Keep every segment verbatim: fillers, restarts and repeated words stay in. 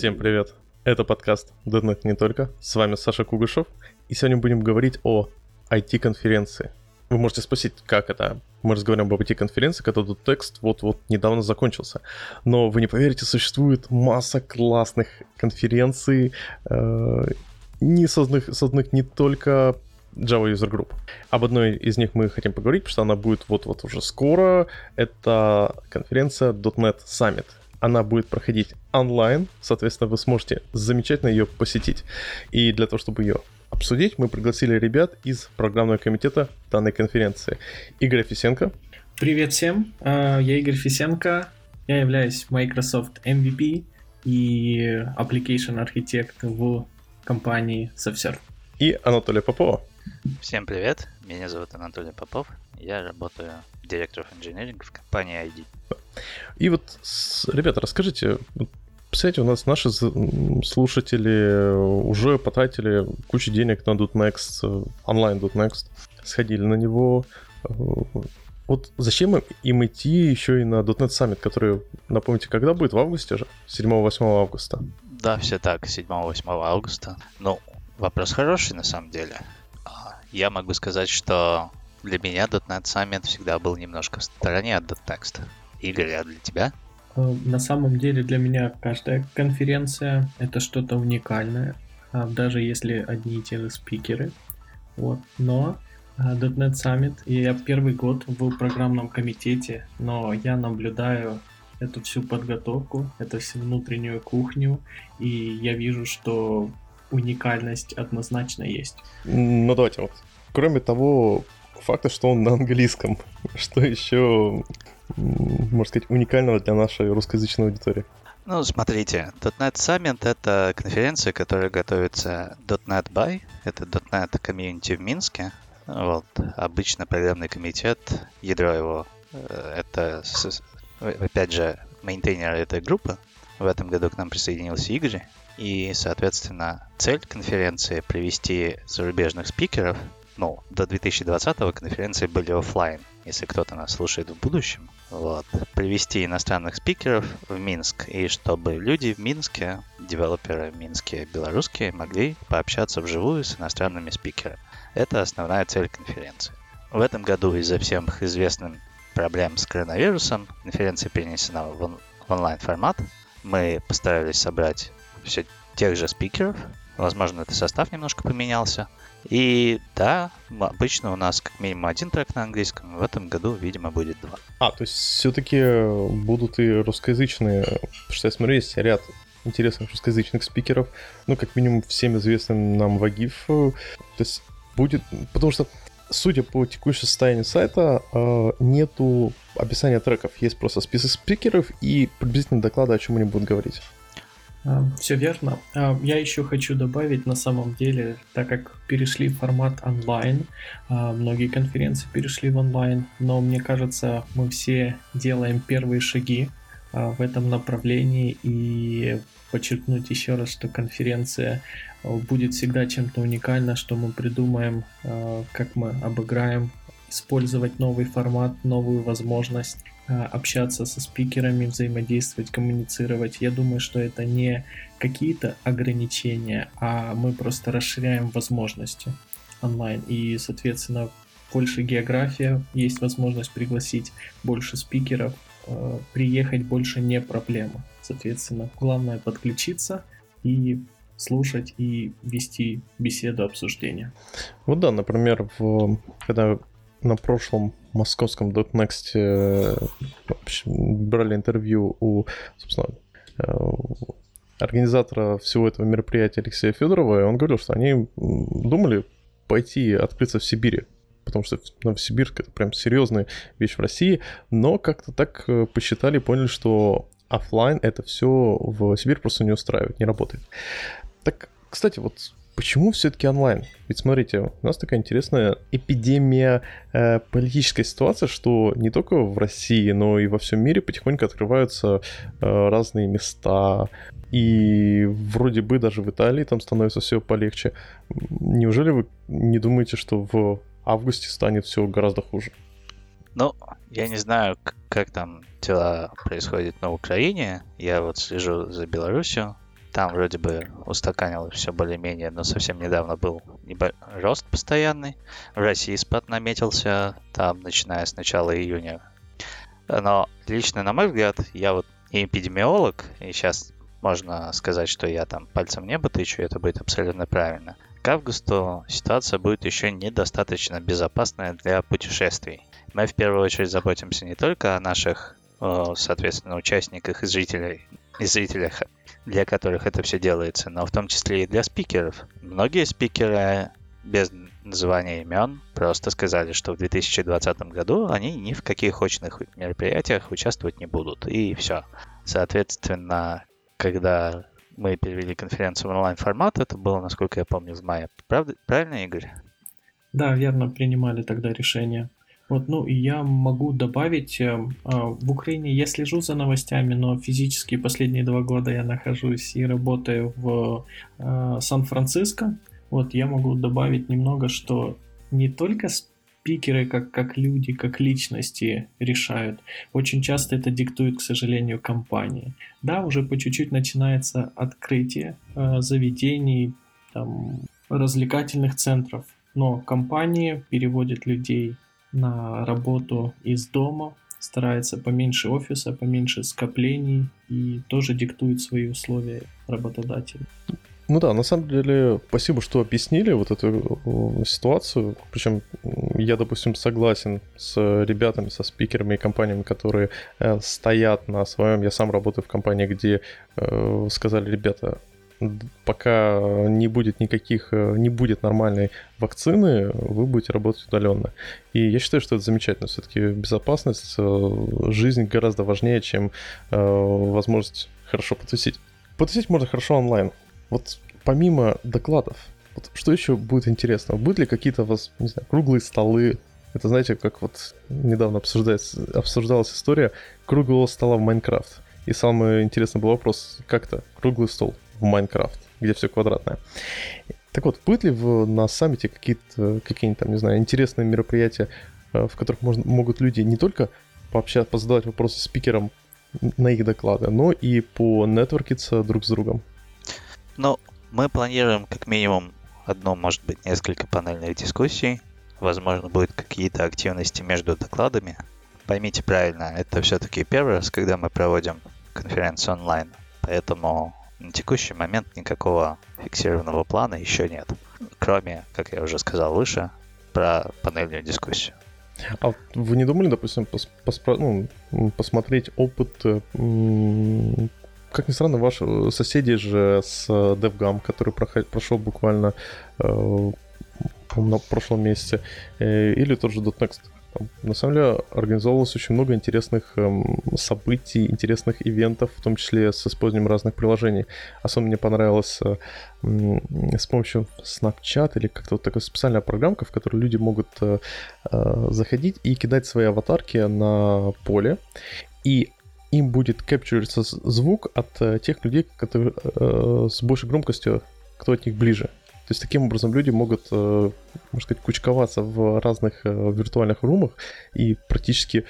Всем привет! Это подкаст .дот нет не только. С вами Саша Кугушев. И сегодня будем говорить о ай ти-конференции. Вы можете спросить, как это? Мы разговариваем об ай ти-конференции, когда тут текст вот-вот недавно закончился. Но вы не поверите, существует масса классных конференций, э, не созданных, созданных не только Java User Group. Об одной из них мы хотим поговорить, потому что она будет вот-вот уже скоро. Это конференция .дот нет Summit. Она будет проходить онлайн, соответственно, вы сможете замечательно ее посетить. И для того, чтобы ее обсудить, мы пригласили ребят из программного комитета данной конференции. Игорь Фисенко. Привет всем, я Игорь Фисенко, я являюсь Microsoft эм ви пи и Application Architect в компании SafeServe. И Анатолий Попова. Всем привет, меня зовут Анатолий Попов, я работаю директором инженеринга в компании ай ди. И вот, ребята, расскажите, представляете, у нас наши слушатели уже потратили кучу денег на .next, онлайн .next, сходили на него. Вот зачем им идти еще и на .дот нет Summit, который, напомните, когда будет? В августе же? седьмого-восьмого августа. Да, все так, седьмого-восьмого августа. Ну, вопрос хороший на самом деле. Я могу сказать, что для меня .дот нет Summit всегда был немножко в стороне от .next. Игорь, а для тебя? На самом деле для меня каждая конференция — это что-то уникальное, даже если одни и те же спикеры. Вот. Но .дот нет Summit, и я первый год в программном комитете, но я наблюдаю эту всю подготовку, эту всю внутреннюю кухню, и я вижу, что уникальность однозначно есть. Ну давайте вот. Кроме того факта, что он на английском, что еще, можно сказать, уникального для нашей русскоязычной аудитории? Ну, смотрите, .дот нет Summit — это конференция, которая готовится .дот нет by, это .дот нет Community в Минске. Вот. Обычно программный комитет, ядро его, это, опять же, мейнтейнер этой группы. В этом году к нам присоединился Игорь. И, соответственно, цель конференции — привести зарубежных спикеров. Ну, до две тысячи двадцатого конференции были офлайн, если кто-то нас слушает в будущем. Вот. Привести иностранных спикеров в Минск, и чтобы люди в Минске, девелоперы в Минске, белорусские, могли пообщаться вживую с иностранными спикерами. Это основная цель конференции. В этом году из-за всех известных проблем с коронавирусом конференция перенесена в, он- в онлайн-формат. Мы постарались собрать все тех же спикеров. Возможно, этот состав немножко поменялся. И да, обычно у нас как минимум один трек на английском. В этом году, видимо, будет два. А, то есть все-таки будут и русскоязычные, потому что я смотрю, есть ряд интересных русскоязычных спикеров. Ну, как минимум, всем известным нам Вагиф. То есть будет... Потому что, судя по текущему состоянию сайта, нету описания треков. Есть просто список спикеров и приблизительно доклады, о чем они будут говорить. Все верно. Я еще хочу добавить, на самом деле, так как перешли в формат онлайн, многие конференции перешли в онлайн, но мне кажется, мы все делаем первые шаги в этом направлении, и подчеркнуть еще раз, что конференция будет всегда чем-то уникальна, что мы придумаем, как мы обыграем, использовать новый формат, новую возможность общаться со спикерами, взаимодействовать, коммуницировать. Я думаю, что это не какие-то ограничения, а мы просто расширяем возможности онлайн. И, соответственно, больше география, есть возможность пригласить больше спикеров, приехать больше не проблема. Соответственно, главное подключиться и слушать и вести беседу, обсуждение. Вот да, например, в, когда на прошлом московском .дот некст брали интервью у, собственно, организатора всего этого мероприятия Алексея Федорова, и он говорил, что они думали пойти открыться в Сибири, потому что Новосибирск — это прям серьезная вещь в России, но как-то так посчитали, поняли, что офлайн это все в Сибирь просто не устраивает, не работает. Так, кстати, вот почему все-таки онлайн? Ведь смотрите, у нас такая интересная эпидемия э, политической ситуации, что не только в России, но и во всем мире потихоньку открываются э, разные места. И вроде бы даже в Италии там становится все полегче. Неужели вы не думаете, что в августе станет все гораздо хуже? Ну, я не знаю, как там дела происходят на Украине. Я вот слежу за Беларусью. там вроде бы устаканилось все более-менее, но совсем недавно был небо... рост постоянный. В России спад наметился там, начиная с начала июня. Но лично, на мой взгляд, я вот не эпидемиолог, и сейчас можно сказать, что я там пальцем в небо тычу, и это будет абсолютно правильно. К августу ситуация будет еще недостаточно безопасная для путешествий. Мы в первую очередь заботимся не только о наших, соответственно, участниках и зрителей, и зрителях, для которых это все делается, но в том числе и для спикеров. Многие спикеры, без называния имен, просто сказали, что в две тысячи двадцатом году они ни в каких очных мероприятиях участвовать не будут, и все. Соответственно, когда мы перевели конференцию в онлайн-формат, это было, насколько я помню, в мае. Правда? Правильно, Игорь? Да, верно, принимали тогда решение. Вот, ну и я могу добавить, э, э, в Украине я слежу за новостями, но физически последние два года я нахожусь и работаю в э, Сан-Франциско. Вот, я могу добавить немного, что не только спикеры, как, как люди, как личности решают. Очень часто это диктует, к сожалению, компании. Да, уже по чуть-чуть начинается открытие э, заведений, там, развлекательных центров, но компании переводят людей на работу из дома, старается поменьше офиса, поменьше скоплений и тоже диктует свои условия работодателю. Ну да, на самом деле, спасибо, что объяснили вот эту ситуацию. Причем я, допустим, согласен с ребятами, со спикерами и компаниями, которые э, стоят на своем. Я сам работаю в компании, где э, сказали, ребята, пока не будет никаких, не будет нормальной вакцины, вы будете работать удаленно. И я считаю, что это замечательно. Все-таки безопасность, жизнь гораздо важнее, чем э, возможность хорошо потусить. Потусить можно хорошо онлайн. Вот помимо докладов, вот что еще будет интересно? Будут ли какие-то у вас, не знаю, круглые столы? Это, знаете, как вот недавно обсуждалась история круглого стола в Майнкрафт. И самый интересный был вопрос, как-то круглый стол в Майнкрафт, где все квадратное. Так вот, будет ли в, на саммите какие-то, какие-нибудь там, не знаю, интересные мероприятия, в которых можно, могут люди не только пообщаться, позадавать вопросы спикерам на их доклады, но и понетворкиться друг с другом? Ну, мы планируем как минимум одну, может быть, несколько панельных дискуссий. Возможно, будут какие-то активности между докладами. Поймите правильно, это все-таки первый раз, когда мы проводим конференцию онлайн, поэтому на текущий момент никакого фиксированного плана еще нет. Кроме, как я уже сказал выше, про панельную дискуссию. А вы не думали, допустим, пос- поспро- ну, посмотреть опыт, м- как ни странно, ваши соседи же с DevGam, который проход- прошел буквально э- на прошлом месяце, э- или тот же .next? Там, на самом деле организовывалось очень много интересных эм, событий, интересных ивентов, в том числе с использованием разных приложений. Особенно мне понравилось э, э, с помощью Snapchat или как-то вот такая специальная программка, в которой люди могут э, э, заходить и кидать свои аватарки на поле, и им будет кэпчуриться звук от э, тех людей, которые э, с большей громкостью, кто от них ближе. То есть таким образом люди могут, можно сказать, кучковаться в разных виртуальных румах и практически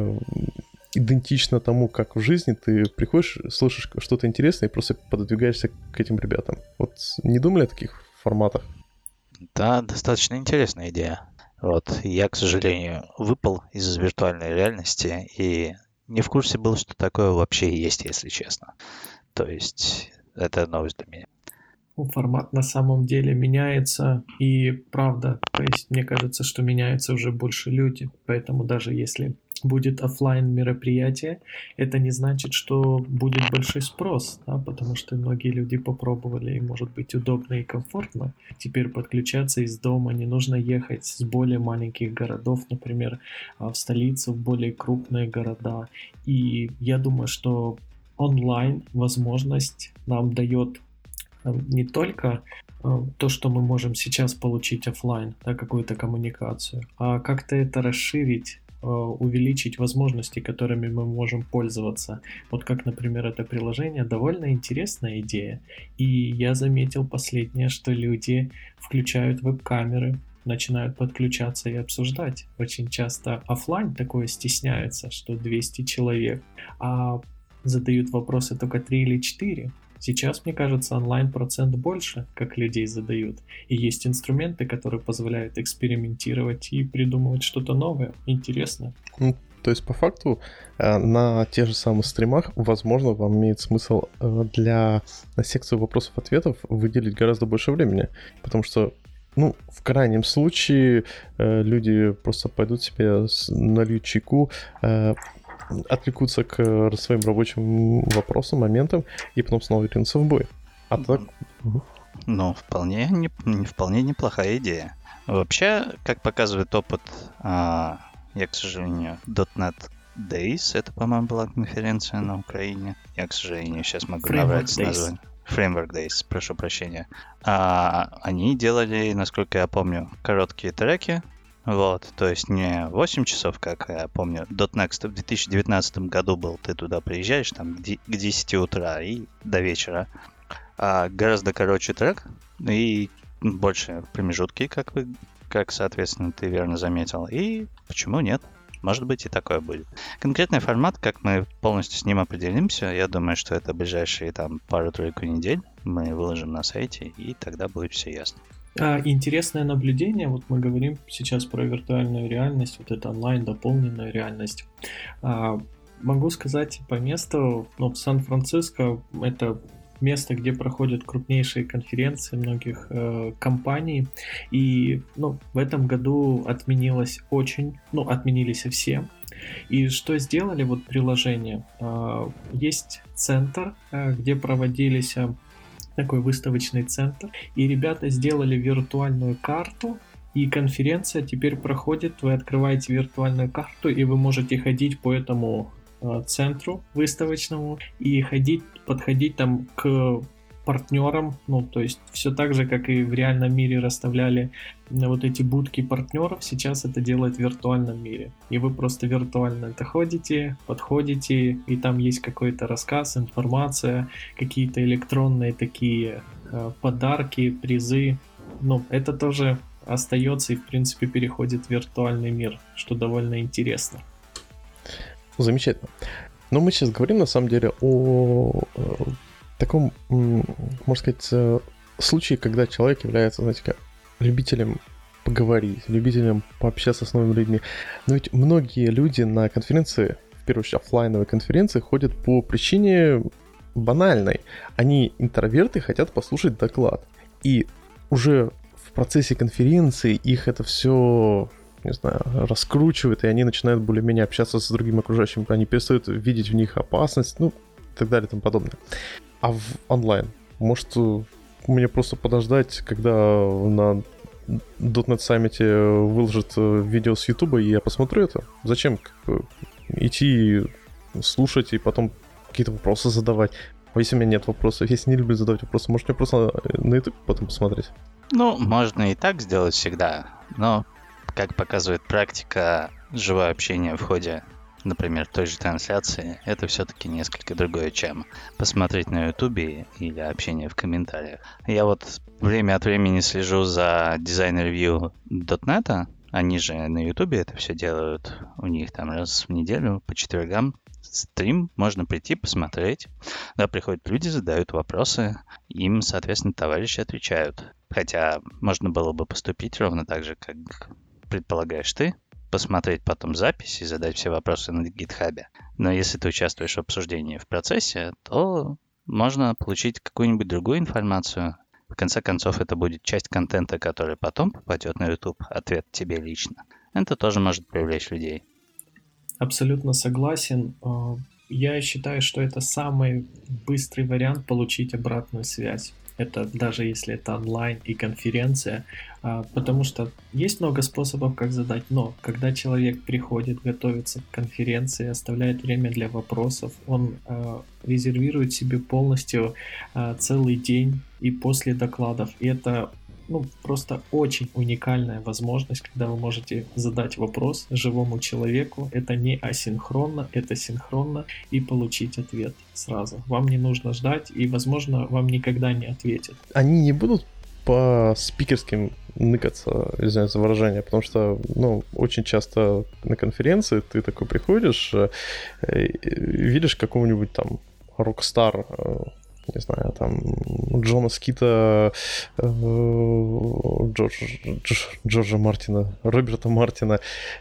идентично тому, как в жизни ты приходишь, слышишь что-то интересное и просто пододвигаешься к этим ребятам. Вот не думали о таких форматах? Да, достаточно интересная идея. Вот, я, к сожалению, выпал из виртуальной реальности и не в курсе был, что такое вообще есть, если честно. То есть это новость для меня. Формат на самом деле меняется, и правда, то есть мне кажется, что меняются уже больше люди, поэтому даже если будет офлайн мероприятие, это не значит, что будет большой спрос, да, потому что многие люди попробовали, и может быть удобно и комфортно теперь подключаться из дома, не нужно ехать с более маленьких городов, например, в столицу, в более крупные города, и я думаю, что онлайн возможность нам дает не только то, что мы можем сейчас получить офлайн, да, какую-то коммуникацию, а как-то это расширить, увеличить возможности, которыми мы можем пользоваться. Вот как, например, это приложение, довольно интересная идея. И я заметил последнее, что люди включают веб-камеры, начинают подключаться и обсуждать. Очень часто офлайн такое стесняется, что двести человек, а задают вопросы только три или четыре. Сейчас, мне кажется, онлайн процент больше, как людей задают. И есть инструменты, которые позволяют экспериментировать и придумывать что-то новое, интересное. Ну, то есть, по факту, на тех же самых стримах, возможно, вам имеет смысл для на секцию вопросов-ответов выделить гораздо больше времени. Потому что, ну, в крайнем случае, люди просто пойдут себе, нальют чайку, отвлекутся к своим рабочим вопросам, моментам, и потом снова вернутся в бой. А так... Ну, вполне, не, вполне неплохая идея. Вообще, как показывает опыт... А... Я, к сожалению, .дот нет Days, это, по-моему, была конференция на Украине. Я, к сожалению, сейчас могу наврать с названием. Framework Days, прошу прощения. А, они делали, насколько я помню, короткие треки. Вот, то есть не восемь часов, как я помню. .дот Next в две тысячи девятнадцатом году был, ты туда приезжаешь там к десяти утра и до вечера. А гораздо короче трек и больше промежутки, как вы как, соответственно, ты верно заметил. И почему нет? Может быть, и такое будет. Конкретный формат, как мы полностью с ним определимся, я думаю, что это ближайшие там пару-тройку недель мы выложим на сайте, и тогда будет все ясно. А, интересное наблюдение, вот мы говорим сейчас про виртуальную реальность, вот это онлайн, дополненная реальность. А, могу сказать по месту, ну, в Сан-Франциско это место, где проходят крупнейшие конференции многих э, компаний, и ну, в этом году отменилось очень, ну, отменились все. И что сделали вот приложение? Э, есть центр, э, где проводились э, такой выставочный центр, и ребята сделали виртуальную карту, и конференция теперь проходит, вы открываете виртуальную карту, и вы можете ходить по этому центру выставочному и ходить, подходить там к партнерам, ну, то есть все так же, как и в реальном мире расставляли вот эти будки партнеров, сейчас это делают в виртуальном мире. И вы просто виртуально доходите, подходите, и там есть какой-то рассказ, информация, какие-то электронные такие э, подарки, призы. Ну, это тоже остается и, в принципе, переходит в виртуальный мир, что довольно интересно. Замечательно. Но мы сейчас говорим, на самом деле, о э, таком, м, можно сказать, э, случае, когда человек является, знаете, как любителем поговорить, любителем пообщаться с новыми людьми. Но ведь многие люди на конференции, в первую очередь офлайновые конференции, ходят по причине банальной. Они интроверты, хотят послушать доклад. И уже в процессе конференции их это все... не знаю, раскручивает, и они начинают более-менее общаться с другими окружающими, они перестают видеть в них опасность, ну, и так далее и тому подобное. А в онлайн? Может, мне просто подождать, когда на .дот нет Summit выложат видео с Ютуба, и я посмотрю это? Зачем как бы, идти слушать и потом какие-то вопросы задавать? А если у меня нет вопросов, если не люблю задавать вопросы, может, мне просто на YouTube потом посмотреть? Ну, можно и так сделать всегда, но как показывает практика, живое общение в ходе, например, той же трансляции, это все-таки несколько другое, чем посмотреть на Ютубе или общение в комментариях. Я вот время от времени слежу за дизайн-ревью .дот нет, они же на Ютубе это все делают, у них там раз в неделю по четвергам стрим, можно прийти посмотреть. Да, приходят люди, задают вопросы, им, соответственно, товарищи отвечают. Хотя можно было бы поступить ровно так же, как предполагаешь ты, посмотреть потом запись и задать все вопросы на гитхабе. Но если ты участвуешь в обсуждении в процессе, то можно получить какую-нибудь другую информацию. В конце концов, это будет часть контента, который потом попадет на YouTube, ответ тебе лично. Это тоже может привлечь людей. Абсолютно согласен. Я считаю, что это самый быстрый вариант получить обратную связь. Это даже если это онлайн и конференция, потому что есть много способов, как задать, но когда человек приходит, готовится к конференции, оставляет время для вопросов, он резервирует себе полностью целый день и после докладов, и это ну, просто очень уникальная возможность, когда вы можете задать вопрос живому человеку. Это не асинхронно, это синхронно, и получить ответ сразу. Вам не нужно ждать, и, возможно, вам никогда не ответят. Они не будут по спикерским ныкаться, извиняюсь за выражение, потому что, ну, очень часто на конференции ты такой приходишь, видишь какого-нибудь там рок-стар не знаю, там, Джона Скита, Джордж, Джорджа Мартина, Роберта Мартина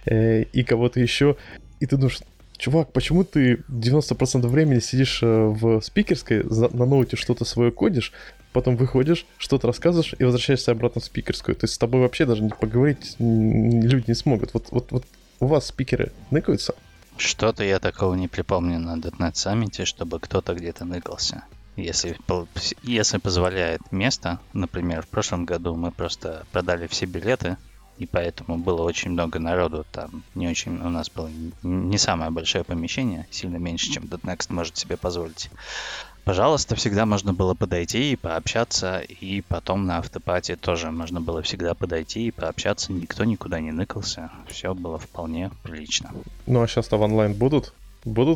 и кого-то еще. И ты думаешь, чувак, почему ты девяносто процентов времени сидишь в спикерской, на ноуте что-то свое кодишь, потом выходишь, что-то рассказываешь и возвращаешься обратно в спикерскую. То есть с тобой вообще даже не поговорить люди не смогут. Вот, вот, вот у вас спикеры ныкаются? Что-то я такого не припомню на .дот нет Summit, чтобы кто-то где-то ныкался. Если, если позволяет место, например, в прошлом году мы просто продали все билеты, и поэтому было очень много народу. Там не очень, у нас было не самое большое помещение, сильно меньше, чем .дот Next может себе позволить. Пожалуйста, всегда можно было подойти и пообщаться, и потом на автопате тоже можно было всегда подойти и пообщаться. Никто никуда не ныкался, все было вполне прилично. Ну а сейчас-то в онлайн будут? Будут?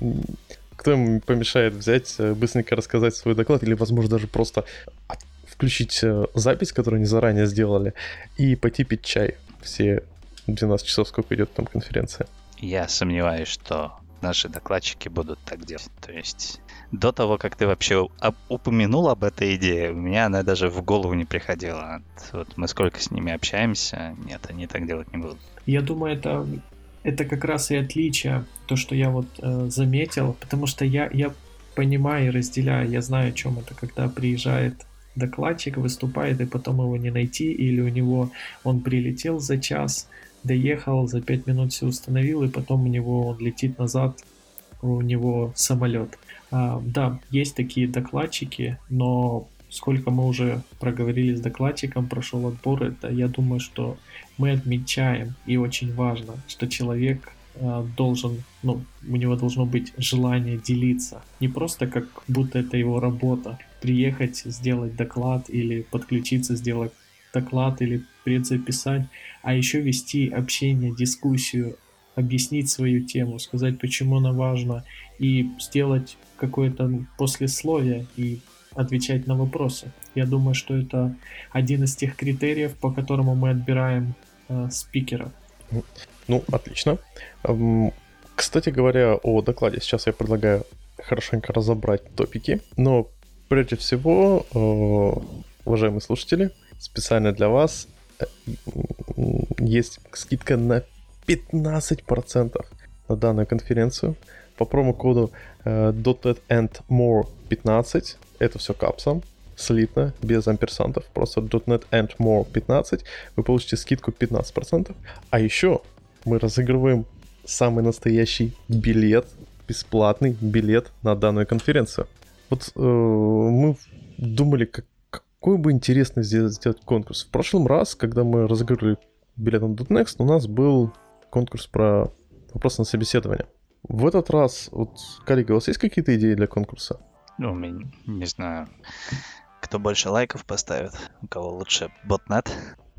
Кто им помешает взять, быстренько рассказать свой доклад, или, возможно, даже просто включить запись, которую они заранее сделали, и пойти пить чай все двенадцать часов, сколько идет там конференция? Я сомневаюсь, что наши докладчики будут так делать. То есть до того, как ты вообще упомянул об этой идее, у меня она даже в голову не приходила. Вот мы сколько с ними общаемся, нет, они так делать не будут. Я думаю, это... Это как раз и отличие, то, что я вот э, заметил, потому что я, я понимаю и разделяю, я знаю, о чем это, когда приезжает докладчик, выступает, и потом его не найти, или у него он прилетел за час, доехал, за пять минут все установил, и потом у него он летит назад, у него самолет. А, да, есть такие докладчики, но сколько мы уже проговорили с докладчиком, прошел отбор, это я думаю, что мы отмечаем, и очень важно, что человек э, должен, ну, у него должно быть желание делиться. Не просто как будто это его работа. Приехать, сделать доклад или подключиться, сделать доклад или предзаписать, а еще вести общение, дискуссию, объяснить свою тему, сказать, почему она важна, и сделать какое-то послесловие и отвечать на вопросы. Я думаю, что это один из тех критериев, по которому мы отбираем э, спикеров. Ну, отлично. Кстати говоря, о докладе. Сейчас я предлагаю хорошенько разобрать топики. Но прежде всего, уважаемые слушатели, специально для вас есть скидка на пятнадцать процентов на данную конференцию по промокоду .дот нет and more пятнадцать. Это все капсом, слитно, без амперсантов. Просто .дот нет and more пятнадцать. Вы получите скидку пятнадцать процентов. А еще мы разыгрываем самый настоящий билет, бесплатный билет на данную конференцию. Вот э, мы думали, как, какой бы интересный сделать, сделать конкурс. В прошлом раз, когда мы разыгрывали билет на .дот Next, у нас был конкурс про вопрос на собеседование. В этот раз, вот, коллеги, у вас есть какие-то идеи для конкурса? Ну, не знаю, кто больше лайков поставит, у кого лучше ботнет.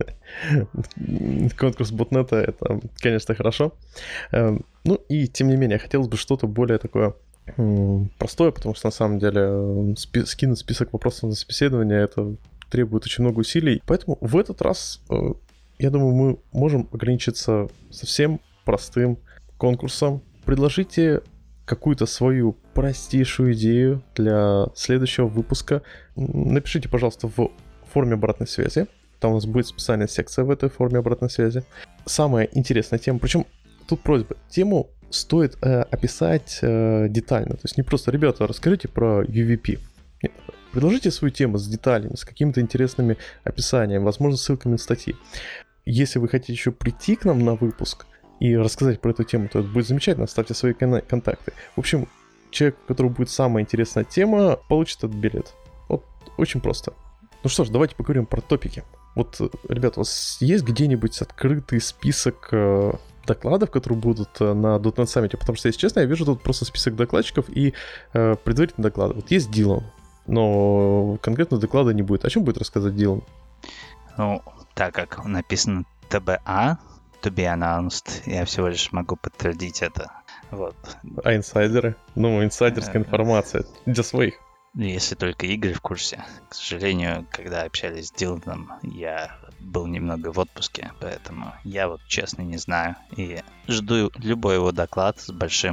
Конкурс ботнета — это, конечно, хорошо. Ну и, тем не менее, хотелось бы что-то более такое простое, потому что, на самом деле, спи- скинуть список вопросов на собеседование — это требует очень много усилий. Поэтому в этот раз, я думаю, мы можем ограничиться совсем простым конкурсом. Предложите какую-то свою простейшую идею для следующего выпуска. Напишите, пожалуйста, в форме обратной связи. Там у нас будет специальная секция в этой форме обратной связи. Самая интересная тема, причем тут просьба, тему стоит э, описать э, детально. То есть не просто, ребята, расскажите про ю ви пи. Нет, предложите свою тему с деталями, с какими-то интересными описаниями, возможно, ссылками на статьи. Если вы хотите еще прийти к нам на выпуск и рассказать про эту тему, то это будет замечательно. Ставьте свои кон- контакты. В общем, человек, у которого будет самая интересная тема, получит этот билет. Вот очень просто. Ну что ж, давайте поговорим про топики. Вот, ребята, у вас есть где-нибудь открытый список э, докладов, которые будут э, на .дот нет Summit? Потому что, если честно, я вижу тут просто список докладчиков и э, предварительные доклады. Вот есть Дилан, но конкретно доклада не будет. О чем будет рассказывать Дилан? Ну, так как написано ти би эй, to be announced, я всего лишь могу подтвердить это. Вот. А инсайдеры? Ну, инсайдерская информация для своих. Если только Игорь в курсе. К сожалению, когда общались с Диланом, я был немного в отпуске, поэтому я вот честно не знаю. И жду любой его доклад с большим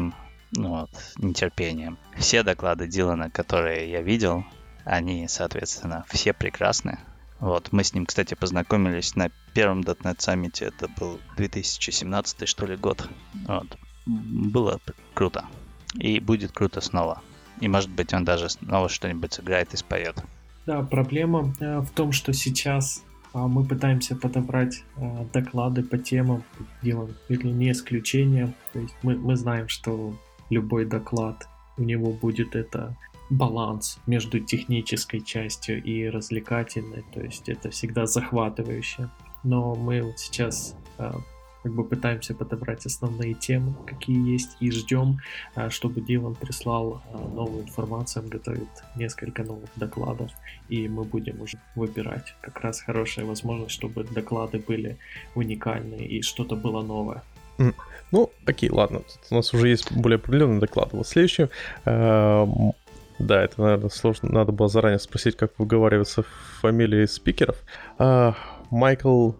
ну, вот, нетерпением. Все доклады Дилана, которые я видел, они, соответственно, все прекрасны. Вот, мы с ним, кстати, познакомились на первом .дот нет саммите, это был две тысячи семнадцатый, что ли, год. Вот. Было круто. И будет круто снова. И, может быть, он даже снова что-нибудь сыграет и споет. Да, проблема э, в том, что сейчас э, мы пытаемся подобрать э, доклады по темам, делаем или не исключение. То есть мы, мы знаем, что любой доклад, у него будет это баланс между технической частью и развлекательной. То есть это всегда захватывающе. Но мы вот сейчас э, как бы пытаемся подобрать основные темы, какие есть, и ждем, чтобы Дилан прислал новую информацию, он готовит несколько новых докладов, и мы будем уже выбирать. Как раз хорошая возможность, чтобы доклады были уникальные и что-то было новое. Mm. Ну, окей, ладно, тут у нас уже есть более определенный доклад. Вот следующий, э, да, это, наверное, сложно, надо было заранее спросить, как выговариваются фамилии спикеров. Э, Майкл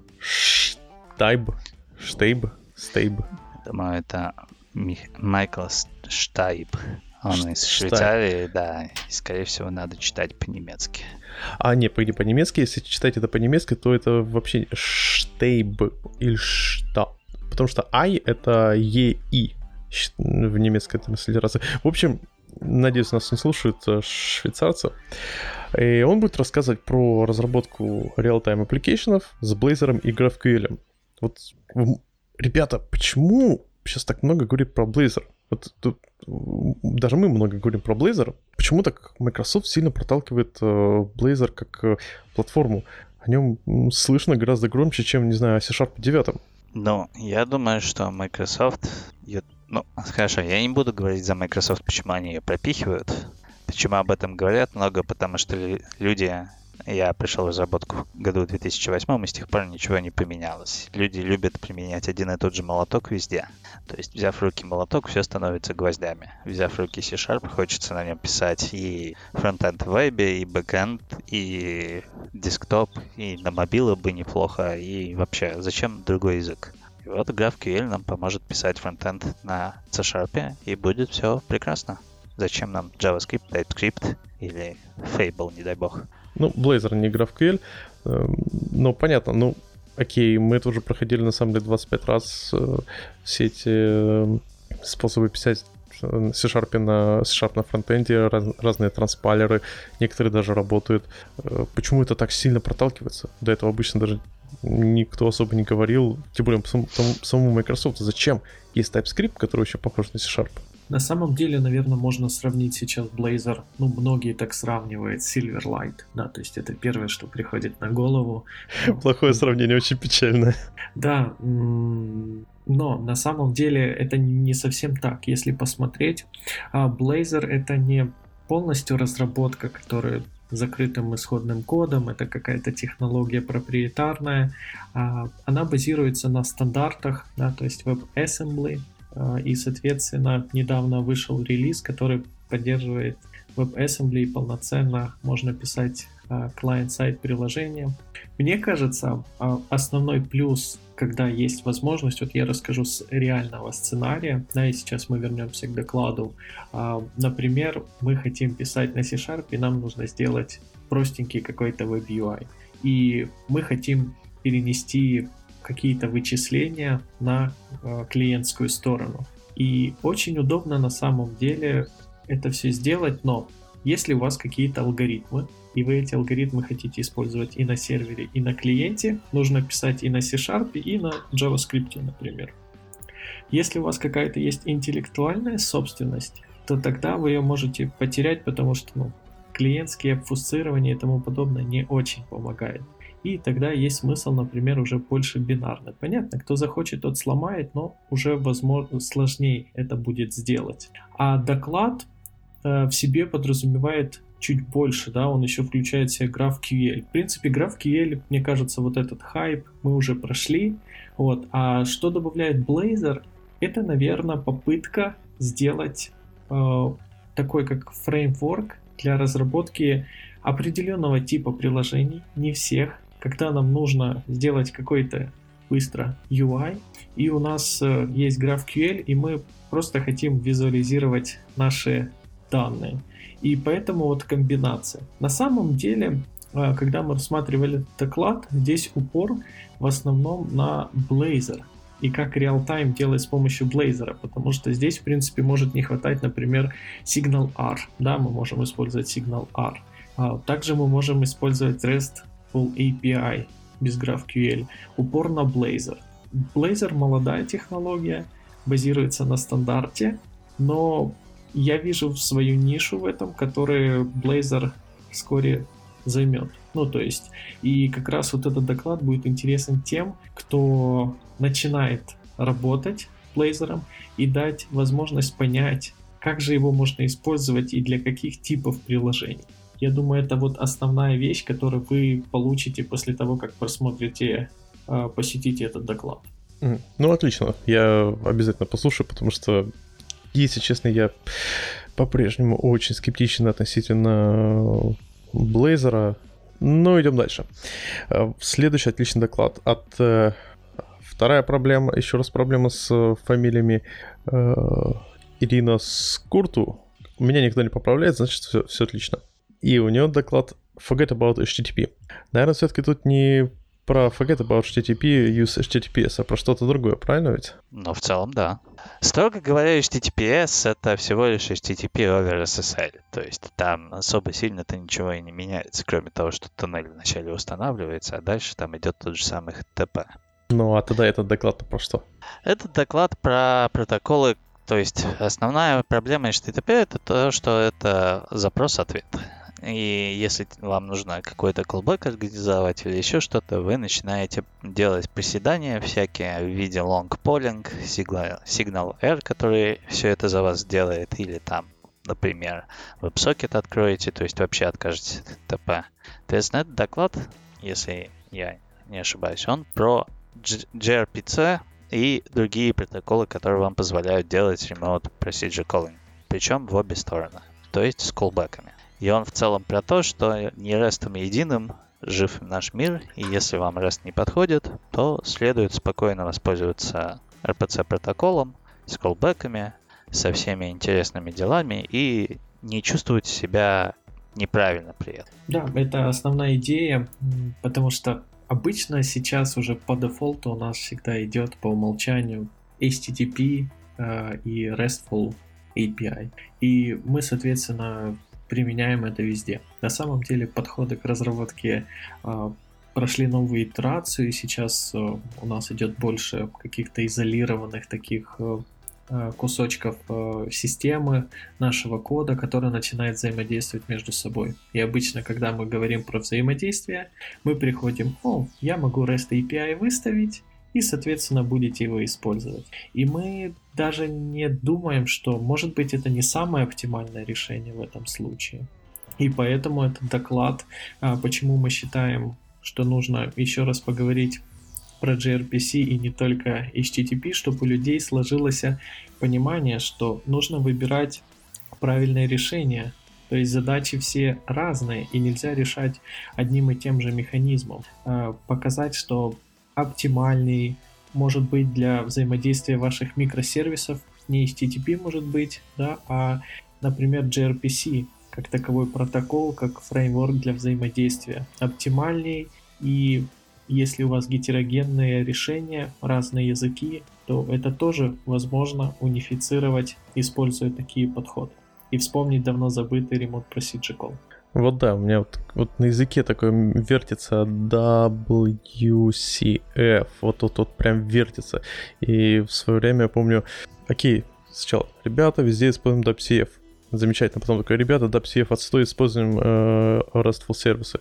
Штайб. Штейб? Стейб. Думаю, это Мих... Майкл Штайб. Он Ш... из Швейцарии, Штайб. Да, и, скорее всего, надо читать по-немецки. А, не, пойди по-немецки. Если читать это по-немецки, то это вообще Штейб или Шта. Потому что I — это Е-И в немецкой транслитерации. В общем, надеюсь, нас не слушают швейцарцы. И он будет рассказывать про разработку real-time applications с Blazor и GraphQL. Вот, ребята, почему сейчас так много говорит про Blazor? Вот тут даже мы много говорим про Blazor. Почему так Microsoft сильно проталкивает Blazor как платформу? О нем слышно гораздо громче, чем, не знаю, о C-Sharp девять. Ну, я думаю, что Microsoft... Ну, хорошо, я не буду говорить за Microsoft, почему они ее пропихивают. Почему об этом говорят много, потому что люди... Я пришел в разработку в году две тысячи восьмом, и с тех пор ничего не поменялось. Люди любят применять один и тот же молоток везде. То есть, взяв в руки молоток, все становится гвоздями. Взяв в руки C-Sharp, хочется на нем писать и фронтенд в вебе, и бэкенд, и десктоп, и на мобилы бы неплохо, и вообще, зачем другой язык? И вот GraphQL нам поможет писать фронтенд на C-Sharp, и будет все прекрасно. Зачем нам JavaScript, TypeScript или Fable, не дай бог? Ну, Blazor не GraphQL, но понятно, ну, окей, мы это уже проходили на самом деле двадцать пять раз, все эти способы писать C-Sharp на, C-Sharp на фронтенде, раз, разные транспайлеры, некоторые даже работают. Почему это так сильно проталкивается? До этого обычно даже никто особо не говорил, тем более сам, самому Microsoft. Зачем? Есть TypeScript, который еще похож на C-Sharp. На самом деле, наверное, можно сравнить сейчас Blazor, ну, многие так сравнивают с Silverlight, да, то есть это первое, что приходит на голову. Плохое сравнение, очень печальное. Да, но на самом деле это не совсем так. Если посмотреть, Blazor — это не полностью разработка, которая закрытым исходным кодом, это какая-то технология проприетарная, она базируется на стандартах, да, то есть WebAssembly. И, соответственно, недавно вышел релиз, который поддерживает WebAssembly, и полноценно можно писать client-side приложения. Мне кажется, основной плюс, когда есть возможность, вот я расскажу с реального сценария, да, и сейчас мы вернемся к докладу. Например, мы хотим писать на C-Sharp, и нам нужно сделать простенький какой-то веб-ю ай. И мы хотим перенести какие-то вычисления на э, клиентскую сторону. И очень удобно на самом деле это все сделать, но если у вас какие-то алгоритмы, и вы эти алгоритмы хотите использовать и на сервере, и на клиенте, нужно писать и на C-Sharp, и на JavaScript, например. Если у вас какая-то есть интеллектуальная собственность, то тогда вы ее можете потерять, потому что ну, клиентские обфусцирования и тому подобное не очень помогает. И тогда есть смысл, например, уже больше бинарно. Понятно, кто захочет, тот сломает, но уже возможно сложнее это будет сделать. А доклад э, в себе подразумевает чуть больше, да, он еще включает в себя GraphQL. В принципе, GraphQL, мне кажется, вот этот хайп мы уже прошли. Вот. А что добавляет Blazor? Это, наверное, попытка сделать э, такой как фреймворк для разработки определенного типа приложений, не всех. Когда нам нужно сделать какой-то быстро ю ай, и у нас есть GraphQL, и мы просто хотим визуализировать наши данные. И поэтому вот комбинация. На самом деле, когда мы рассматривали этот доклад, здесь упор в основном на Blazor. И как реал-тайм делать с помощью Blazor, потому что здесь, в принципе, может не хватать, например, Signal-R. Да, мы можем использовать Signal-R. А также мы можем использовать RESTful эй пи ай без GraphQL. Упор на Blazor. Blazor молодая технология, базируется на стандарте, но я вижу свою нишу в этом, которую Blazor вскоре займет. Ну, то есть, и как раз вот этот доклад будет интересен тем, кто начинает работать Blazor и дать возможность понять, как же его можно использовать и для каких типов приложений. Я думаю, это вот основная вещь, которую вы получите после того, как просмотрите, посетите этот доклад. Ну, отлично. Я обязательно послушаю, потому что, если честно, я по-прежнему очень скептичен относительно Blazor. Но идем дальше. Следующий отличный доклад от... Вторая проблема, еще раз проблема с фамилиями Ирина Скурту. Меня никто не поправляет, значит, все, все отлично. И у него доклад Forget about эйч ти ти пи. Наверное, все-таки тут не про Forget about эйч ти ти пи, use эйч ти ти пи эс, а про что-то другое, правильно ведь? Ну, в целом, да. Строго говоря, эйч ти ти пи эс — это всего лишь эйч ти ти пи over эс эс эль. То есть там особо сильно-то ничего и не меняется, кроме того, что туннель вначале устанавливается, а дальше там идет тот же самый эйч ти ти пи. Ну, а тогда этот доклад-то про что? Этот доклад про протоколы. То есть основная проблема эйч ти ти пи — это то, что это запрос-ответ. И если вам нужно какой-то callback организовать или еще что-то, вы начинаете делать приседания всякие в виде long polling, signal R, который все это за вас делает, или там, например, WebSocket откроете, то есть вообще откажетесь от эйч ти ти пи. То есть этот доклад, если я не ошибаюсь, он про джей ар пи си и другие протоколы, которые вам позволяют делать remote procedure calling, причем в обе стороны, то есть с callback'ами. И он в целом про то, что не рестом единым жив наш мир, и если вам REST не подходит, то следует спокойно воспользоваться эр пи си протоколом с callback'ами, со всеми интересными делами и не чувствовать себя неправильно при этом. Да, это основная идея, потому что обычно сейчас уже по дефолту у нас всегда идет по умолчанию эйч ти ти пи э, и RESTful эй пи ай. И мы, соответственно, применяем это везде. На самом деле подходы к разработке э, прошли новую итерацию, и сейчас э, у нас идет больше каких-то изолированных таких э, кусочков э, системы нашего кода, который начинает взаимодействовать между собой. И обычно, когда мы говорим про взаимодействие, мы приходим: о, я могу REST эй пи ай выставить, и, соответственно, будете его использовать. И мы даже не думаем, что, может быть, это не самое оптимальное решение в этом случае. И поэтому этот доклад, почему мы считаем, что нужно еще раз поговорить про джей ар пи си и не только эйч ти ти пи, чтобы у людей сложилось понимание, что нужно выбирать правильное решение. То есть задачи все разные, и нельзя решать одним и тем же механизмом. Показать, что оптимальный может быть для взаимодействия ваших микросервисов не эйч ти ти пи может быть, да, а, например, джей ар пи си как таковой протокол, как фреймворк для взаимодействия. Оптимальней, и если у вас гетерогенные решения, разные языки, то это тоже возможно унифицировать, используя такие подходы. И вспомнить давно забытый Remote Procedure Call. Вот да, у меня вот, вот на языке такой вертится дабл ю си эф, вот тут вот, вот прям вертится. И в свое время я помню, окей, сначала, ребята, везде используем дабл ю си эф. Замечательно, потом такой: ребята, дабл ю си эф отстой, используем э, RESTful сервисы.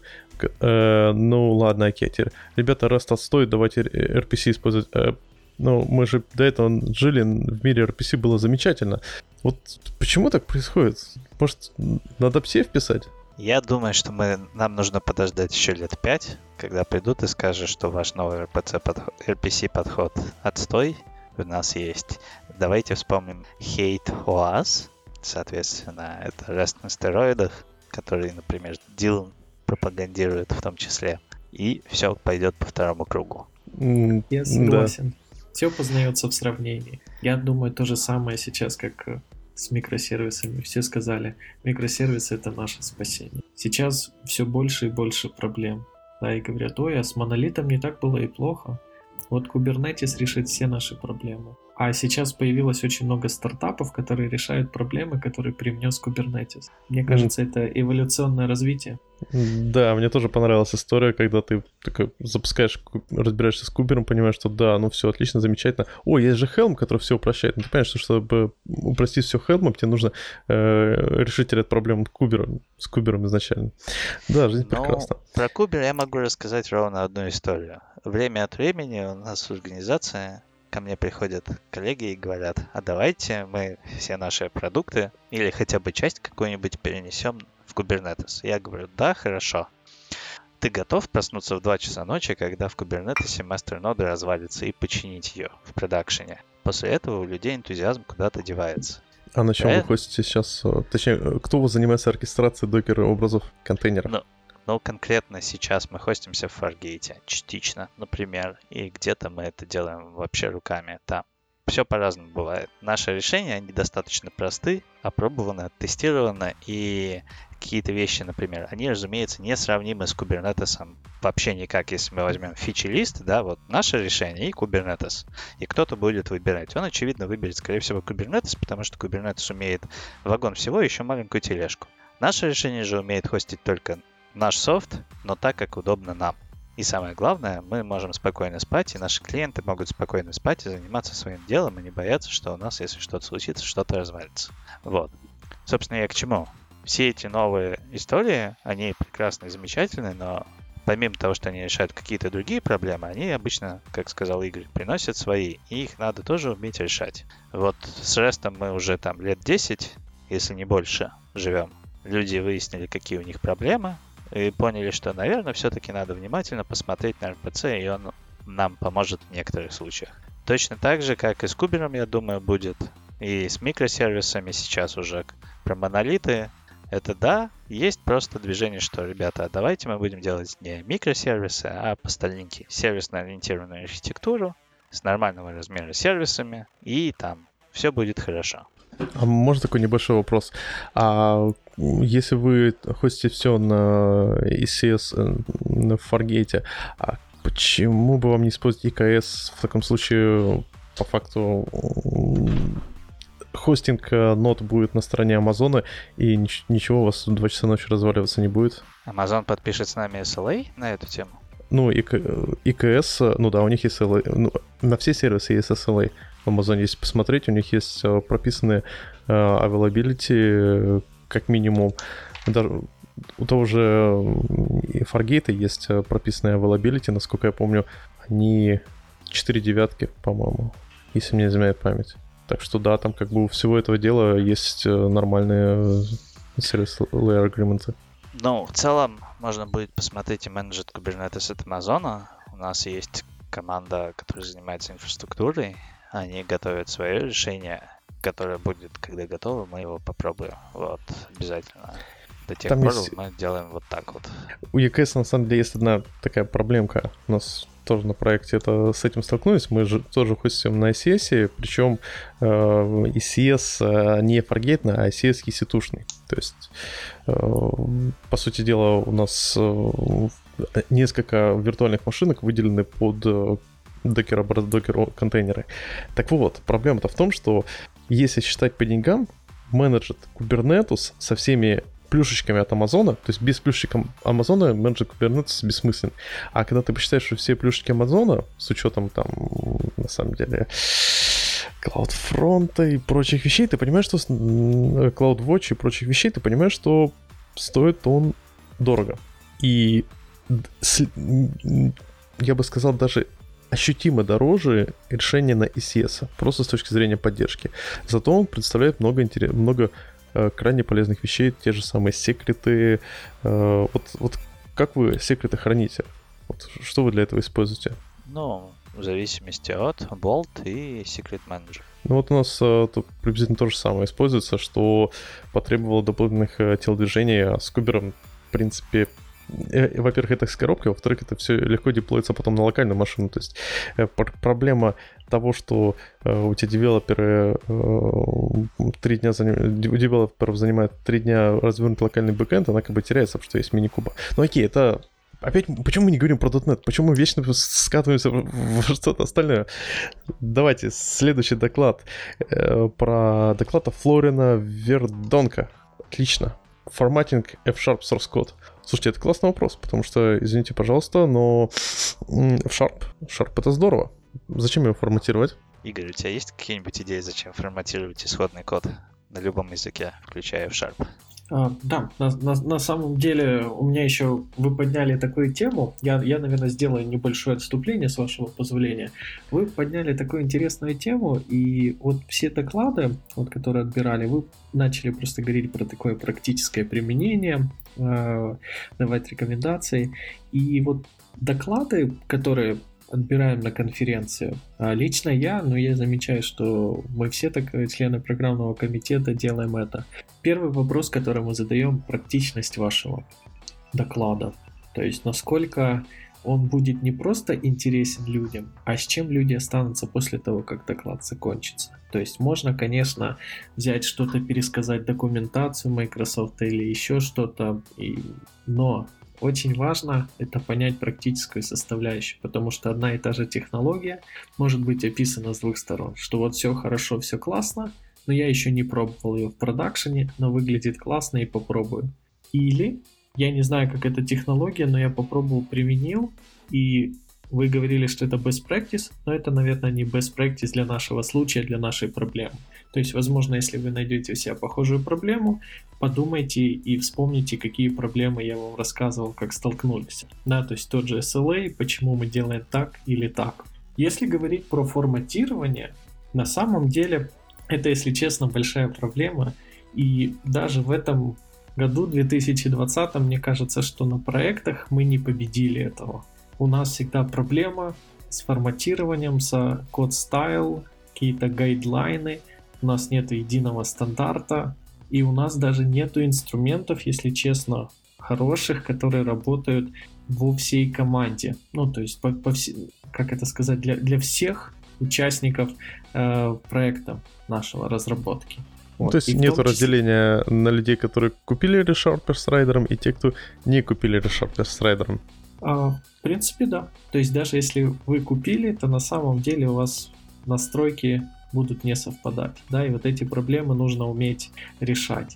Э, ну ладно, окей, теперь, ребята, REST отстой, давайте эр пи си использовать. Э, ну, мы же до этого жили в мире эр пи си, было замечательно. Вот почему так происходит? Может, надо дабл ю си эф писать? Я думаю, что мы, нам нужно подождать еще лет пять, когда придут и скажут, что ваш новый эр пи си подход, эр пи си подход отстой у нас есть. Давайте вспомним Hate о ас, соответственно, это REST на стероидах, который, например, Дилан пропагандирует в том числе, и все пойдет по второму кругу. М, Я Да. согласен. Все познается в сравнении. Я думаю, то же самое сейчас, как э, с микросервисами. Все сказали, микросервисы — это наше спасение. Сейчас все больше и больше проблем. Да, и говорят, ой, а с монолитом не так было и плохо. Вот Kubernetes решит все наши проблемы. А сейчас появилось очень много стартапов, которые решают проблемы, которые привнес Kubernetes. Мне М, кажется, это эволюционное развитие. Да, мне тоже понравилась история, когда ты такой запускаешь, ку- разбираешься с кубером, понимаешь, что да, ну все отлично, замечательно. О, есть же Helm, который все упрощает. Ну, ты понимаешь, что чтобы упростить все Helm, тебе нужно э, решить ряд проблем кубером, с кубером изначально. Да, жизнь Ну, прекрасна. про Кубер я могу рассказать ровно одну историю. Время от времени у нас в организации ко мне приходят коллеги и говорят, а давайте мы все наши продукты или хотя бы часть какую-нибудь перенесем в Kubernetes. Я говорю, да, хорошо. Ты готов проснуться в два часа ночи, когда в Kubernetes мастер-нода развалится, и починить ее в продакшене? После этого у людей энтузиазм куда-то девается. А на чем вы Правильно? хостите сейчас? э, Точнее, э, кто у вас занимается оркестрацией докера образов контейнеров? Ну, но конкретно сейчас мы хостимся в Fargate, частично, например, и где-то мы это делаем вообще руками там. Все по-разному бывает. Наши решения, они достаточно просты, опробованы, тестированы, и какие-то вещи, например, они, разумеется, не сравнимы с Kubernetes вообще никак. Если мы возьмем фичи-лист, да, вот наше решение и Kubernetes, и кто-то будет выбирать. Он, очевидно, выберет, скорее всего, Kubernetes, потому что Kubernetes умеет вагон всего и еще маленькую тележку. Наше решение же умеет хостить только наш софт, но так, как удобно нам. И самое главное, мы можем спокойно спать, и наши клиенты могут спокойно спать и заниматься своим делом, и не бояться, что у нас, если что-то случится, что-то развалится. Вот. Собственно, я к чему? Все эти новые истории, они прекрасны и замечательны, но помимо того, что они решают какие-то другие проблемы, они обычно, как сказал Игорь, приносят свои, и их надо тоже уметь решать. Вот с REST мы уже там лет десять, если не больше, живем. Люди выяснили, какие у них проблемы, и поняли, что, наверное, все-таки надо внимательно посмотреть на эр пи си, и он нам поможет в некоторых случаях. Точно так же, как и с Кубером, я думаю, будет, и с микросервисами сейчас уже. Про монолиты, это да, есть просто движение, что, ребята, давайте мы будем делать не микросервисы, а постольники. Сервисно-ориентированную архитектуру с нормального размера сервисами, и там все будет хорошо. А можно такой небольшой вопрос? А если вы хостите все на и си эс, на Fargate, а почему бы вам не использовать и кей эс в таком случае, по факту, хостинг нод будет на стороне Амазона, и ничего у вас в два часа ночи разваливаться не будет? Amazon подпишет с нами эс эл эй на эту тему? Ну, и кей эс, ну да, у них есть эс эл эй, ну, на все сервисы есть эс эл эй. В Amazon, если посмотреть, у них есть прописанные uh, availability как минимум. Даже у того же Fargate есть прописанные availability, насколько я помню, они четыре девятки, по-моему, если мне не изменяет память. Так что да, там как бы у всего этого дела есть нормальные сервис layer agreements. Ну, в целом, можно будет посмотреть и менеджер Kubernetes от Amazon. У нас есть команда, которая занимается инфраструктурой. Они готовят свое решение, которое будет, когда готово, мы его попробуем. Вот, обязательно. До тех Там пор есть... мы делаем вот так вот. У и кей эс на самом деле есть одна такая проблемка. У нас тоже на проекте это с этим столкнулись. Мы же тоже хостим на ай си эс, причем э, ай си эс не Fargate, а ай си эс и си тушный. То есть, э, по сути дела, у нас э, несколько виртуальных машинок выделены под э, докер, докер контейнеры. Так вот, проблема-то в том, что если считать по деньгам, менеджер Kubernetes со всеми плюшечками от Амазона, то есть без плюшечек Амазона менеджер Kubernetes бессмыслен. А когда ты посчитаешь, что все плюшечки Амазона, с учетом там, на самом деле, CloudFront и прочих вещей, ты понимаешь, что CloudWatch и прочих вещей, ты понимаешь, что стоит он дорого. И я бы сказал, даже ощутимо дороже решения на и си эс, просто с точки зрения поддержки. Зато он представляет много, интерес... много э, крайне полезных вещей, те же самые секреты. Э, вот, вот как вы секреты храните? Вот, что вы для этого используете? Ну, в зависимости от Bolt и Secret Manager. Ну вот у нас э, тут приблизительно то же самое используется, что потребовало дополнительных э, телодвижений, а с Кубером, в принципе, э, во-первых, это с коробкой, во-вторых, это все легко деплоится потом на локальную машину. То есть э, пр- проблема того, что э, у тебя девелоперы э, три дня заним... девелоперов занимает три дня развернуть локальный бэкэнд, она как бы теряется, потому что есть мини-куба. Ну окей, это... Опять, почему мы не говорим про .дот нет? Почему мы вечно скатываемся в что-то остальное? Давайте, следующий доклад. Э, про доклад от Флорина Вердонка. Отлично. Форматинг F-Sharp source code. Слушайте, это классный вопрос, потому что, извините, пожалуйста, но F-Sharp, Sharp это здорово. Зачем его форматировать? Игорь, у тебя есть какие-нибудь идеи, зачем форматировать исходный код на любом языке, включая F-Sharp? А, да, на, на, на самом деле у меня еще вы подняли такую тему. Я, я, наверное, сделаю небольшое отступление, с вашего позволения. Вы подняли такую интересную тему, и вот все доклады, вот, которые отбирали, вы начали просто говорить про такое практическое применение, э, давать рекомендации. И вот доклады, которые отбираем на конференцию. А лично я, но я замечаю, что мы все так члены программного комитета делаем это. Первый вопрос, который мы задаем, практичность вашего доклада. То есть, насколько он будет не просто интересен людям, а с чем люди останутся после того, как доклад закончится. То есть, можно, конечно, взять что-то, пересказать документацию Microsoft или еще что-то, и... но... Очень важно это понять практическую составляющую, потому что одна и та же технология может быть описана с двух сторон, что вот все хорошо, все классно, но я еще не пробовал ее в продакшене, но выглядит классно и попробую. Или я не знаю, как эта технология, но я попробовал, применил, и вы говорили, что это best practice, но это, наверное, не best practice для нашего случая, для нашей проблемы. То есть, возможно, если вы найдете у себя похожую проблему, подумайте и вспомните, какие проблемы я вам рассказывал, как столкнулись. Да, то есть тот же эс эл эй, почему мы делаем так или так. Если говорить про форматирование, на самом деле это, если честно, большая проблема. И даже в этом году, две тысячи двадцатом, мне кажется, что на проектах мы не победили этого. У нас всегда проблема с форматированием, с код-стайл, какие-то гайдлайны, у нас нет единого стандарта, и у нас даже нету инструментов, если честно, хороших, которые работают во всей команде. Ну, то есть, по, по вс... как это сказать, для, для всех участников э, проекта нашего разработки. Вот. Ну, то есть и нет числе... разделения на людей, которые купили ReSharper с райдером, и те, кто не купили ReSharper с райдером. А, в принципе, да. То есть даже если вы купили, то на самом деле у вас настройки будут не совпадать. Да, и вот эти проблемы нужно уметь решать.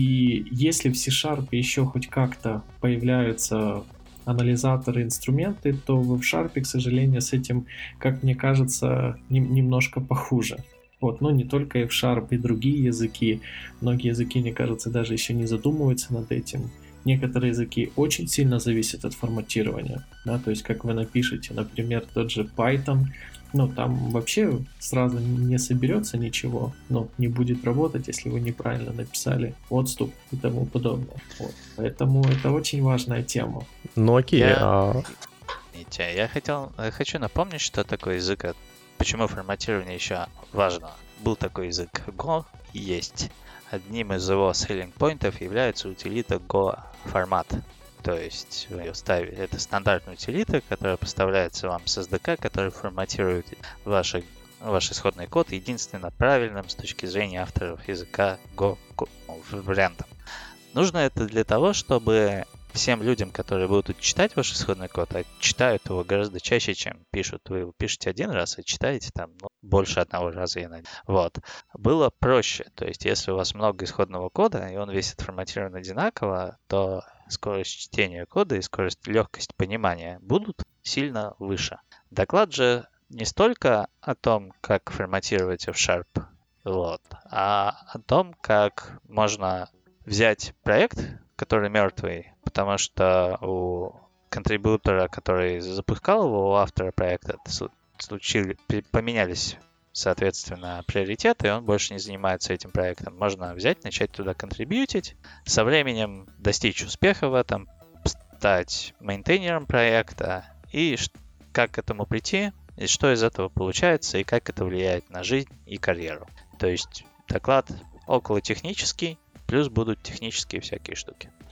И если в C-Sharp еще хоть как-то появляются анализаторы, инструменты, то в F-Sharp, к сожалению, с этим, как мне кажется, не, немножко похуже. Вот, но не только F-Sharp, и другие языки. Многие языки, мне кажется, даже еще не задумываются над этим. Некоторые языки очень сильно зависят от форматирования, да, то есть как вы напишете, например, тот же Python, ну, там вообще сразу не соберется ничего, но не будет работать, если вы неправильно написали отступ и тому подобное. Вот. Поэтому это очень важная тема. Ну, окей, я... а... Я хотел, хочу напомнить, что такой язык, почему форматирование еще важно. Был такой язык Go, и есть. Одним из его selling pointов является утилита GoFormat. То есть вы ее ставите, это стандартная утилита, которая поставляется вам с эс ди кей, который форматирует ваш, ваш исходный код единственно правильным с точки зрения авторов языка Go вариантом. Нужно это для того, чтобы всем людям, которые будут читать ваш исходный код, а читают его гораздо чаще, чем пишут. Вы его пишете один раз и читаете там ну, больше одного раза, я надеюсь. Вот. Было проще. То есть, если у вас много исходного кода, и он весь отформатирован одинаково, то скорость чтения кода и скорость, легкость понимания будут сильно выше. Доклад же не столько о том, как форматировать F-Sharp, вот, а о том, как можно взять проект, который мертвый, потому что у контрибьютора, который запускал его, у автора проекта, случились, поменялись, соответственно, приоритеты, и он больше не занимается этим проектом. Можно взять, начать туда контрибьютить, со временем достичь успеха в этом, стать мейнтейнером проекта, и как к этому прийти, и что из этого получается, и как это влияет на жизнь и карьеру. То есть доклад около технический, плюс будут технические всякие штуки.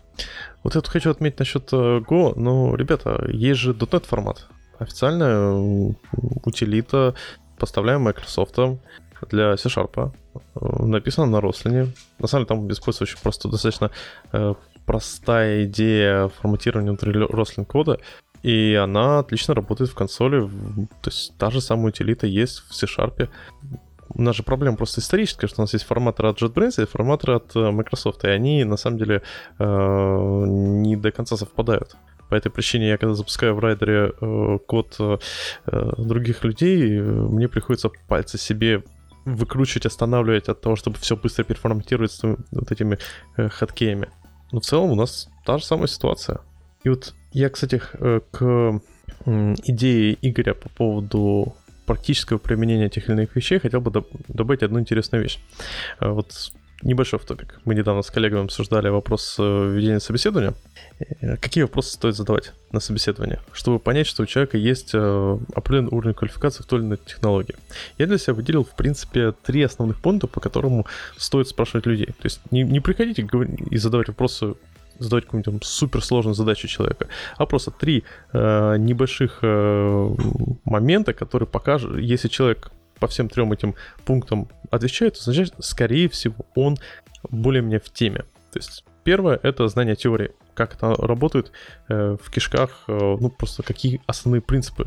Вот я тут хочу отметить насчет Go, но, ребята, есть же .дот нет формат. Официальная утилита, поставляемая Microsoft для C-Sharp. Написано на Roslyn. На самом деле там используется очень просто, достаточно э, простая идея форматирования внутри Roslyn кода, и она отлично работает в консоли. То есть та же самая утилита есть в C-Sharp. У нас же проблема просто историческая, что у нас есть форматоры от JetBrains и форматоры от Microsoft, и они на самом деле э, не до конца совпадают. По этой причине я, когда запускаю в райдере э, код э, других людей, э, мне приходится пальцы себе выкручивать, останавливать от того, чтобы все быстро переформатировать с вот этими э, хоткеями. Но в целом у нас та же самая ситуация. И вот я, кстати, э, к э, идее Игоря по поводу практического применения тех или иных вещей хотел бы добавить одну интересную вещь. Э, вот небольшой автопик. Мы недавно с коллегами обсуждали вопрос ведения собеседования. Какие вопросы стоит задавать на собеседование, чтобы понять, что у человека есть определенный уровень квалификации в той или иной технологии. Я для себя выделил, в принципе, три основных пункта, по которым стоит спрашивать людей. То есть не, не приходите и задавать вопросы, задавать какую-нибудь суперсложную задачу человека, а просто три э, небольших э, момента, которые покажут, если человек по всем трем этим пунктам отвечает, то значит, скорее всего, он более-менее в теме. То есть первое — это знание теории, как это работает э, в кишках, э, ну просто какие основные принципы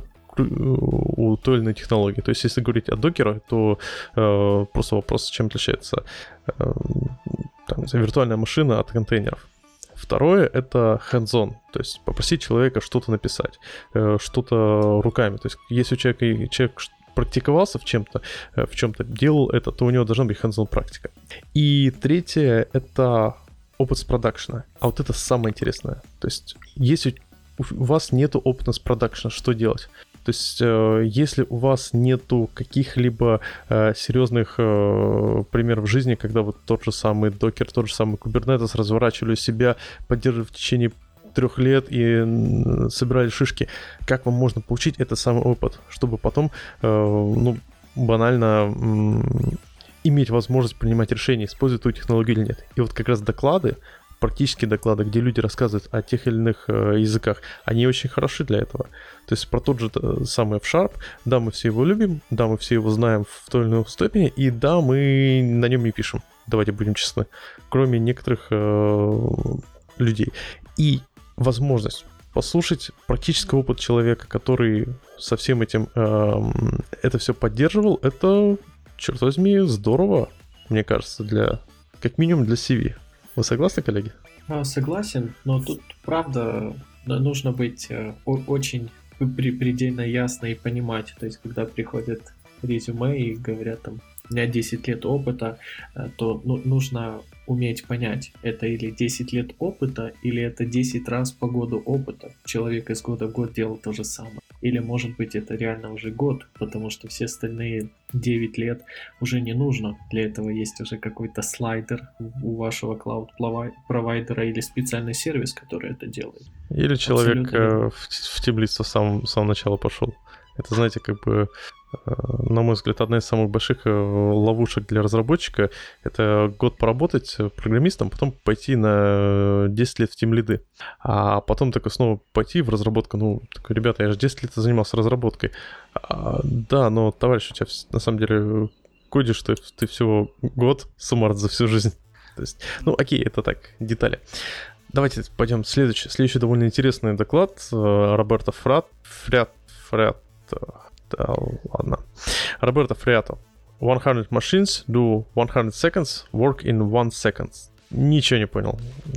у той или иной технологии. То есть если говорить о докере, то э, просто вопрос, чем отличается э, там, виртуальная машина от контейнеров. Второе — это hands-on, то есть попросить человека что-то написать, э, что-то руками. То есть если у человека человек практиковался в чем-то, в чем-то делал это, то у него должна быть hands-on практика. И третье — это опыт с продакшена. А вот это самое интересное. То есть если у вас нету опыта с продакшена, что делать? То есть если у вас нету каких-либо серьезных примеров жизни, когда вот тот же самый докер, тот же самый Kubernetes разворачивали себя, поддерживали в течение трех лет и собирали шишки. Как вам можно получить этот самый опыт, чтобы потом, э, ну, банально м- иметь возможность принимать решения, использовать ту технологию или нет. И вот как раз доклады, практические доклады, где люди рассказывают о тех или иных э, языках, они очень хороши для этого. То есть про тот же э, самый F-Sharp, да, мы все его любим, да, мы все его знаем в той или иной степени, и да, мы на нем не пишем. Давайте будем честны. Кроме некоторых э, людей. И возможность послушать практический опыт человека, который со всем этим э, это все поддерживал, это, черт возьми, здорово, мне кажется, для, как минимум для си ви. Вы согласны, коллеги? Согласен, но тут, правда, нужно быть очень предельно ясно и понимать. То есть, когда приходят резюме и говорят, там, у меня десять лет опыта, то ну, нужно уметь понять, это или десять лет опыта, или это десять раз по году опыта. Человек из года в год делал то же самое. Или, может быть, это реально уже год, потому что все остальные девять лет уже не нужно. Для этого есть уже какой-то слайдер у вашего клауд-провайдера или специальный сервис, который это делает. Или человек в, в темлицу с самого, с самого начала пошел. Это, знаете, как бы, на мой взгляд, одна из самых больших ловушек для разработчика — это год поработать программистом, потом пойти на десять лет в тимлиды, а потом только снова пойти в разработку. Ну, такой, ребята, я же десять лет занимался разработкой. А, да, но, товарищ, у тебя на самом деле кодишь ты, ты всего год суммарно за всю жизнь. То есть, ну, окей, это так, детали. Давайте пойдем следующий. Следующий довольно интересный доклад Роберто Фрат, Фрят, Фрят, да, ладно. Роберто Фриато. one hundred machines do one hundred seconds work in one second. Ничего не понял.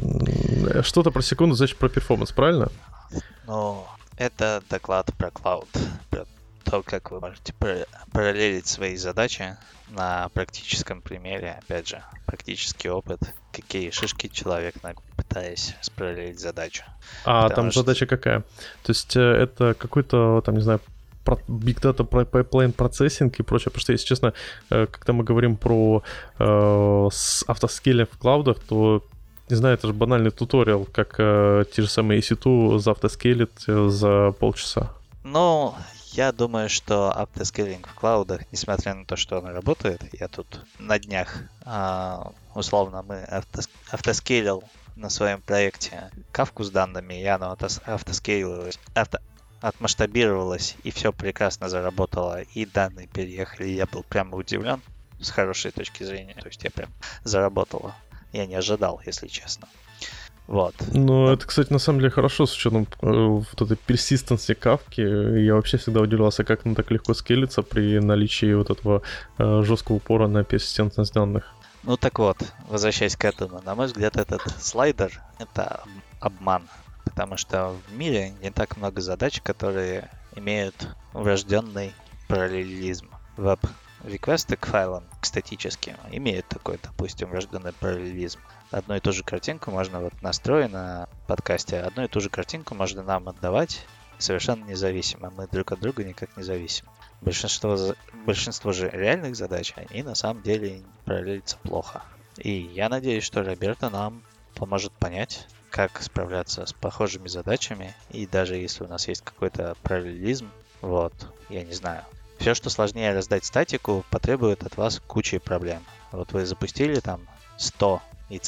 Что-то про секунду, значит про перформанс, правильно? Ну, это доклад про клауд. Про то, как вы можете параллелить свои задачи на практическом примере. Опять же, практический опыт. Какие шишки человек, пытаясь спараллелить задачу. А Потому там что... задача какая? То есть это какой-то, там, не знаю, Big Data Pipeline Processing и прочее. Потому что, если честно, когда мы говорим про э, автоскейлинг в клаудах, то, не знаю, это же банальный туториал, как э, те же самые и си два заавтоскейлит за полчаса. Ну, я думаю, что автоскейлинг в клаудах, несмотря на то, что он работает, я тут на днях, э, условно, мы автос- автоскейлил на своем проекте кавку с данными, и оно автоскейлилось, авто, отмасштабировалось, и все прекрасно заработало, и данные переехали. Я был прямо удивлен с хорошей точки зрения. То есть я прям заработало. Я не ожидал, если честно. Вот. Ну, это, кстати, на самом деле хорошо с учетом э, вот этой персистенции кавки. Я вообще всегда удивлялся, как она так легко скейлится при наличии вот этого э, жесткого упора на персистентность данных. Ну так вот, возвращаясь к этому, на мой взгляд, этот слайдер — это обман. Потому что в мире не так много задач, которые имеют врожденный параллелизм. Веб-реквесты к файлам, к статическим, имеют такой, допустим, врожденный параллелизм. Одну и ту же картинку можно вот настроить на подкасте, одну и ту же картинку можно нам отдавать совершенно независимо. Мы друг от друга никак не зависим. Большинство, большинство же реальных задач, они на самом деле параллелятся плохо. И я надеюсь, что Роберто нам поможет понять, как справляться с похожими задачами. И даже если у нас есть какой-то параллелизм, вот, я не знаю. Все, что сложнее раздать статику, потребует от вас кучи проблем. Вот вы запустили там сто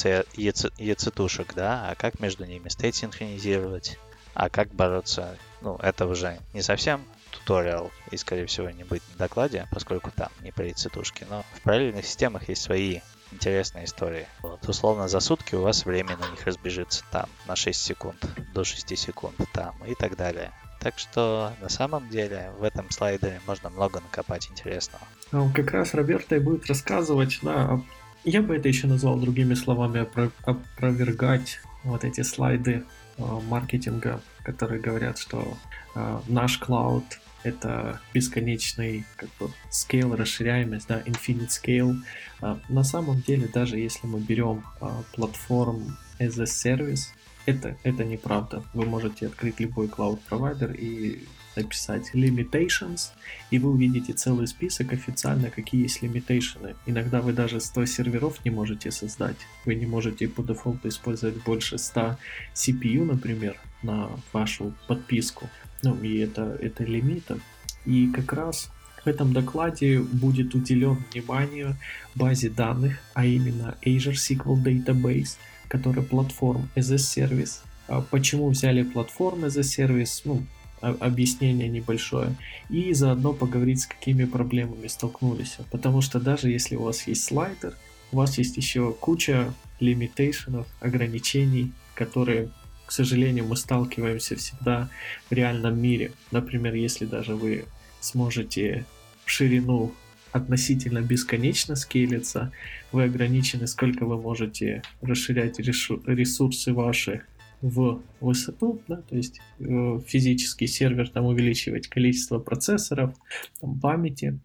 яйцетушек, да, а как между ними стейт синхронизировать, а как бороться, ну, это уже не совсем туториал и, скорее всего, не будет на докладе, поскольку там не про яйцетушки, но в параллельных системах есть свои интересные истории. Вот, условно, за сутки у вас время на них разбежится там на шесть секунд, до шести секунд там и так далее. Так что, на самом деле, в этом слайдере можно много накопать интересного. Как раз Роберто и будет рассказывать, да, я бы это еще назвал другими словами, опровергать вот эти слайды э, маркетинга, которые говорят, что э, наш клауд — это бесконечный как бы scale, расширяемость, да, infinite scale. Э, на самом деле, даже если мы берем э, платформ as a service, это, это неправда. Вы можете открыть любой cloud-провайдер и написать limitations, и вы увидите целый список официально, какие есть лимитейшены. Иногда вы даже сто серверов не можете создать. Вы не можете по дефолту использовать больше ста си пи ю, например, на вашу подписку. Ну, и это, это лимиты. И как раз в этом докладе будет уделен внимание базе данных, а именно Azure эс ку эль Database, который платформ as a service. Почему взяли платформ as a service? Ну, объяснение небольшое, и заодно поговорить, с какими проблемами столкнулись. Потому что даже если у вас есть слайдер, у вас есть еще куча лимитейшенов, ограничений, которые, к сожалению, мы сталкиваемся всегда в реальном мире. Например, если даже вы сможете в ширину относительно бесконечно скейлиться, вы ограничены, сколько вы можете расширять ресурсы ваши в высоту, да, то есть э, физический сервер там увеличивать количество процессоров, там, памяти.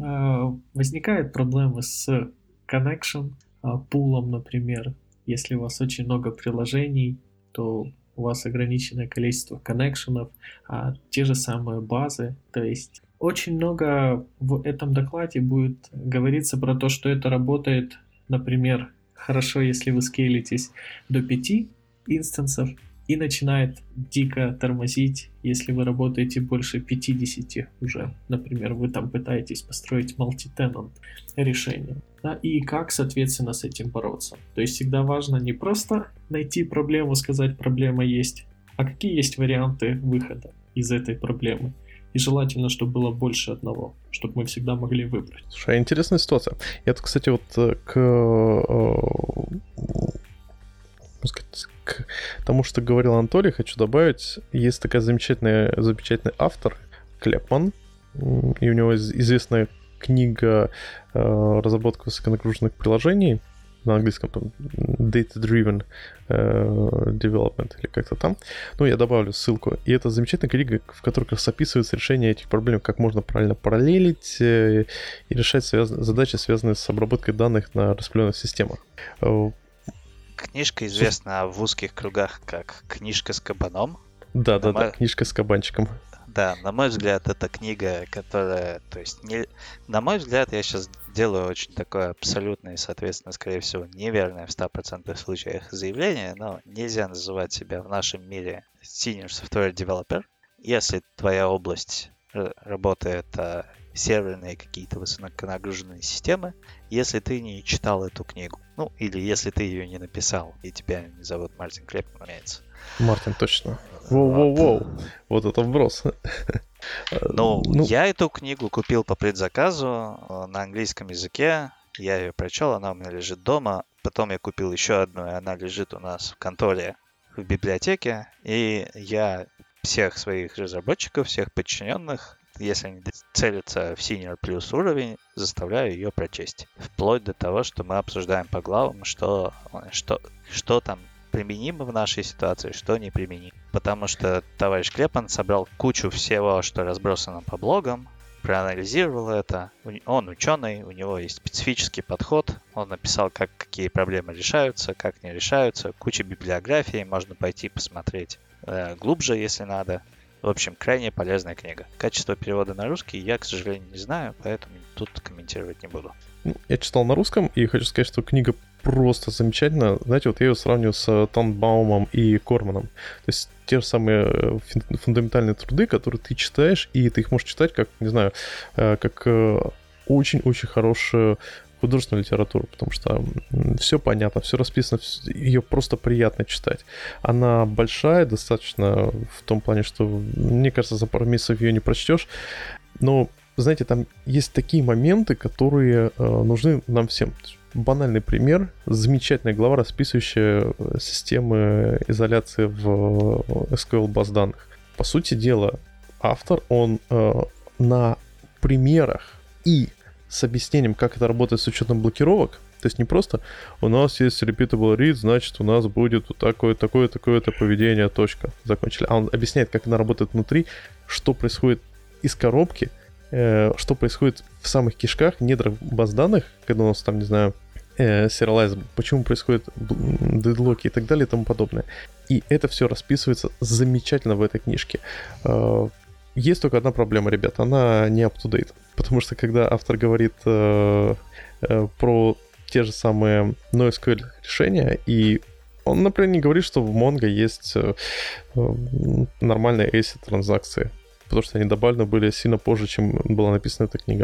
Э, возникают проблемы с connection, э, пулом, например. Если у вас очень много приложений, то у вас ограниченное количество коннекшенов, а те же самые базы. То есть очень много в этом докладе будет говориться про то, что это работает, например, хорошо, если вы скейлитесь до пяти инстансов, и начинает дико тормозить, если вы работаете больше пятидесяти уже. Например, вы там пытаетесь построить multi-tenant решение. Да, и как, соответственно, с этим бороться. То есть всегда важно не просто найти проблему, сказать, проблема есть, а какие есть варианты выхода из этой проблемы. И желательно, чтобы было больше одного, чтобы мы всегда могли выбрать. Слушай, интересная ситуация. Это, кстати, вот к... сказать, к тому, что говорил Анатолий, хочу добавить, есть такая замечательная, замечательный автор Клепман, и у него известная книга разработка высоконагруженных приложений, на английском там Data-Driven Development или как-то там. Ну, я добавлю ссылку. И это замечательная книга, в которой как раз описывается решение этих проблем, как можно правильно параллелить и решать связ... задачи, связанные с обработкой данных на распределенных системах. Книжка известна в узких кругах как «Книжка с кабаном». Да-да-да, мой... книжка с кабанчиком. Да, на мой взгляд, это книга, которая... То есть, не... на мой взгляд, я сейчас делаю очень такое абсолютное и, соответственно, скорее всего, неверное в ста процентах случаях заявление, но нельзя называть себя в нашем мире senior software developer, если твоя область работает серверные какие-то высоконагруженные системы, если ты не читал эту книгу. Ну, или если ты ее не написал, и тебя не зовут Мартин Клепман, разумеется. Мартин, точно. Воу-воу-воу. Вот это вброс. Ну, ну, я эту книгу купил по предзаказу на английском языке. Я ее прочел, она у меня лежит дома. Потом я купил еще одну, и она лежит у нас в конторе в библиотеке. И я всех своих разработчиков, всех подчиненных, если они целятся в Senior плюс уровень, заставляю ее прочесть. Вплоть до того, что мы обсуждаем по главам, что, что, что там применимо в нашей ситуации, что не применимо. Потому что товарищ Клепман собрал кучу всего, что разбросано по блогам, проанализировал это. Он ученый, у него есть специфический подход. Он написал, как какие проблемы решаются, как не решаются. Куча библиографии, можно пойти посмотреть э, глубже, если надо. В общем, крайне полезная книга. Качество перевода на русский я, к сожалению, не знаю, поэтому тут комментировать не буду. Я читал на русском, и хочу сказать, что книга просто замечательная. Знаете, вот я ее сравниваю с Танбаумом и Корманом. То есть те же самые фундаментальные труды, которые ты читаешь, и ты их можешь читать как, не знаю, как очень-очень хорошую художественную литературу, потому что все понятно, все расписано, ее просто приятно читать. Она большая достаточно в том плане, что, мне кажется, за пару месяцев ее не прочтешь, но, знаете, там есть такие моменты, которые э, нужны нам всем. Банальный пример, замечательная глава, расписывающая системы изоляции в эс кью эль баз данных. По сути дела, автор, он э, на примерах и с объяснением, как это работает с учетом блокировок. То есть не просто у нас есть repeatable read, значит у нас будет вот такое, такое, такое-то поведение, точка, закончили. А он объясняет, как она работает внутри, что происходит из коробки, э, что происходит в самых кишках, недрах баз данных, когда у нас там, не знаю, э, serialize, почему происходят дедлоки и так далее и тому подобное. И это все расписывается замечательно в этой книжке. Э, есть только одна проблема, ребят, она не up-to-date. Потому что когда автор говорит э, э, про те же самые NoSQL решения, и он, например, не говорит, что в Mongo есть э, э, нормальные эй си транзакции, потому что они добавлены были сильно позже, чем была написана эта книга.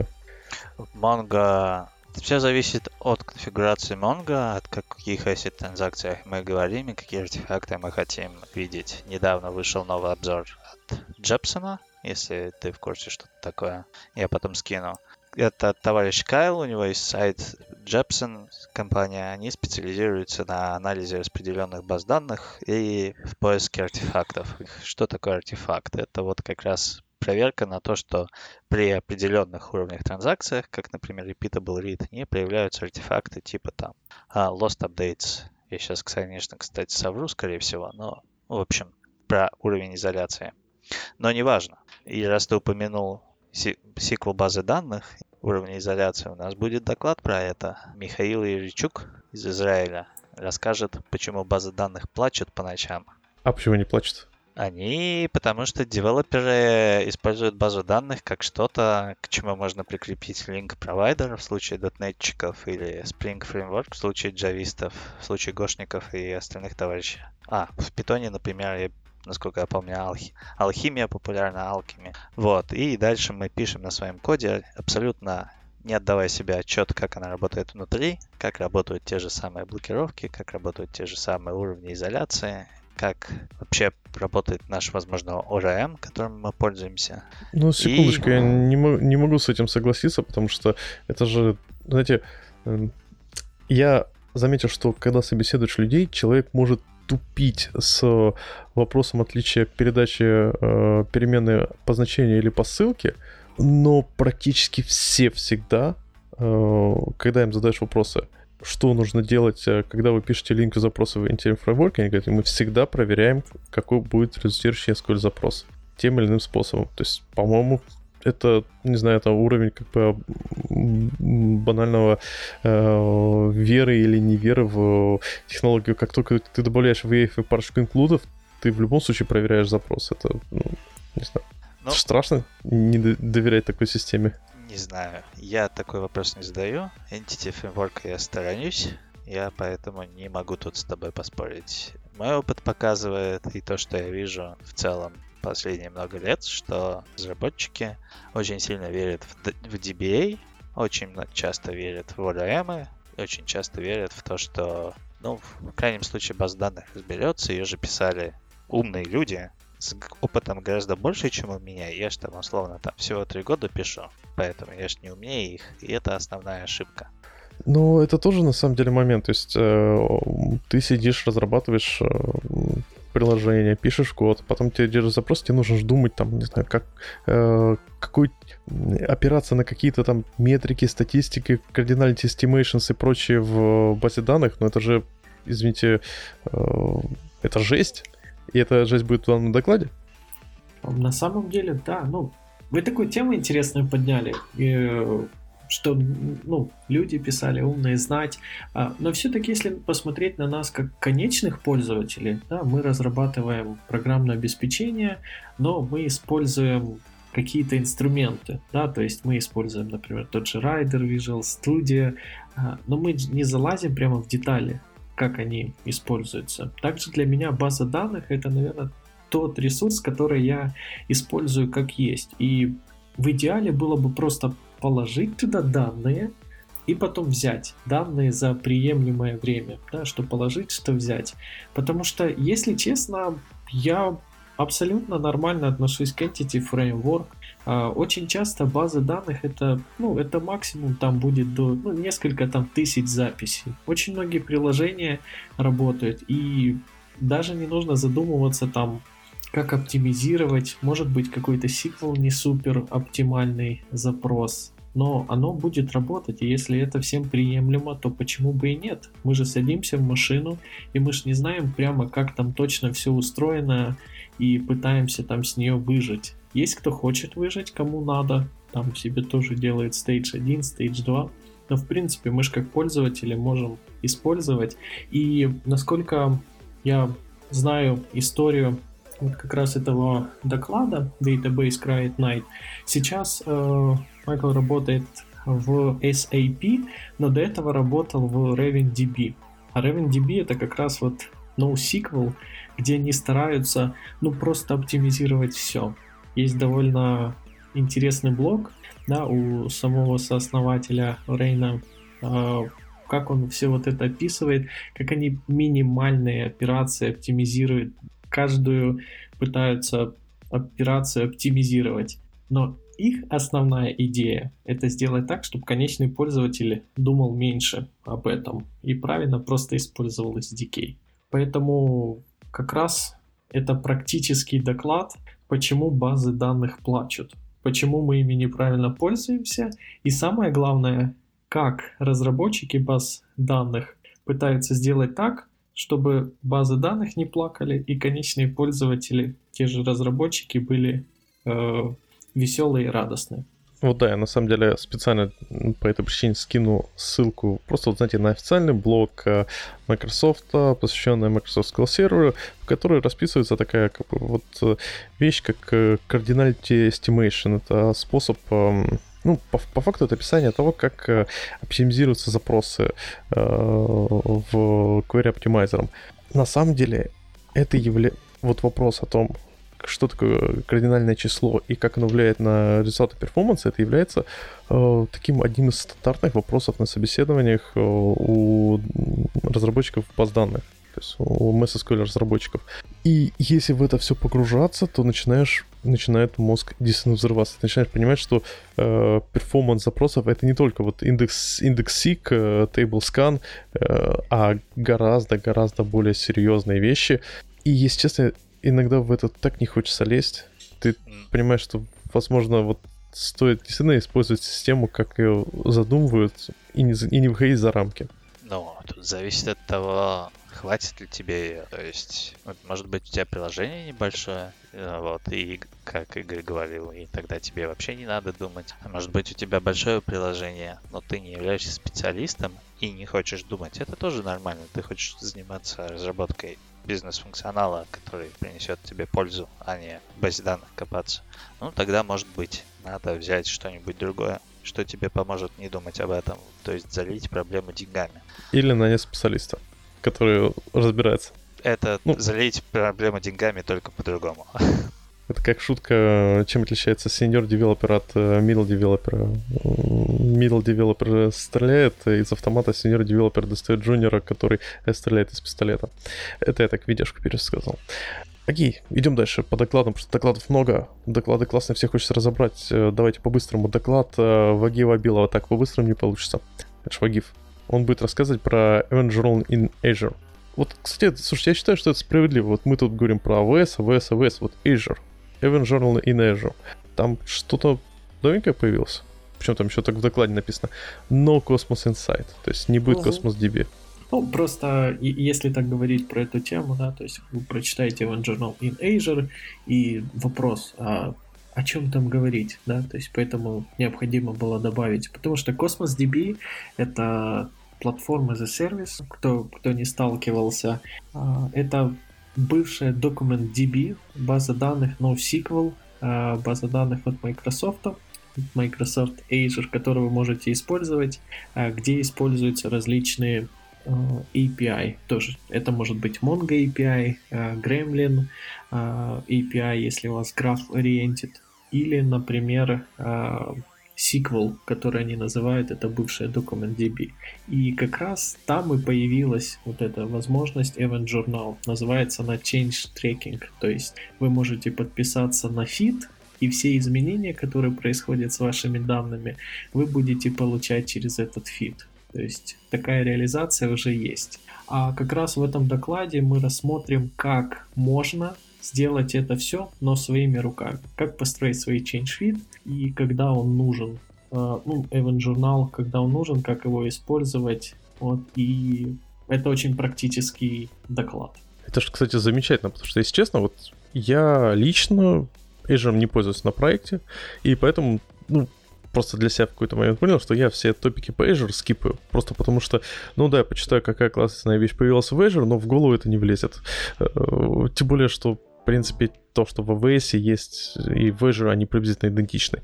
В Mongo все зависит от конфигурации Mongo, от каких эй си транзакциях мы говорим и какие артефакты мы хотим видеть. Недавно вышел новый обзор от Джепсона, если ты в курсе, что это такое. Я потом скину. Это товарищ Кайл, у него есть сайт Jepson, компания. Они специализируются на анализе распределенных баз данных и в поиске артефактов. Что такое артефакт? Это вот как раз проверка на то, что при определенных уровнях транзакциях, как, например, repeatable read, не появляются артефакты типа там lost updates. Я сейчас, конечно, кстати, совру, скорее всего, но, в общем, про уровень изоляции. Но неважно. И раз ты упомянул сиквел базы данных, уровня изоляции, у нас будет доклад про это. Михаил Юричук из Израиля расскажет, почему базы данных плачут по ночам. А почему не плачут? Они, потому что девелоперы используют базу данных как что-то, к чему можно прикрепить линк-провайдер в случае дотнетчиков или Spring Framework в случае джавистов, в случае гошников и остальных товарищей. А, в Python, например, насколько я помню, алхи... алхимия популярна, алхимия. Вот, и дальше мы пишем на своем коде, абсолютно не отдавая себе отчет, как она работает внутри, как работают те же самые блокировки, как работают те же самые уровни изоляции, как вообще работает наш, возможно, о эр эм, которым мы пользуемся. Ну, секундочку, и... я не, мо- не могу с этим согласиться, потому что это же, знаете, я заметил, что когда собеседуешь людей, человек может тупить с вопросом отличия передачи э, переменной по значению или по ссылке, но практически все всегда, э, когда им задаешь вопросы, что нужно делать, когда вы пишете линк запроса в Entity Framework, они говорят, мы всегда проверяем, какой будет результирующий эс кью эль запрос тем или иным способом. То есть, по-моему, это, не знаю, это уровень как бы банального э, веры или неверы в технологию. Как только ты добавляешь в и эф и парочку инклюдов, ты в любом случае проверяешь запрос. Это, ну, не знаю. Ну, страшно не доверять такой системе. Не знаю. Я такой вопрос не задаю. Entity Framework я сторонюсь. Я поэтому не могу тут с тобой поспорить. Мой опыт показывает, и то, что я вижу в целом последние много лет, что разработчики очень сильно верят в, в ди би эй, очень часто верят в о эл эм, очень часто верят в то, что, ну, в крайнем случае, база данных разберется. Ее же писали умные люди с опытом гораздо больше, чем у меня. Я же там, условно, там всего три года пишу, поэтому я же не умнее их, и это основная ошибка. Ну, это тоже на самом деле момент. То есть э, ты сидишь, разрабатываешь э, приложение, пишешь код, потом тебе держишь запрос, тебе нужно же думать, там, не знаю, как, э, какую опираться на какие-то там метрики, статистики, cardinality estimations и прочее в базе данных, но это же, извините, э, это жесть. И эта жесть будет в данном докладе? На самом деле, да. Ну, вы такую тему интересную подняли, и, что, ну, люди писали умные знать. Но все-таки, если посмотреть на нас как конечных пользователей, да, мы разрабатываем программное обеспечение, но мы используем какие-то инструменты, да, то есть мы используем, например, тот же Rider, Visual Studio, но мы не залазим прямо в детали, как они используются. Также для меня база данных — это, наверное, тот ресурс, который я использую как есть. И в идеале было бы просто положить туда данные и потом взять данные за приемлемое время, да, что положить, что взять. Потому что, если честно, я абсолютно нормально отношусь к Entity Framework. Очень часто базы данных это, ну, это максимум там будет до, ну, несколько там тысяч записей. Очень многие приложения работают, и даже не нужно задумываться там, как оптимизировать. Может быть, какой-то сиквел не супер оптимальный запрос, но оно будет работать, и если это всем приемлемо, то почему бы и нет? Мы же садимся в машину, и мы же не знаем прямо, как там точно все устроено, и пытаемся там с нее выжить. Есть кто хочет выжить, кому надо, там себе тоже делает стейдж один, стейдж два, но в принципе мы же как пользователи можем использовать. И насколько я знаю историю вот как раз этого доклада Database Cry at Night, сейчас э, Майкл работает в эс эй пи, но до этого работал в RavenDB. А RavenDB это как раз вот NoSQL, где они стараются, ну, просто оптимизировать все. Есть довольно интересный блог, да, у самого сооснователя Рейна, э, как он все вот это описывает, как они минимальные операции оптимизируют, каждую пытаются операцию оптимизировать. Но их основная идея — это сделать так, чтобы конечный пользователь думал меньше об этом и правильно просто использовал эс ди кей. Поэтому как раз это практический доклад, почему базы данных плачут, почему мы ими неправильно пользуемся, и самое главное, как разработчики баз данных пытаются сделать так, чтобы базы данных не плакали и конечные пользователи, те же разработчики, были э, веселые и радостные. Вот да, я на самом деле специально по этой причине скину ссылку просто, вот, знаете, на официальный блог Microsoft, посвященный Microsoft эс кью эль Server, в которой расписывается такая как бы, вот, вещь, как Cardinality Estimation. Это способ, ну, по, по факту это описание того, как оптимизируются запросы э, в Query Optimizer. На самом деле это является... Вот вопрос о том, что такое кардинальное число и как оно влияет на результаты перформанса, это является э, таким одним из стандартных вопросов на собеседованиях э, у разработчиков баз данных, то есть у эм эс эс кью эль разработчиков. И если в это все погружаться, то начинаешь, начинает мозг действительно взрываться. Ты начинаешь понимать, что э, перформанс запросов — это не только вот индекс, индекс сик, э, table scan, э, а гораздо-гораздо более серьезные вещи. И, если честно, иногда в это так не хочется лезть. Ты понимаешь, что, возможно, вот стоит действительно использовать систему, как ее задумывают, и не, и не выходить за рамки. Ну, тут зависит от того, хватит ли тебе ее. То есть, вот, может быть, у тебя приложение небольшое, вот, и, как Игорь говорил, и тогда тебе вообще не надо думать. А может быть, у тебя большое приложение, но ты не являешься специалистом и не хочешь думать. Это тоже нормально. Ты хочешь заниматься разработкой бизнес-функционала, который принесет тебе пользу, а не в базе данных копаться. Ну, тогда, может быть, надо взять что-нибудь другое, что тебе поможет не думать об этом, то есть залить проблему деньгами. Или нанять специалиста, который разбирается. Это ну, залить проблему деньгами только по-другому. Это как шутка, чем отличается senior developer от middle developer. Middle developer стреляет из автомата, senior developer достает джуниора, который стреляет из пистолета. Это я так видяшку пересказал. Окей, идем дальше по докладам, потому что докладов много. Доклады классные, все хочется разобрать. Давайте по-быстрому. Доклад Вагива Абилова. Так, по-быстрому не получится. Это ж Вагив. Он будет рассказывать про Event Journal in Azure. Вот, кстати, слушай, я считаю, что это справедливо. Вот мы тут говорим про эй ви эс, эй ви эс, эй ви эс, вот Azure. Event Journal in Azure. Там что-то новенькое появилось. Причем там еще так в докладе написано No Cosmos Insight. То есть не будет Cosmos ди би. Ну, просто если так говорить про эту тему, да, то есть вы прочитаете Event Journal in Azure, и вопрос, а о чем там говорить, да, то есть поэтому необходимо было добавить, потому что Cosmos ди би — это платформа as a service, кто, кто не сталкивался, это бывшая DocumentDB, база данных NoSQL, база данных от Microsoft, Microsoft Azure, которую вы можете использовать, где используются различные эй пи ай тоже. Это может быть Mongo эй пи ай, Gremlin эй пи ай, если у вас Graph-oriented, или, например, эс ку эль, который они называют, это бывшая DocumentDB. И как раз там и появилась вот эта возможность Event Journal. Называется она Change Tracking. То есть вы можете подписаться на фид, и все изменения, которые происходят с вашими данными, вы будете получать через этот фид. То есть такая реализация уже есть. А как раз в этом докладе мы рассмотрим, как можно сделать это все, но своими руками. Как построить свой change feed и когда он нужен. Ну, Event Journal, когда он нужен, как его использовать. Вот, и это очень практический доклад. Это же, кстати, замечательно, потому что, если честно, вот я лично Azure не пользуюсь на проекте, и поэтому, ну, просто для себя в какой-то момент понял, что я все топики по Azure скипаю. Просто потому что, ну да, я почитаю, какая классная вещь появилась в Azure, но в голову это не влезет. Тем более, что, в принципе, то, что в эй ви эс есть и в Azure, они приблизительно идентичны.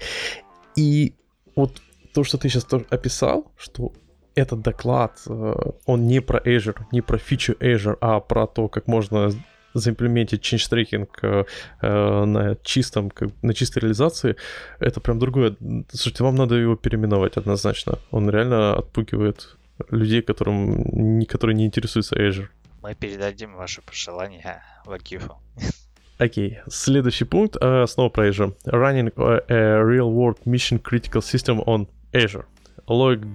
И вот то, что ты сейчас описал, что этот доклад, он не про Azure, не про фичу Azure, а про то, как можно заимплементить change tracking э, на чистом, как, на чистой реализации, это прям другое. Слушайте, вам надо его переименовать однозначно. Он реально отпугивает людей, которым, не, которые не интересуются Azure. Мы передадим ваши пожелания Вагифу. Окей, okay. Следующий пункт, uh, снова про Azure. Running a, a real-world mission critical system on Azure. Лог...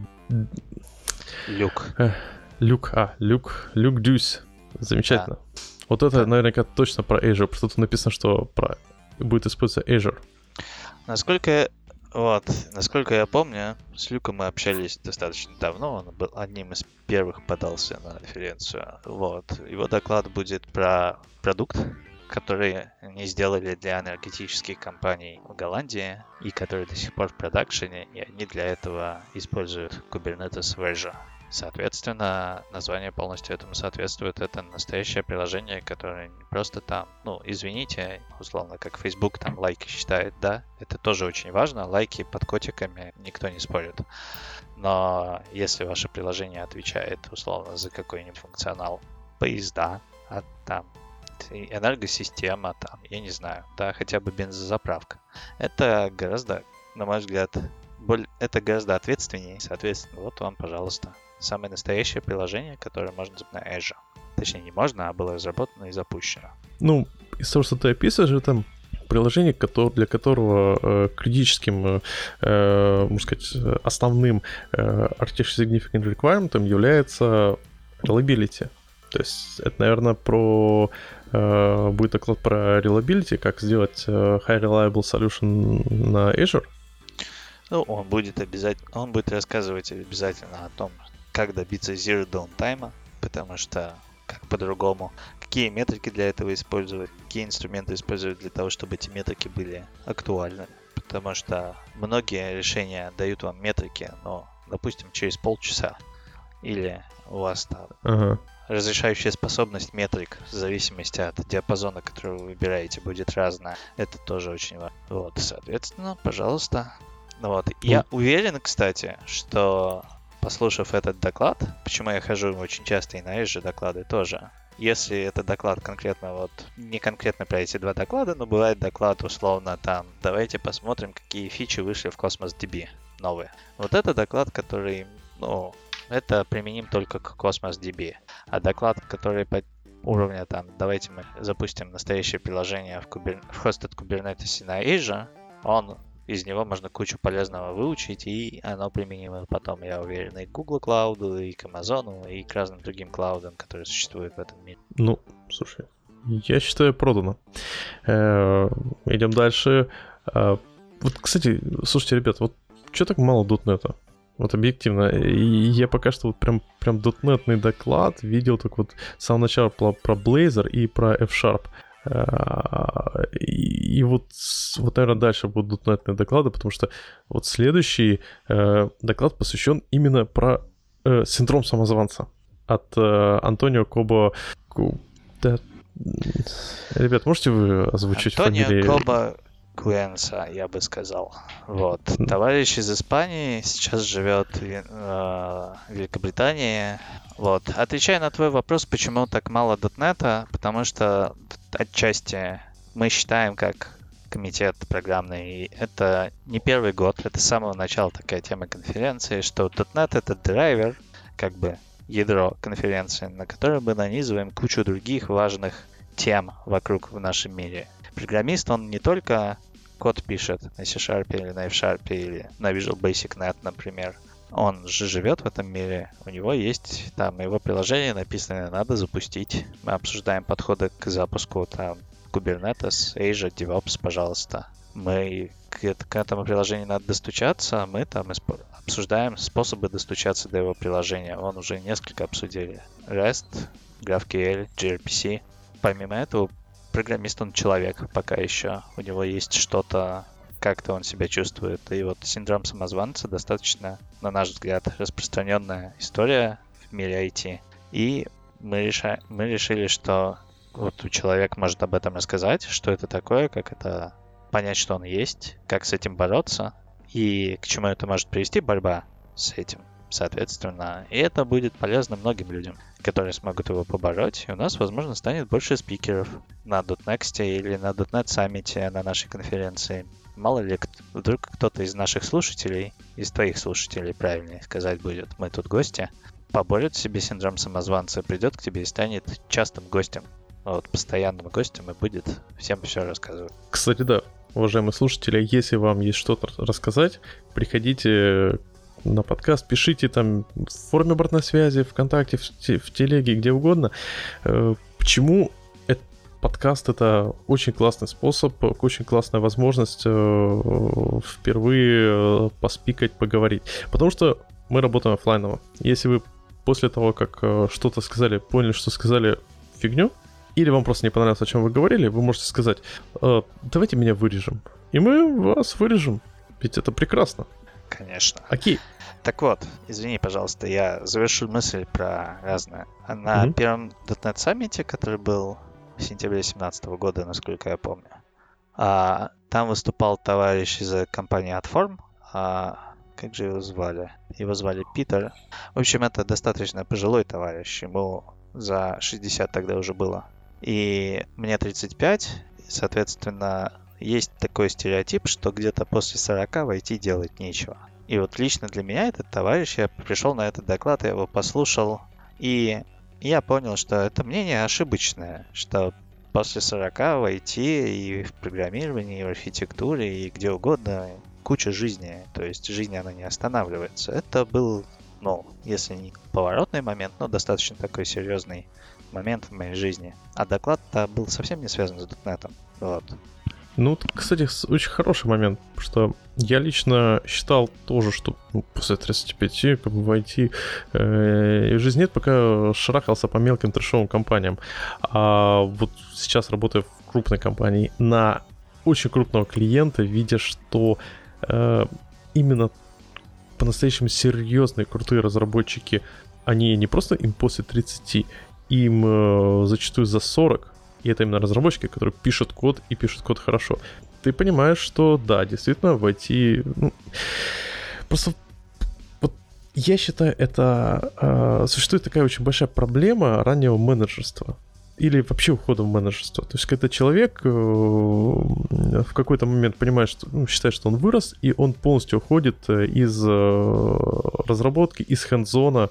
Люк. Люк, а, Люк, Люк Дюс. Замечательно. Да. Вот это, наверняка, точно про Azure, потому что тут написано, что про... будет использоваться Azure. Насколько, вот, насколько я помню, с Люком мы общались достаточно давно, он был одним из первых подался на конференцию. Вот. Его доклад будет про продукт, который они сделали для энергетических компаний в Голландии и который до сих пор в продакшене, и они для этого используют Kubernetes в Azure. Соответственно, название полностью этому соответствует. Это настоящее приложение, которое не просто там, ну, извините, условно, как Facebook там лайки считает, да, это тоже очень важно. Лайки под котиками никто не спорит. Но если ваше приложение отвечает, условно, за какой-нибудь функционал поезда, а там энергосистема, там, я не знаю, да, хотя бы бензозаправка, это гораздо, на мой взгляд, более, это гораздо ответственнее. Соответственно, вот вам, пожалуйста, самое настоящее приложение, которое можно на Azure. Точнее, не можно, а было разработано и запущено. Ну, из того, что ты описываешь, это приложение, для которого э, критическим, э, можно сказать, основным э, Architecture Significant Requirement является reliability. То есть это, наверное, про э, будет доклад про reliability, как сделать э, high reliable solution на Azure. Ну, он будет обязательно, он будет рассказывать обязательно о том, как добиться zero downtime, потому что как по-другому, какие метрики для этого использовать, какие инструменты использовать для того, чтобы эти метрики были актуальны. Потому что многие решения дают вам метрики, но, допустим, через полчаса. Или у вас там uh-huh. разрешающая способность метрик в зависимости от диапазона, который вы выбираете, будет разная. Это тоже очень важно. Вот, соответственно, пожалуйста. Вот. Я уверен, кстати, что, послушав этот доклад, почему я хожу очень часто и на Azure доклады тоже, если это доклад конкретно, вот, не конкретно про эти два доклада, но бывает доклад условно там, давайте посмотрим, какие фичи вышли в Cosmos ди би новые. Вот это доклад, который, ну, это применим только к Cosmos ди би. А доклад, который по уровня там, давайте мы запустим настоящее приложение в, кубер... в Hosted Kubernetes на Azure, он, из него можно кучу полезного выучить, и оно применимо потом, я уверен, и к Google Cloud, и к Amazon, и к разным другим клаудам, которые существуют в этом мире. Ну, слушай, я считаю, продано. Идем дальше. Вот, кстати, слушайте, ребят, вот что так мало дотнета? Вот объективно. И я пока что вот прям, прям дотнетный доклад видел так вот с самого начала про, про Blazor и про F-Sharp. И, и вот, вот, наверное, дальше будут дотнетные доклады, потому что вот следующий э, доклад посвящен именно про э, синдром самозванца от э, Антонио Кобо... Да. Ребят, можете вы озвучить Антонио фамилии? Кобо Куэнса, я бы сказал. Вот. Товарищ из Испании, сейчас живет в, э, в Великобритании. Вот. Отвечая на твой вопрос, почему так мало дотнета, потому что отчасти мы считаем, как комитет программный, это не первый год, это с самого начала такая тема конференции, что .NET — это драйвер, как бы ядро конференции, на которое мы нанизываем кучу других важных тем вокруг в нашем мире. Программист, он не только код пишет на C-Sharp или на F-Sharp или на Visual Basic точка нет, например. Он же живет в этом мире, у него есть там его приложение написано, надо запустить. Мы обсуждаем подходы к запуску там Kubernetes, Azure, DevOps, пожалуйста. Мы к, к этому приложению надо достучаться, мы там исп- обсуждаем способы достучаться до его приложения. Он уже несколько обсудили. REST, GraphQL, джи ар пи си. Помимо этого, программист он человек пока еще. У него есть что-то, как-то он себя чувствует. И вот синдром самозванца достаточно, на наш взгляд, распространенная история в мире ай ти. И мы, реша... мы решили, что вот человек может об этом рассказать, что это такое, как это понять, что он есть, как с этим бороться и к чему это может привести, борьба с этим, соответственно. И это будет полезно многим людям, которые смогут его побороть. И у нас, возможно, станет больше спикеров на .next или на .NET Summit на нашей конференции. Мало ли, вдруг кто-то из наших слушателей, из твоих слушателей, правильнее сказать будет, мы тут гости, поборет в себе синдром самозванца, придет к тебе и станет частым гостем. Вот, постоянным гостем и будет всем все рассказывать. Кстати, да, уважаемые слушатели, если вам есть что-то рассказать, приходите на подкаст, пишите там в форме обратной связи, ВКонтакте, в, те, в телеге, где угодно. Почему этот подкаст — это очень классный способ, очень классная возможность впервые поспикать, поговорить. Потому что мы работаем оффлайново. Если вы после того, как что-то сказали, поняли, что сказали фигню, или вам просто не понравилось, о чем вы говорили, вы можете сказать: э, давайте меня вырежем. И мы вас вырежем. Ведь это прекрасно. Конечно. Окей. Так вот, извини, пожалуйста, я завершу мысль про разное. На mm-hmm. первом .NET Summit, который был в сентябре две тысячи семнадцатого года, насколько я помню, а, там выступал товарищ из компании Adform. А, как же его звали? Его звали Питер. В общем, это достаточно пожилой товарищ. Ему за шестьдесят тогда уже было. И мне тридцать пять, и, соответственно, есть такой стереотип, что где-то после сорока в ай ти делать нечего. И вот лично для меня этот товарищ, я пришел на этот доклад, я его послушал, и я понял, что это мнение ошибочное, что после сорока в ай ти и в программировании, и в архитектуре, и где угодно куча жизни, то есть жизнь, она не останавливается. Это был, ну, если не поворотный момент, но достаточно такой серьезный момент в моей жизни. А доклад-то был совсем не связан с .NET. Вот. Ну, кстати, очень хороший момент, что я лично считал тоже, что ну, после тридцати пяти как бы в ай ти э, жизни нет, пока шарахался по мелким трэшовым компаниям. А вот сейчас, работая в крупной компании, на очень крупного клиента, видя, что э, именно по-настоящему серьезные, крутые разработчики, они не просто им после тридцати, им э, зачастую за сорок, и это именно разработчики, которые пишут код и пишут код хорошо. Ты понимаешь, что да, действительно в ай ти... Ну, просто вот Я считаю, это э, существует такая очень большая проблема раннего менеджерства или вообще ухода в менеджерство. То есть, когда человек э, в какой-то момент понимает, что, ну, считает, что он вырос, и он полностью уходит из э, разработки, из хэндзона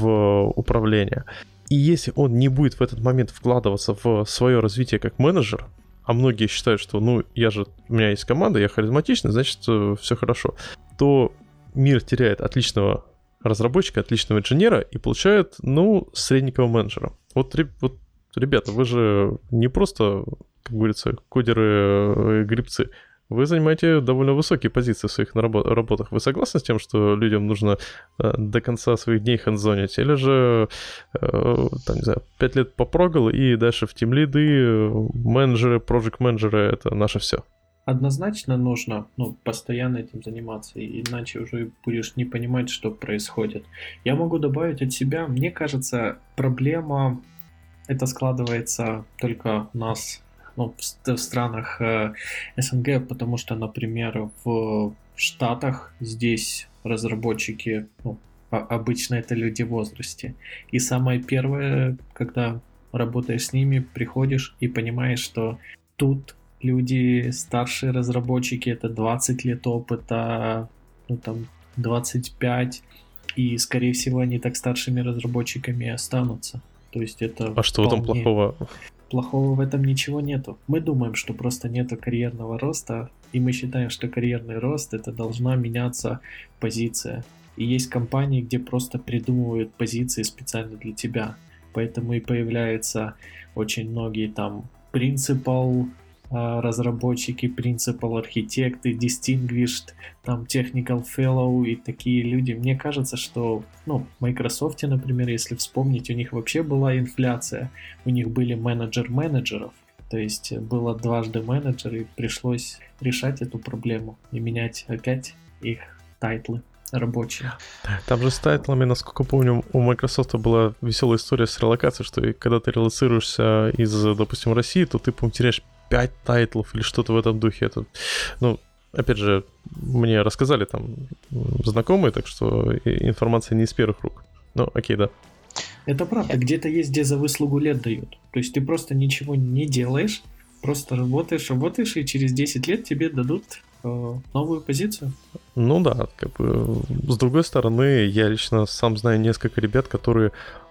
в управление. И если он не будет в этот момент вкладываться в свое развитие как менеджер, а многие считают, что, ну, я же, у меня есть команда, я харизматичный, значит, все хорошо, то мир теряет отличного разработчика, отличного инженера и получает, ну, средненького менеджера. Вот, вот, ребята, вы же не просто, как говорится, кодеры-гребцы, вы занимаете довольно высокие позиции в своих работах. Вы согласны с тем, что людям нужно до конца своих дней хэндзонить? Или же, там, не знаю, пять лет попрогал и дальше в тимлиды, менеджеры, проект-менеджеры — это наше все? Однозначно нужно, ну, постоянно этим заниматься, иначе уже будешь не понимать, что происходит. Я могу добавить от себя, мне кажется, проблема это складывается только у нас, ну, в, в странах э, СНГ, потому что, например, в Штатах здесь разработчики, ну, обычно это люди в возрасте. И самое первое, когда работаешь с ними, приходишь и понимаешь, что тут люди, старшие разработчики, это двадцать лет опыта, ну там двадцать пять, и, скорее всего, они так старшими разработчиками останутся. То есть это а что в этом плохого? Плохого в этом ничего нету. Мы думаем, что просто нету карьерного роста, и мы считаем, что карьерный рост — это должна меняться позиция. И есть компании, где просто придумывают позиции специально для тебя. Поэтому и появляются очень многие там принципал разработчики, принципал архитекты, distinguished, там technical fellow и такие люди. Мне кажется, что, ну, в Microsoft, например, если вспомнить, у них вообще была инфляция. У них были менеджер менеджеров. То есть было дважды менеджер, и пришлось решать эту проблему и менять опять их тайтлы рабочие. Там же с тайтлами, насколько помню, у Microsoft была веселая история с релокацией, что когда ты релоцируешься из, допустим, России, то ты, по-моему, теряешь пять тайтлов или что-то в этом духе. Это, ну, опять же, мне рассказали там знакомые, так что информация не из первых рук. Ну, окей, да. Это правда, где-то есть, где за выслугу лет дают. То есть ты просто ничего не делаешь, просто работаешь, работаешь, и через десять лет тебе дадут э, новую позицию. Ну да, как бы, с другой стороны, я лично сам знаю несколько ребят, которые,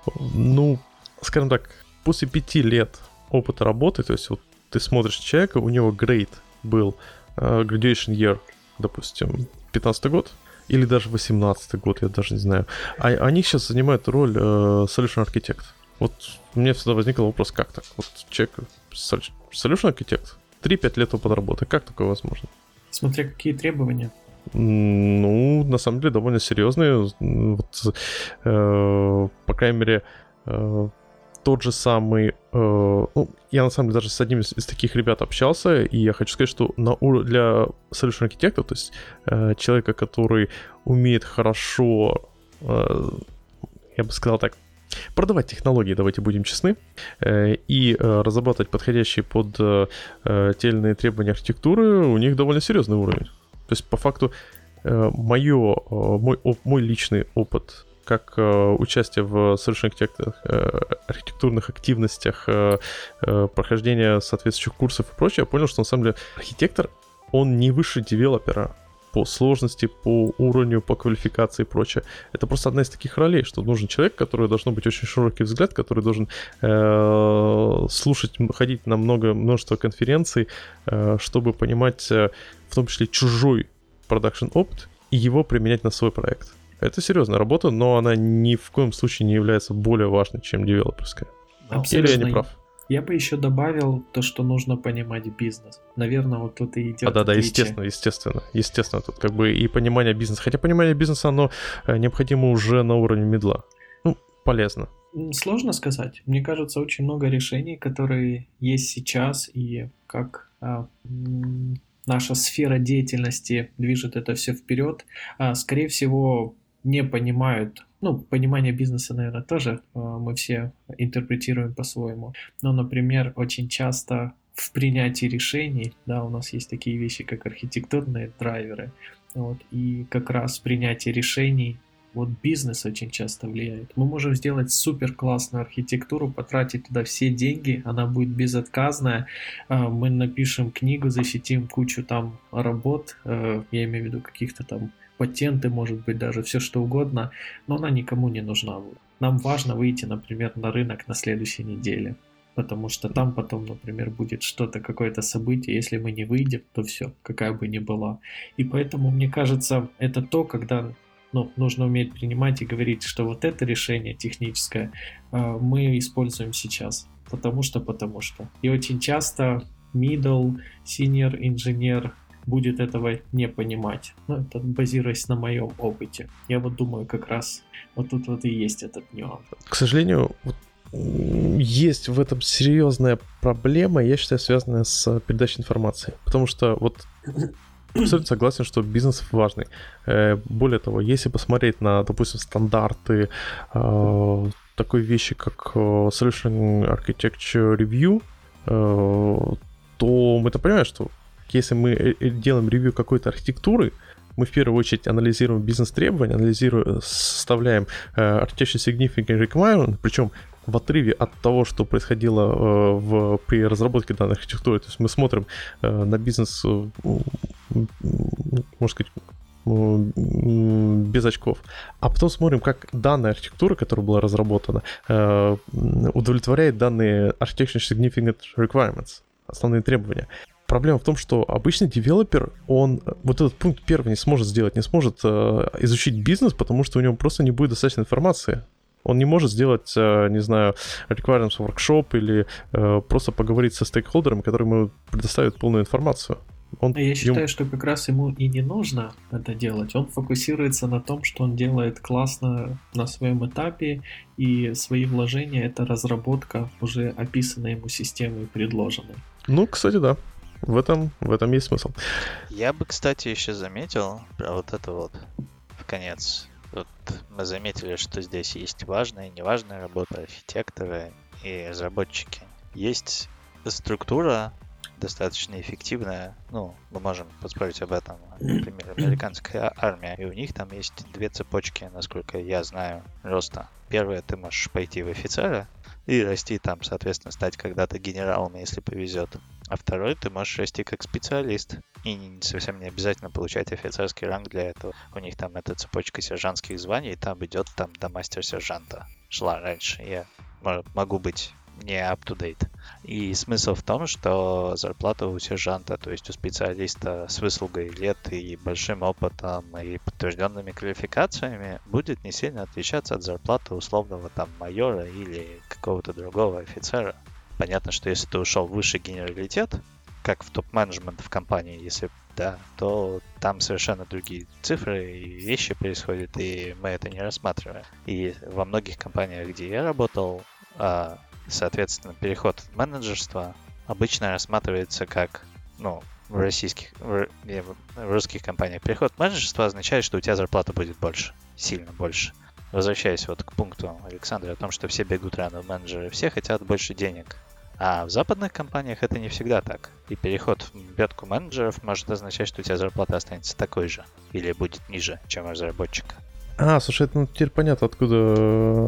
ну, скажем так, после пяти лет опыта работы, то есть вот ты смотришь человека, у него грейд был uh, graduation year, допустим, пятнадцатый год, или даже восемнадцатый год, я даже не знаю. А они сейчас занимают роль uh, solution architect. Вот у меня всегда возникл вопрос, как так? Вот человек solution architect, три-пять лет опыта работы, как такое возможно? Смотря какие требования. Ну, на самом деле, довольно серьезные. Вот, э, по крайней мере, э, тот же самый... Э, ну, я, на самом деле, даже с одним из, из таких ребят общался, и я хочу сказать, что на ур... для solution архитекта, то есть э, человека, который умеет хорошо, э, я бы сказал так, продавать технологии, давайте будем честны, э, и э, разрабатывать подходящие под э, те или иные требования архитектуры, у них довольно серьезный уровень. То есть, по факту, э, моё, э, мой, оп, мой личный опыт как э, участие в solution э, архитектурных активностях, э, э, прохождения соответствующих курсов и прочее, я понял, что на самом деле архитектор, он не выше девелопера по сложности, по уровню, по квалификации и прочее. Это просто одна из таких ролей, что нужен человек, который должен быть очень широкий взгляд, который должен э, слушать, ходить на много, множество конференций, э, чтобы понимать, э, в том числе, чужой продакшн-опыт и его применять на свой проект. Это серьезная работа, но она ни в коем случае не является более важной, чем девелоперская. Абсолютно. Или я не прав? Я бы еще добавил то, что нужно понимать бизнес. Наверное, вот тут и идет. А, да, да, отличие. естественно, естественно, естественно, тут как бы и понимание бизнеса. Хотя понимание бизнеса, оно необходимо уже на уровне мидла. Ну, полезно. Сложно сказать. Мне кажется, очень много решений, которые есть сейчас, и как а, м- наша сфера деятельности движет это все вперед, а, скорее всего, не понимают. Ну, понимание бизнеса, наверное, тоже э, мы все интерпретируем по-своему. Но, например, очень часто в принятии решений, да, у нас есть такие вещи, как архитектурные драйверы, вот, и как раз принятие решений Вот бизнес очень часто влияет. Мы можем сделать супер классную архитектуру, потратить туда все деньги, она будет безотказная. Мы напишем книгу, защитим кучу там работ, я имею в виду каких-то там патенты, может быть, даже все что угодно, но она никому не нужна будет. Нам важно выйти, например, на рынок на следующей неделе, потому что там потом, например, будет что-то, какое-то событие. Если мы не выйдем, то все, какая бы ни была. И поэтому, мне кажется, это то, когда ну, нужно уметь принимать и говорить, что вот это решение техническое э, мы используем сейчас, потому что, потому что. И очень часто middle, senior инженер будет этого не понимать. Ну, это базируясь на моем опыте. Я вот думаю, как раз вот тут вот и есть этот нюанс. К сожалению, есть в этом серьезная проблема, я считаю, связанная с передачей информации. Потому что вот абсолютно согласен, что бизнес важный. Более того, если посмотреть на, допустим, стандарты такой вещи, как Solution Architecture Review, то мы-то понимаем, что если мы делаем ревью какой-то архитектуры, мы в первую очередь анализируем бизнес-требования, анализируем, составляем Architecture Significant Requirement, причем в отрыве от того, что происходило э, в, при разработке данной архитектуры. То есть мы смотрим э, на бизнес, э, можно сказать, э, без очков. А потом смотрим, как данная архитектура, которая была разработана, э, удовлетворяет данные Architecture Significant Requirements, основные требования. Проблема в том, что обычный девелопер, он вот этот пункт первый не сможет сделать, не сможет э, изучить бизнес, потому что у него просто не будет достаточно информации. Он не может сделать, не знаю, requirements workshop или э, просто поговорить со стейкхолдерами, которые ему предоставят полную информацию. Он, Я считаю, ему... что как раз ему и не нужно это делать. Он фокусируется на том, что он делает классно на своем этапе, и свои вложения — это разработка уже описанной ему системы и предложенной. Ну, кстати, да. В этом, в этом есть смысл. Я бы, кстати, еще заметил про вот это вот в конец. Тут мы заметили, что здесь есть важная и неважная работа, архитекторы и разработчики. Есть структура достаточно эффективная, ну, мы можем поспорить об этом, например, американская армия, и у них там есть две цепочки, насколько я знаю, роста. Первая, ты можешь пойти в офицера и расти там, соответственно, стать когда-то генералом, если повезет. А второй, ты можешь расти как специалист. И не, совсем не обязательно получать офицерский ранг для этого. У них там эта цепочка сержантских званий, и там идет там до мастер-сержанта. Шла раньше. Я могу быть не up-to-date. И смысл в том, что зарплата у сержанта, то есть у специалиста с выслугой лет и большим опытом и подтвержденными квалификациями, будет не сильно отличаться от зарплаты условного там майора или какого-то другого офицера. Понятно, что если ты ушел в высший генералитет, как в топ-менеджмент в компании, если да, то там совершенно другие цифры и вещи происходят, и мы это не рассматриваем. И во многих компаниях, где я работал, соответственно, переход в менеджерство обычно рассматривается как, ну, в российских, в, в русских компаниях переход в менеджерство означает, что у тебя зарплата будет больше, сильно больше. Возвращаясь вот к пункту Александра о том, что все бегут рано в менеджеры, все хотят больше денег. А в западных компаниях это не всегда так. И переход в ветку менеджеров может означать, что у тебя зарплата останется такой же или будет ниже, чем у разработчика. А, слушай, это ну, теперь понятно, откуда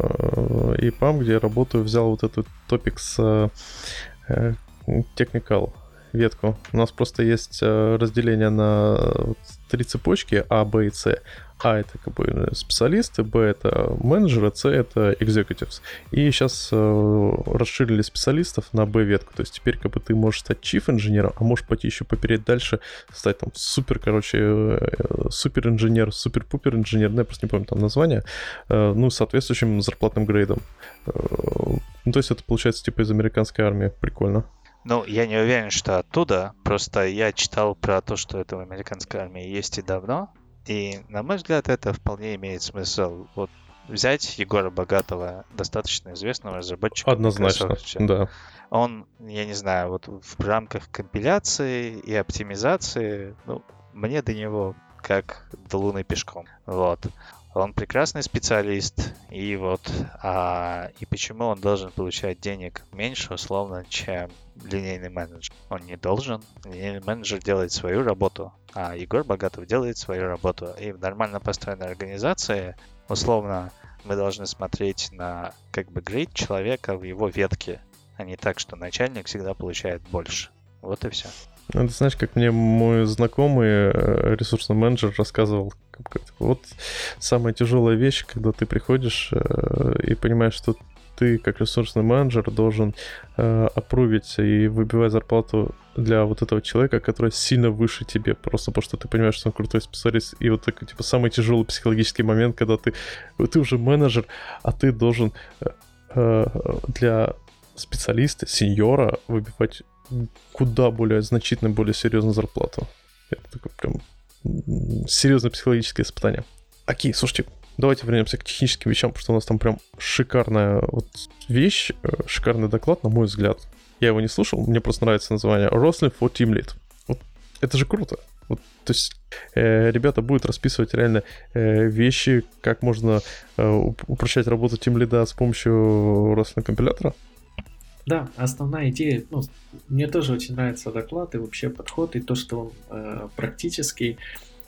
и пам, где я работаю, взял вот этот топик с э, technical ветку. У нас просто есть разделение на три цепочки А, Б и С. А — это как бы специалисты, Б — это менеджеры, С — это executives. И сейчас э, расширили специалистов на Б-ветку. То есть теперь как бы ты можешь стать chief инженером, а можешь пойти еще попереть дальше, стать там супер, короче, э, супер инженер, супер-пупер инженер, ну я просто не помню там название, э, ну, с соответствующим зарплатным грейдом. Э, ну, то есть это получается типа из американской армии. Прикольно. Ну, я не уверен, что оттуда. Просто я читал про то, что это в американской армии есть и давно. И, на мой взгляд, это вполне имеет смысл. Вот взять Егора Богатого, достаточно известного разработчика. Однозначно, Microsoft. Да. Он, я не знаю, вот в рамках компиляции и оптимизации, ну, мне до него как до Луны пешком. Вот. он прекрасный специалист, и вот, а, и почему он должен получать денег меньше, условно, чем линейный менеджер? Он не должен. Линейный менеджер делает свою работу, а Егор Богатов делает свою работу. И в нормально построенной организации, условно, мы должны смотреть на как бы грейд человека в его ветке, а не так, что начальник всегда получает больше. Вот и все. Это знаешь, как мне мой знакомый ресурсный менеджер рассказывал, как, как, вот самая тяжелая вещь, когда ты приходишь э, и понимаешь, что ты как ресурсный менеджер должен э, опрувить и выбивать зарплату для вот этого человека, который сильно выше тебе, просто потому что ты понимаешь, что он крутой специалист. И вот такой, типа, самый тяжелый психологический момент, когда ты, ты уже менеджер, а ты должен э, для специалиста, сеньора выбивать куда более значительно, более серьезную зарплату. Это такое прям серьезное психологическое испытание. Окей, слушайте, давайте вернемся к техническим вещам, потому что у нас там прям шикарная вот вещь, шикарный доклад, на мой взгляд. Я его не слушал, мне просто нравится название Rosling for Team Lead. Вот это же круто. Вот, то есть э, ребята будут расписывать реально э, вещи, как можно э, упрощать работу тимлида с помощью Rosling компилятора. Да, основная идея, ну, мне тоже очень нравится доклад и вообще подход, и то, что он э, практический.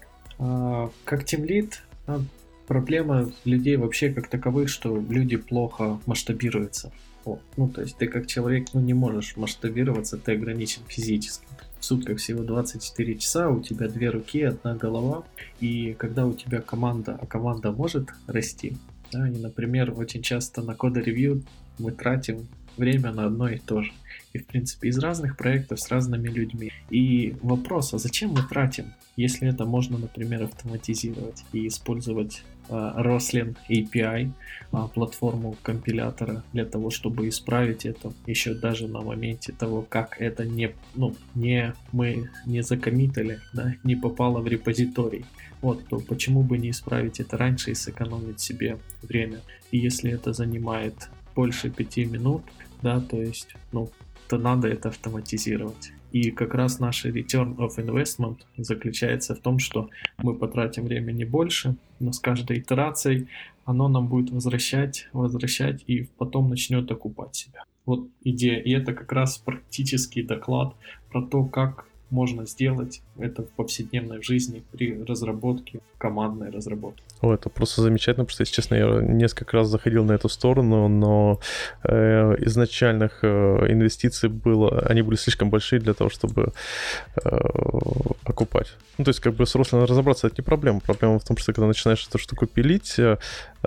Э, как тимлид, э, проблема людей вообще как таковых, что люди плохо масштабируются. О, ну, то есть ты как человек, ну, не можешь масштабироваться, ты ограничен физически. В сутках всего двадцать четыре часа, у тебя две руки, одна голова, и когда у тебя команда, а команда может расти, да, и, например, очень часто на код-ревью мы тратим время на одно и то же. И, в принципе, из разных проектов с разными людьми. И вопрос, а зачем мы тратим, если это можно, например, автоматизировать и использовать uh, Roslyn эй пи ай, uh, платформу компилятора, для того, чтобы исправить это еще даже на моменте того, как это не, ну, не мы не закоммитили, да, не попало в репозиторий. Вот, то почему бы не исправить это раньше и сэкономить себе время? И если это занимает больше пяти минут, да, то есть, ну, то надо это автоматизировать. И как раз наш return of investment заключается в том, что мы потратим времени больше, но с каждой итерацией оно нам будет возвращать, возвращать и потом начнет окупать себя. Вот идея. И это как раз практический доклад про то, как можно сделать это в повседневной жизни при разработке, командной разработке. О, это просто замечательно, потому что, если честно, я несколько раз заходил на эту сторону, но э, изначальных э, инвестиций было, они были слишком большие для того, чтобы э, окупать. Ну, то есть, как бы с Roslyn разобраться, это не проблема. Проблема в том, что когда начинаешь эту штуку пилить, э,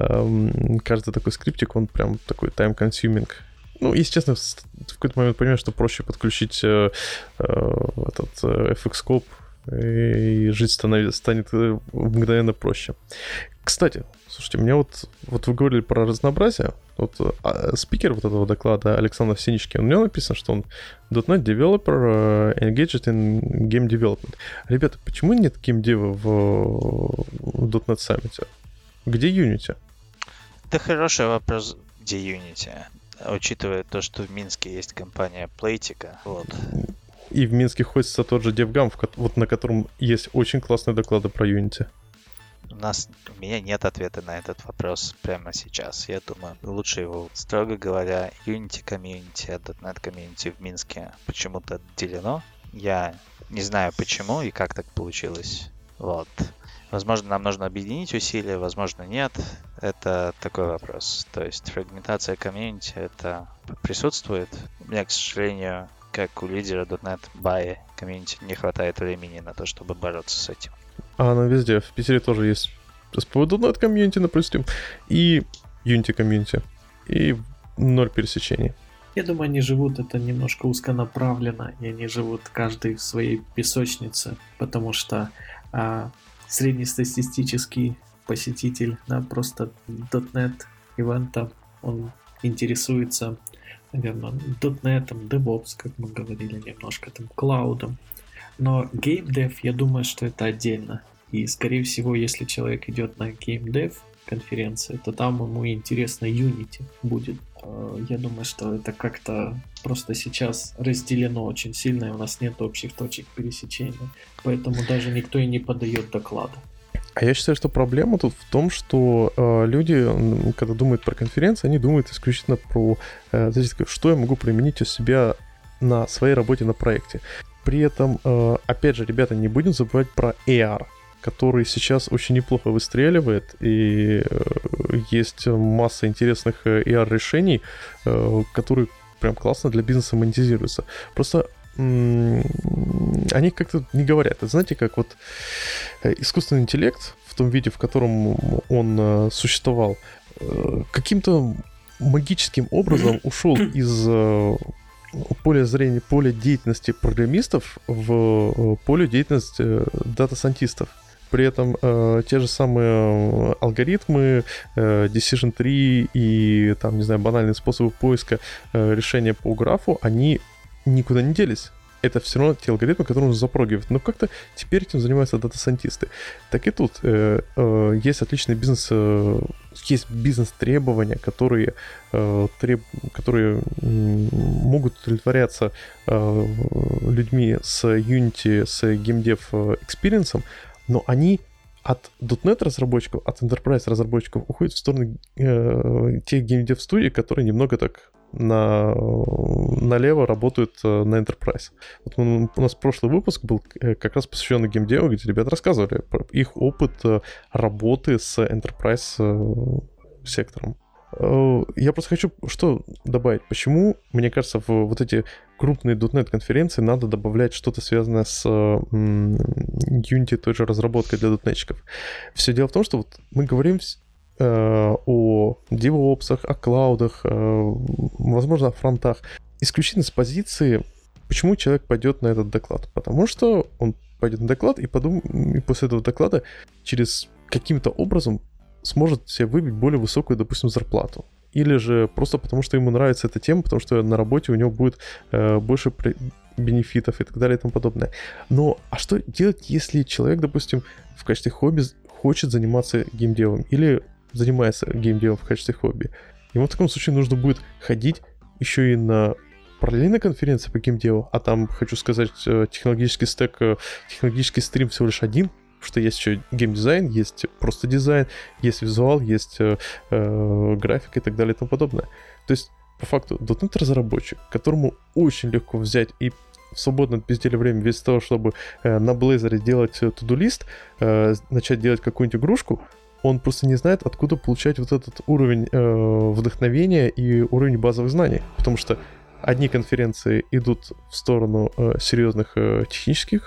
э, каждый такой скриптик, он прям такой time-consuming. Ну, естественно, в какой-то момент понимаешь, что проще подключить э, э, этот э, эф икс-скоп, и жить станов... станет мгновенно проще. Кстати, слушайте, мне вот, вот вы говорили про разнообразие. Вот а, спикер вот этого доклада Александр Синичкин, у него написано, что он .дот нет developer engaged in game development. Ребята, почему нет геймдева в, в .дот нет Summit? Где Unity? Это хороший вопрос, где Unity. Учитывая то, что в Минске есть компания Playtika, вот. И в Минске ходится тот же DevGam, вот на котором есть очень классные доклады про Unity. У нас, у меня нет ответа на этот вопрос прямо сейчас. Я думаю, лучше его, строго говоря, Unity комьюнити от .дот нет комьюнити в Минске почему-то отделено. Я не знаю почему и как так получилось. Вот. Возможно, нам нужно объединить усилия, возможно, нет. Это такой вопрос. То есть фрагментация комьюнити это присутствует. У меня, к сожалению, как у лидера .дот нет Buy комьюнити не хватает времени на то, чтобы бороться с этим. А она везде. В Питере тоже есть эс пи ви точка нет комьюнити, допустим, и Unity комьюнити. И ноль пересечений. Я думаю, они живут это немножко узконаправленно, и они живут каждый в своей песочнице, потому что а, среднестатистический посетитель, да, просто .дот нет ивента, он интересуется, наверное, .дот нет, DevOps, как мы говорили немножко, там, клаудом. Но геймдев, я думаю, что это отдельно. И, скорее всего, если человек идет на геймдев конференцию, то там ему интересно Unity будет. Я думаю, что это как-то просто сейчас разделено очень сильно, и у нас нет общих точек пересечения. Поэтому даже никто и не подает доклада. А я считаю, что проблема тут в том, что э, люди, когда думают про конференции, они думают исключительно про, э, что я могу применить у себя на своей работе на проекте. При этом, э, опять же, ребята, не будем забывать про эй ар, который сейчас очень неплохо выстреливает, и э, есть масса интересных эй ар-решений, э, которые прям классно для бизнеса монетизируются. Просто они как-то не говорят. Это знаете, как вот искусственный интеллект в том виде, в котором он существовал, каким-то магическим образом ушел из поля зрения, поля деятельности программистов в поле деятельности дата-сайентистов. При этом э, те же самые алгоритмы, э, decision tree и, там, не знаю, банальные способы поиска э, решения по графу, они никуда не делись. Это все равно те алгоритмы, которые нужно запрогивать. Но как-то теперь этим занимаются дата-сайентисты. Так и тут э, э, есть отличный бизнес, э, есть бизнес-требования, которые, э, треб, которые э, могут удовлетворяться э, людьми с Unity, с GameDev Experience, но они от .дот нет разработчиков, от Enterprise разработчиков уходят в сторону э, тех GameDev студий, которые немного так на, налево работают э, на Enterprise. Вот мы, у нас прошлый выпуск был э, как раз посвященный геймдеву, где ребята рассказывали про их опыт э, работы с Enterprise э, сектором. Э, я просто хочу что добавить. Почему, мне кажется, в вот эти крупные .дот нет конференции надо добавлять что-то связанное с м, Unity, той же разработкой для дотнетчиков. Все дело в том, что вот мы говорим о DevOps, о клаудах, возможно, о фронтах. Исключительно с позиции, почему человек пойдет на этот доклад. Потому что он пойдет на доклад и, подум... и после этого доклада через каким-то образом сможет себе выбить более высокую, допустим, зарплату. Или же просто потому, что ему нравится эта тема, потому что на работе у него будет э, больше при... бенефитов и так далее и тому подобное. Но а что делать, если человек, допустим, в качестве хобби хочет заниматься геймдевом или занимается геймдевом в качестве хобби? Ему в таком случае нужно будет ходить еще и на параллельной конференции по геймдеву, а там, хочу сказать, технологический стек, технологический стрим всего лишь один, потому что есть еще геймдизайн, есть просто дизайн, есть визуал, есть э, э, графика и так далее и тому подобное. То есть, по факту, .дот нет разработчик, которому очень легко взять и в свободное от безделия время, вместо того, чтобы э, на Blazor делать to-do-лист, э, начать делать какую-нибудь игрушку, он просто не знает, откуда получать вот этот уровень э, вдохновения и уровень базовых знаний. Потому что одни конференции идут в сторону э, серьезных э, технических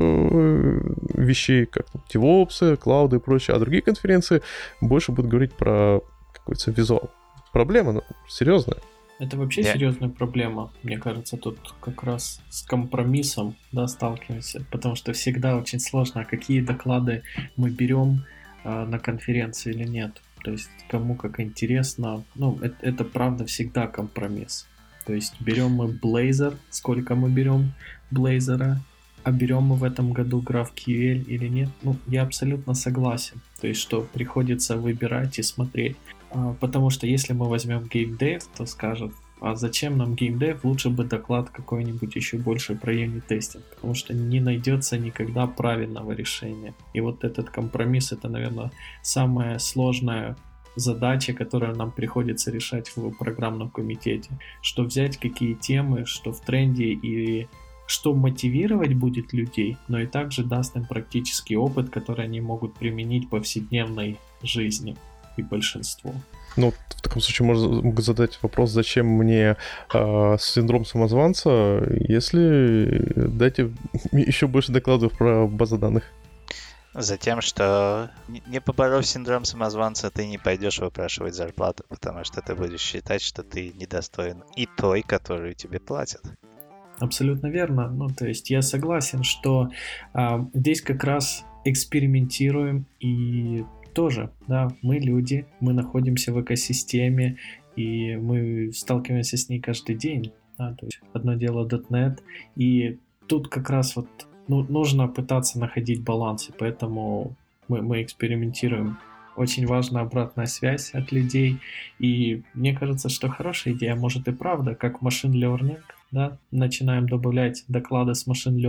э, вещей, как там, DevOps, клауды и прочее, а другие конференции больше будут говорить про какой-то визуал. Проблема ну, серьезная. Это вообще yeah. серьезная проблема. Мне кажется, тут как раз с компромиссом, да, сталкиваемся, потому что всегда очень сложно, какие доклады мы берем на конференции или нет. То есть кому как интересно. Ну, это, это правда всегда компромисс. То есть берем мы Blazor, сколько мы берем Blazor, а берем мы в этом году GraphQL или нет. Ну, я абсолютно согласен. То есть, что приходится выбирать и смотреть. А, потому что если мы возьмем GameDev, то скажут, а зачем нам GameDev? Лучше бы доклад какой-нибудь еще больше про юнит-тестинг, потому что не найдется никогда правильного решения. И вот этот компромисс, это, наверное, самая сложная задача, которую нам приходится решать в программном комитете. Что взять, какие темы, что в тренде, и что мотивировать будет людей, но и также даст им практический опыт, который они могут применить в повседневной жизни, и большинство. Ну, в таком случае можно могу задать вопрос, зачем мне э, синдром самозванца, если дайте еще больше докладов про базы данных. Затем, что не поборов синдром самозванца, ты не пойдешь выпрашивать зарплату, потому что ты будешь считать, что ты недостоин и той, которую тебе платят. Абсолютно верно. Ну, то есть я согласен, что э, здесь как раз экспериментируем и тоже, да, мы люди, мы находимся в экосистеме, и мы сталкиваемся с ней каждый день. Да, то есть одно дело .дот нет, и тут как раз вот ну, нужно пытаться находить баланс, и поэтому мы, мы экспериментируем. Очень важна обратная связь от людей, и мне кажется, что хорошая идея, может и правда, как machine learning, да, начинаем добавлять доклады с machine learning,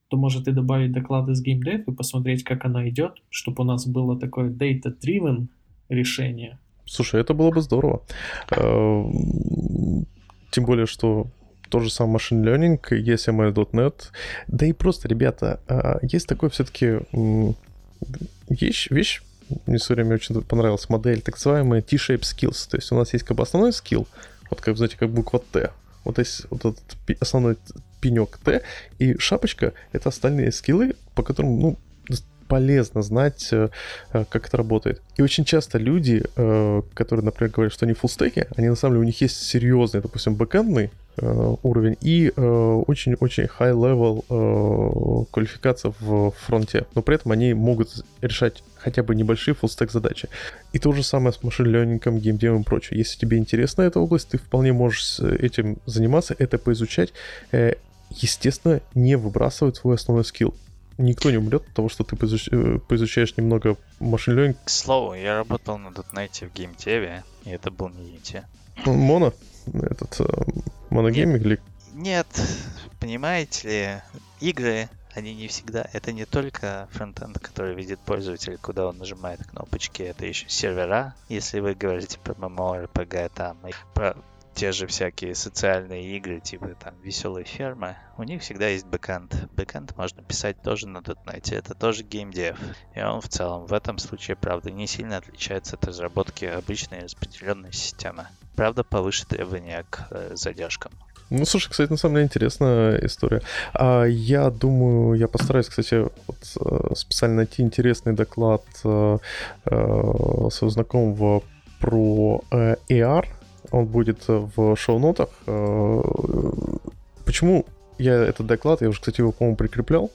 то может и добавить доклады с геймдев и посмотреть, как она идет, чтобы у нас было такое data-driven решение. Слушай, это было бы здорово. Тем более, что тот же самый Machine Learning, и эс эм эл точка нет. Да и просто, ребята, есть такой все-таки вещь, вещь, мне в свое время очень понравилась модель, так называемая T-shaped skills. То есть у нас есть как бы основной скилл, вот как, знаете, как буква Т. Вот есть вот этот основной пенек Т, и шапочка — это остальные скиллы, по которым, ну, полезно знать, как это работает. И очень часто люди, которые, например, говорят, что они фуллстеки, они на самом деле, у них есть серьезный, допустим, бэкэндный уровень и очень-очень high-level квалификация в фронте, но при этом они могут решать хотя бы небольшие фуллстек задачи. И то же самое с машин лернингом, геймдевом и прочее. Если тебе интересна эта область, ты вполне можешь этим заниматься, это поизучать. Естественно, не выбрасывать свой основной скилл. Никто не умрет от того, что ты поизуч... поизучаешь немного машин лернинг. К слову, я работал на дотнете в геймдеве, и это был не Unity. Моно? Этот... Моногейминг или... Нет, понимаете ли, игры, они не всегда... Это не только фронтенд, который видит пользователя, куда он нажимает кнопочки, это еще сервера, если вы говорите про MMORPG, там, и про те же всякие социальные игры, типа там «Веселые фермы», у них всегда есть бэкэнд. Бэкэнд можно писать тоже на дотнете, это тоже геймдев. И он в целом в этом случае, правда, не сильно отличается от разработки обычной распределенной системы. Правда, повыше требования к э, задержкам. Ну, слушай, кстати, на самом деле интересная история. А я думаю, я постараюсь, кстати, вот, специально найти интересный доклад э, э, своего знакомого про э, эй ар. Он будет в шоу-нотах. Почему я этот доклад, я уже, кстати, его, по-моему, прикреплял.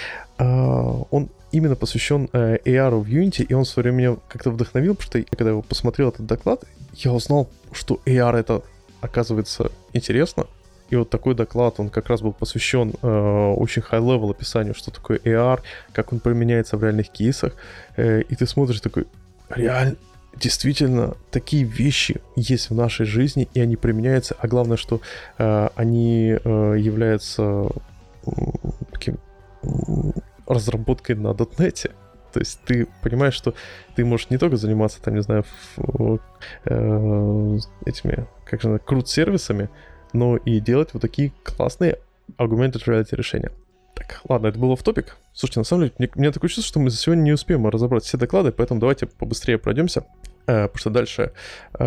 Он именно посвящен эй ар в Unity, и он в свое время меня как-то вдохновил, потому что я, когда его посмотрел этот доклад, я узнал, что эй ар это, оказывается, интересно. И вот такой доклад, он как раз был посвящен э, очень high-level описанию, что такое эй ар, как он применяется в реальных кейсах. Э, и ты смотришь такой, реально, действительно, такие вещи есть в нашей жизни, и они применяются, а главное, что э, они э, являются э, таким э, разработкой на дотнете. То есть ты понимаешь, что ты можешь не только заниматься, там, не знаю, ф, э, этими, как же, крут-сервисами, но и делать вот такие классные augmented reality решения. Так, ладно, это было в топик. Слушайте, на самом деле, мне, у меня такое чувство, что мы за сегодня не успеем разобрать все доклады, поэтому давайте побыстрее пройдемся, э, потому что дальше э,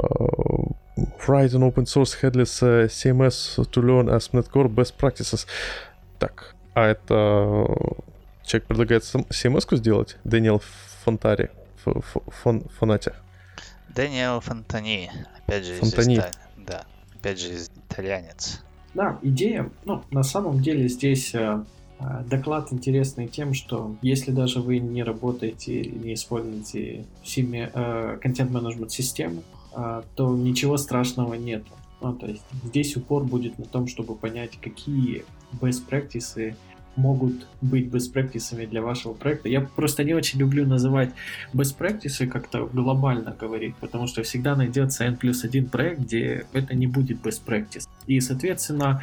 Write an open source headless си эм эс to learn A S P dot NET Core best practices. Так, а это человек предлагает си эм эс-ку сделать? Дэниел Фонтари, фон, Фонати. Дэниел Фонтани, опять же, Фонтани. Из, да, опять же, из итальянец. Да, идея, ну, на самом деле здесь э, доклад интересный тем, что если даже вы не работаете или не используете э, контент-менеджмент систему, э, то ничего страшного нету. Ну, то есть здесь упор будет на том, чтобы понять, какие best practices могут быть best practices для вашего проекта. Я просто не очень люблю называть best practices как-то глобально говорить, потому что всегда найдется N плюс один проект, где это не будет best practice. И, соответственно,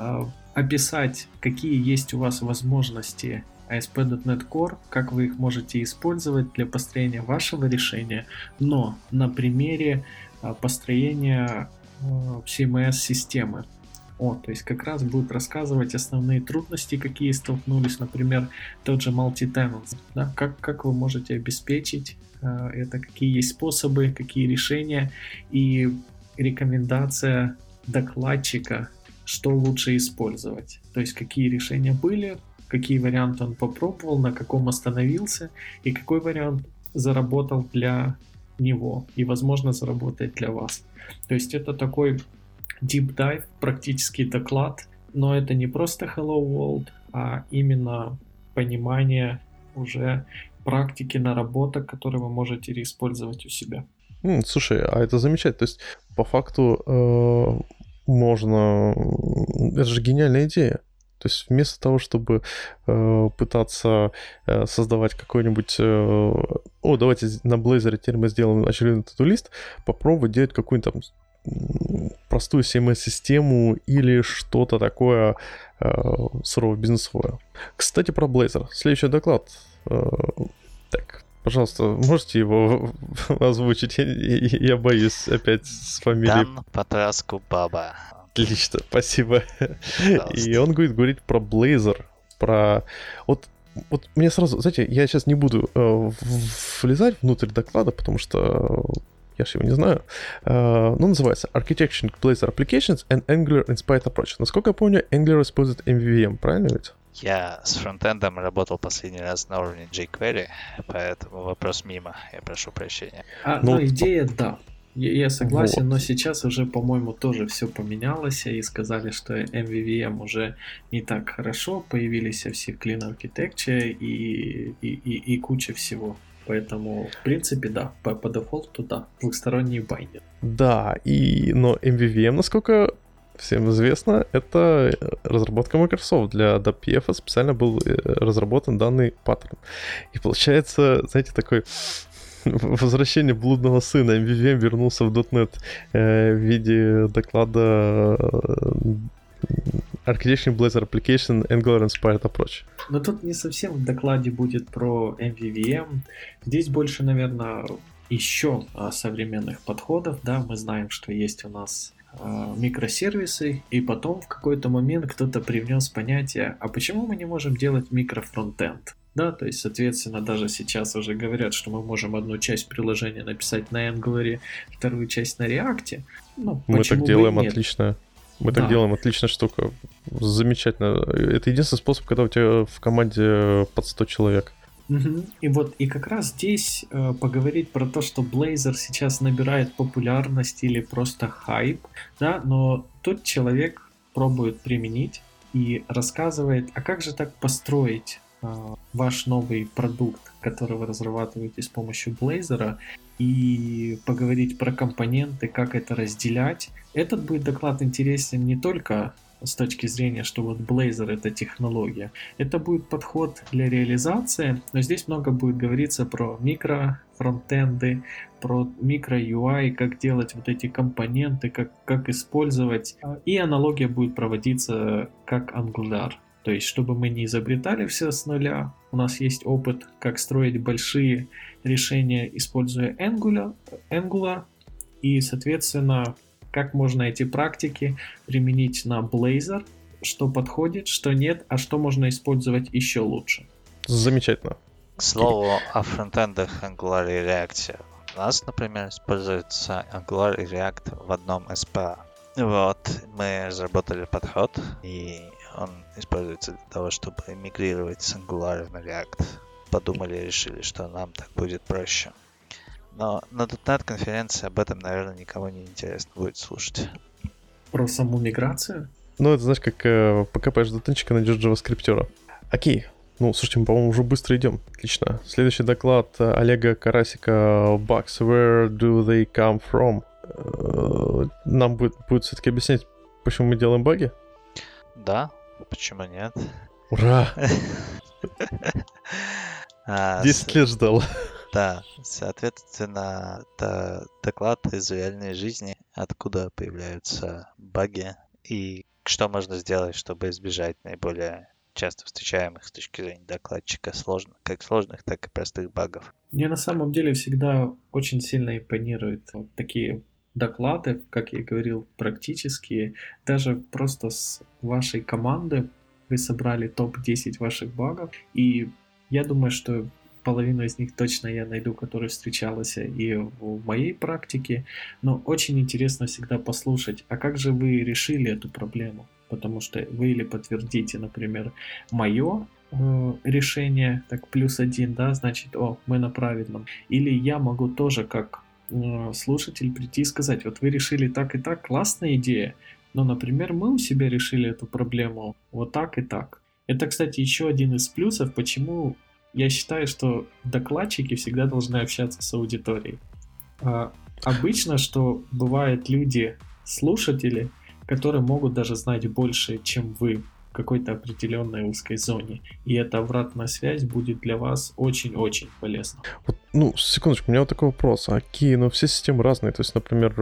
описать, какие есть у вас возможности эй эс пи точка нет Core, как вы их можете использовать для построения вашего решения, но на примере построения си эм эс-системы. О, то есть как раз будет рассказывать основные трудности, какие столкнулись, например, тот же multi-tenant, да, как, как вы можете обеспечить э, это, какие есть способы, какие решения и рекомендация докладчика, что лучше использовать, то есть какие решения были, какие варианты он попробовал, на каком остановился и какой вариант заработал для него и, возможно, заработает для вас. То есть это такой deep dive, практический доклад, но это не просто Hello World, а именно понимание уже практики наработок, которые вы можете реиспользовать у себя. Mm, слушай, а это замечательно. То есть, по факту, э, можно... Это же гениальная идея. То есть вместо того, чтобы э, пытаться э, создавать какой-нибудь... Э, о, давайте на Blazor теперь мы сделаем очередной to-do лист, попробовать делать какую-нибудь там простую си эм эс-систему или что-то такое э, сурово бизнесовое. Кстати, про Blazor. Следующий доклад. Э, так, пожалуйста, можете его озвучить? Я, я, я боюсь опять с фамилией. Дан Патраску Баба. Отлично, спасибо. Пожалуйста. И он будет говорить про Blazor, про... Вот, вот мне сразу, знаете, я сейчас не буду э, влезать внутрь доклада, потому что я же его не знаю. Uh, ну, называется Architecturing Blazor Applications and Angular Inspired Approach. Насколько я помню, Angular использует эм ви ви эм, правильно ведь? Я с фронтендом работал последний раз на уровне jQuery, поэтому вопрос мимо, я прошу прощения. А, ну, ну, идея, да. Я, я согласен, вот. Но сейчас уже, по-моему, тоже все поменялось, и сказали, что эм ви ви эм уже не так хорошо, появились все Clean Architecture и, и, и, и куча всего. Поэтому, в принципе, да, по, по дефолту, да, двухсторонний байнер. Да, и, но эм ви ви эм, насколько всем известно, это разработка Microsoft. Для даб пи эф специально был разработан данный паттерн. И получается, знаете, такой возвращение блудного сына. эм ви ви эм вернулся в .дот нет э, в виде доклада Architecturing Blazor Application Angular Inspired Approach. Но тут не совсем в докладе будет про эм ви ви эм. Здесь больше, наверное, еще о современных подходах. Да, мы знаем, что есть у нас э, микросервисы, и потом в какой-то момент кто-то привнес понятие, а почему мы не можем делать микрофронтенд? Да, то есть, соответственно, даже сейчас уже говорят, что мы можем одну часть приложения написать на Angular, вторую часть на React. Ну, мы так делаем отлично. Мы да. так делаем отличная штука. Замечательно. Это единственный способ, когда у тебя в команде под сто человек. Угу. И вот, и как раз здесь э, поговорить про то, что Blazor сейчас набирает популярность или просто хайп, да, но тут человек пробует применить и рассказывает, а как же так построить э, ваш новый продукт, который вы разрабатываете с помощью Blazor, и поговорить про компоненты, как это разделять. Этот будет доклад интересен не только с точки зрения, что вот Blazor это технология. Это будет подход для реализации, но здесь много будет говориться про микрофронтенды, про микро-ю ай, как делать вот эти компоненты, как, как использовать. И аналогия будет проводиться как Angular. То есть, чтобы мы не изобретали все с нуля, у нас есть опыт, как строить большие решения, используя Angular, Angular и, соответственно, как можно эти практики применить на Blazor, что подходит, что нет, а что можно использовать еще лучше. Замечательно. К слову о фронтендах Angular и React. У нас, например, используется Angular и React в одном эс пи эй. Вот, мы разработали подход, и он используется для того, чтобы мигрировать с Angular на React. Подумали и решили, что нам так будет проще. Но на .дот нет конференции об этом, наверное, никому не интересно будет слушать. Про саму миграцию? Ну, это знаешь, как э, покопаешь дотнетчика, найдешь джаваскриптера. Окей. Ну, слушайте, мы, по-моему, уже быстро идем. Отлично. Следующий доклад Олега Карасика. Bugs, where do they come from? Нам будет, будет все-таки объяснять, почему мы делаем баги? Да, почему нет? Ура! Десять лет ждал. Да, соответственно, это доклад из реальной жизни, откуда появляются баги и что можно сделать, чтобы избежать наиболее часто встречаемых с точки зрения докладчика сложных, как сложных, так и простых багов. Мне на самом деле всегда очень сильно импонируют вот такие доклады, как я и говорил, практические. Даже просто с вашей команды вы собрали топ десять ваших багов, и я думаю, что половину из них точно я найду, которые встречалась и в моей практике, но очень интересно всегда послушать, а как же вы решили эту проблему? Потому что вы или подтвердите, например, мое э, решение, так плюс один, да, значит, о, мы на правильном. Или я могу тоже как э, слушатель прийти и сказать, вот вы решили так и так, классная идея, но, например, мы у себя решили эту проблему вот так и так. Это, кстати, еще один из плюсов, почему я считаю, что докладчики всегда должны общаться с аудиторией. А, обычно, что бывают люди, слушатели, которые могут даже знать больше, чем вы какой-то определенной узкой зоне. И эта обратная связь будет для вас очень-очень полезна. Вот, ну, секундочку, у меня вот такой вопрос. Окей, но все системы разные. То есть, например,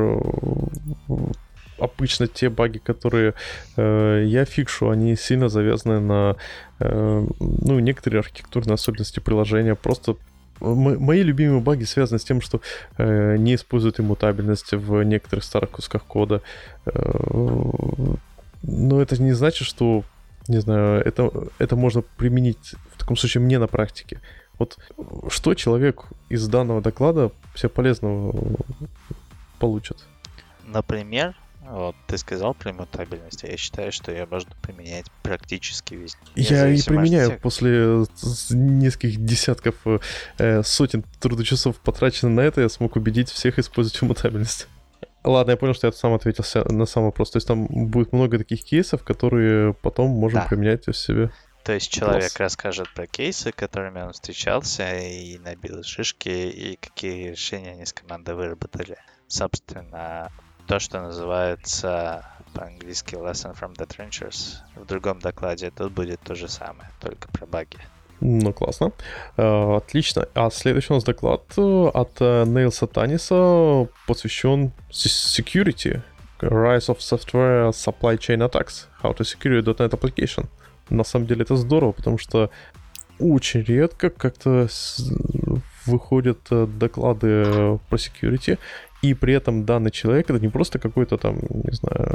обычно те баги, которые э, я фикшу, они сильно завязаны на э, ну, некоторые архитектурные особенности приложения. Просто м- мои любимые баги связаны с тем, что э, не используют иммутабельность в некоторых старых кусках кода. Э, но это не значит, что, не знаю, это, это можно применить в таком случае мне на практике. Вот что человек из данного доклада все полезного получит? Например, вот ты сказал про иммутабельность, а я считаю, что ее можно применять практически везде. Я и применяю тех... после нескольких десятков, э, сотен трудочасов потрачено на это, я смог убедить всех использовать иммутабельность. Ладно, я понял, что я сам ответил на сам вопрос. То есть там будет много таких кейсов, которые потом можем да. применять в себе. То есть человек Класс. расскажет про кейсы, которыми он встречался, и набил шишки, и какие решения они с командой выработали. Собственно, то, что называется по-английски lesson from the trenches. В другом докладе тут будет то же самое, только про баги. Ну, классно. Uh, отлично. А следующий у нас доклад от Нейлса Таниса посвящен security. Rise of Software Supply Chain Attacks. How to Secure .дот нет Application. На самом деле это здорово, потому что очень редко как-то выходят доклады про security, и при этом данный человек это не просто какой-то там, не знаю,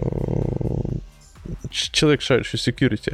человек, шарящий security.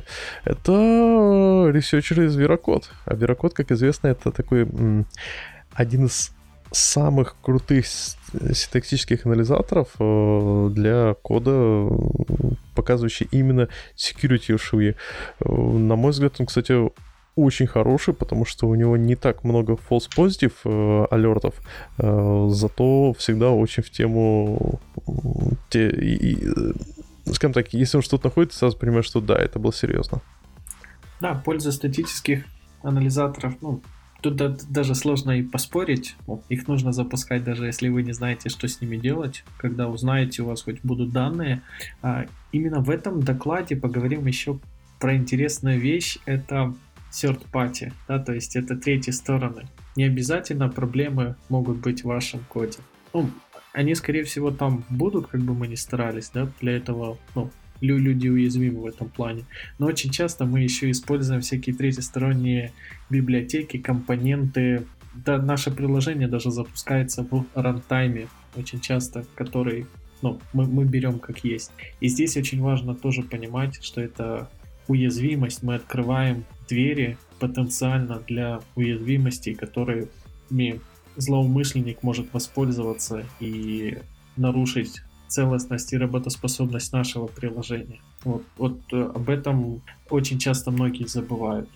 Это ресерчер из Veracode. А Veracode, как известно, это такой м, один из самых крутых синтаксических анализаторов э, для кода, показывающий именно security уши. На мой взгляд, он, кстати, очень хороший, потому что у него не так много false positive э, алертов, э, зато всегда очень в тему те, и, и, скажем так, если он что-то находит, ты сразу понимаешь, что да, это было серьезно. Да, польза статических анализаторов, ну, тут даже сложно и поспорить. Их нужно запускать, даже если вы не знаете, что с ними делать. Когда узнаете, у вас хоть будут данные. А именно в этом докладе поговорим еще про интересную вещь. Это third party, да, то есть это третьи стороны. Не обязательно проблемы могут быть в вашем коде. Ну, они, скорее всего, там будут, как бы мы ни старались, да, для этого, ну, люди уязвимы в этом плане. Но очень часто мы еще используем всякие третьесторонние библиотеки, компоненты. Да, наше приложение даже запускается в рантайме очень часто, который, ну, мы, мы берем как есть. И здесь очень важно тоже понимать, что это уязвимость. Мы открываем двери потенциально для уязвимостей, которыми злоумышленник может воспользоваться и нарушить целостность и работоспособность нашего приложения. Вот, вот об этом очень часто многие забывают.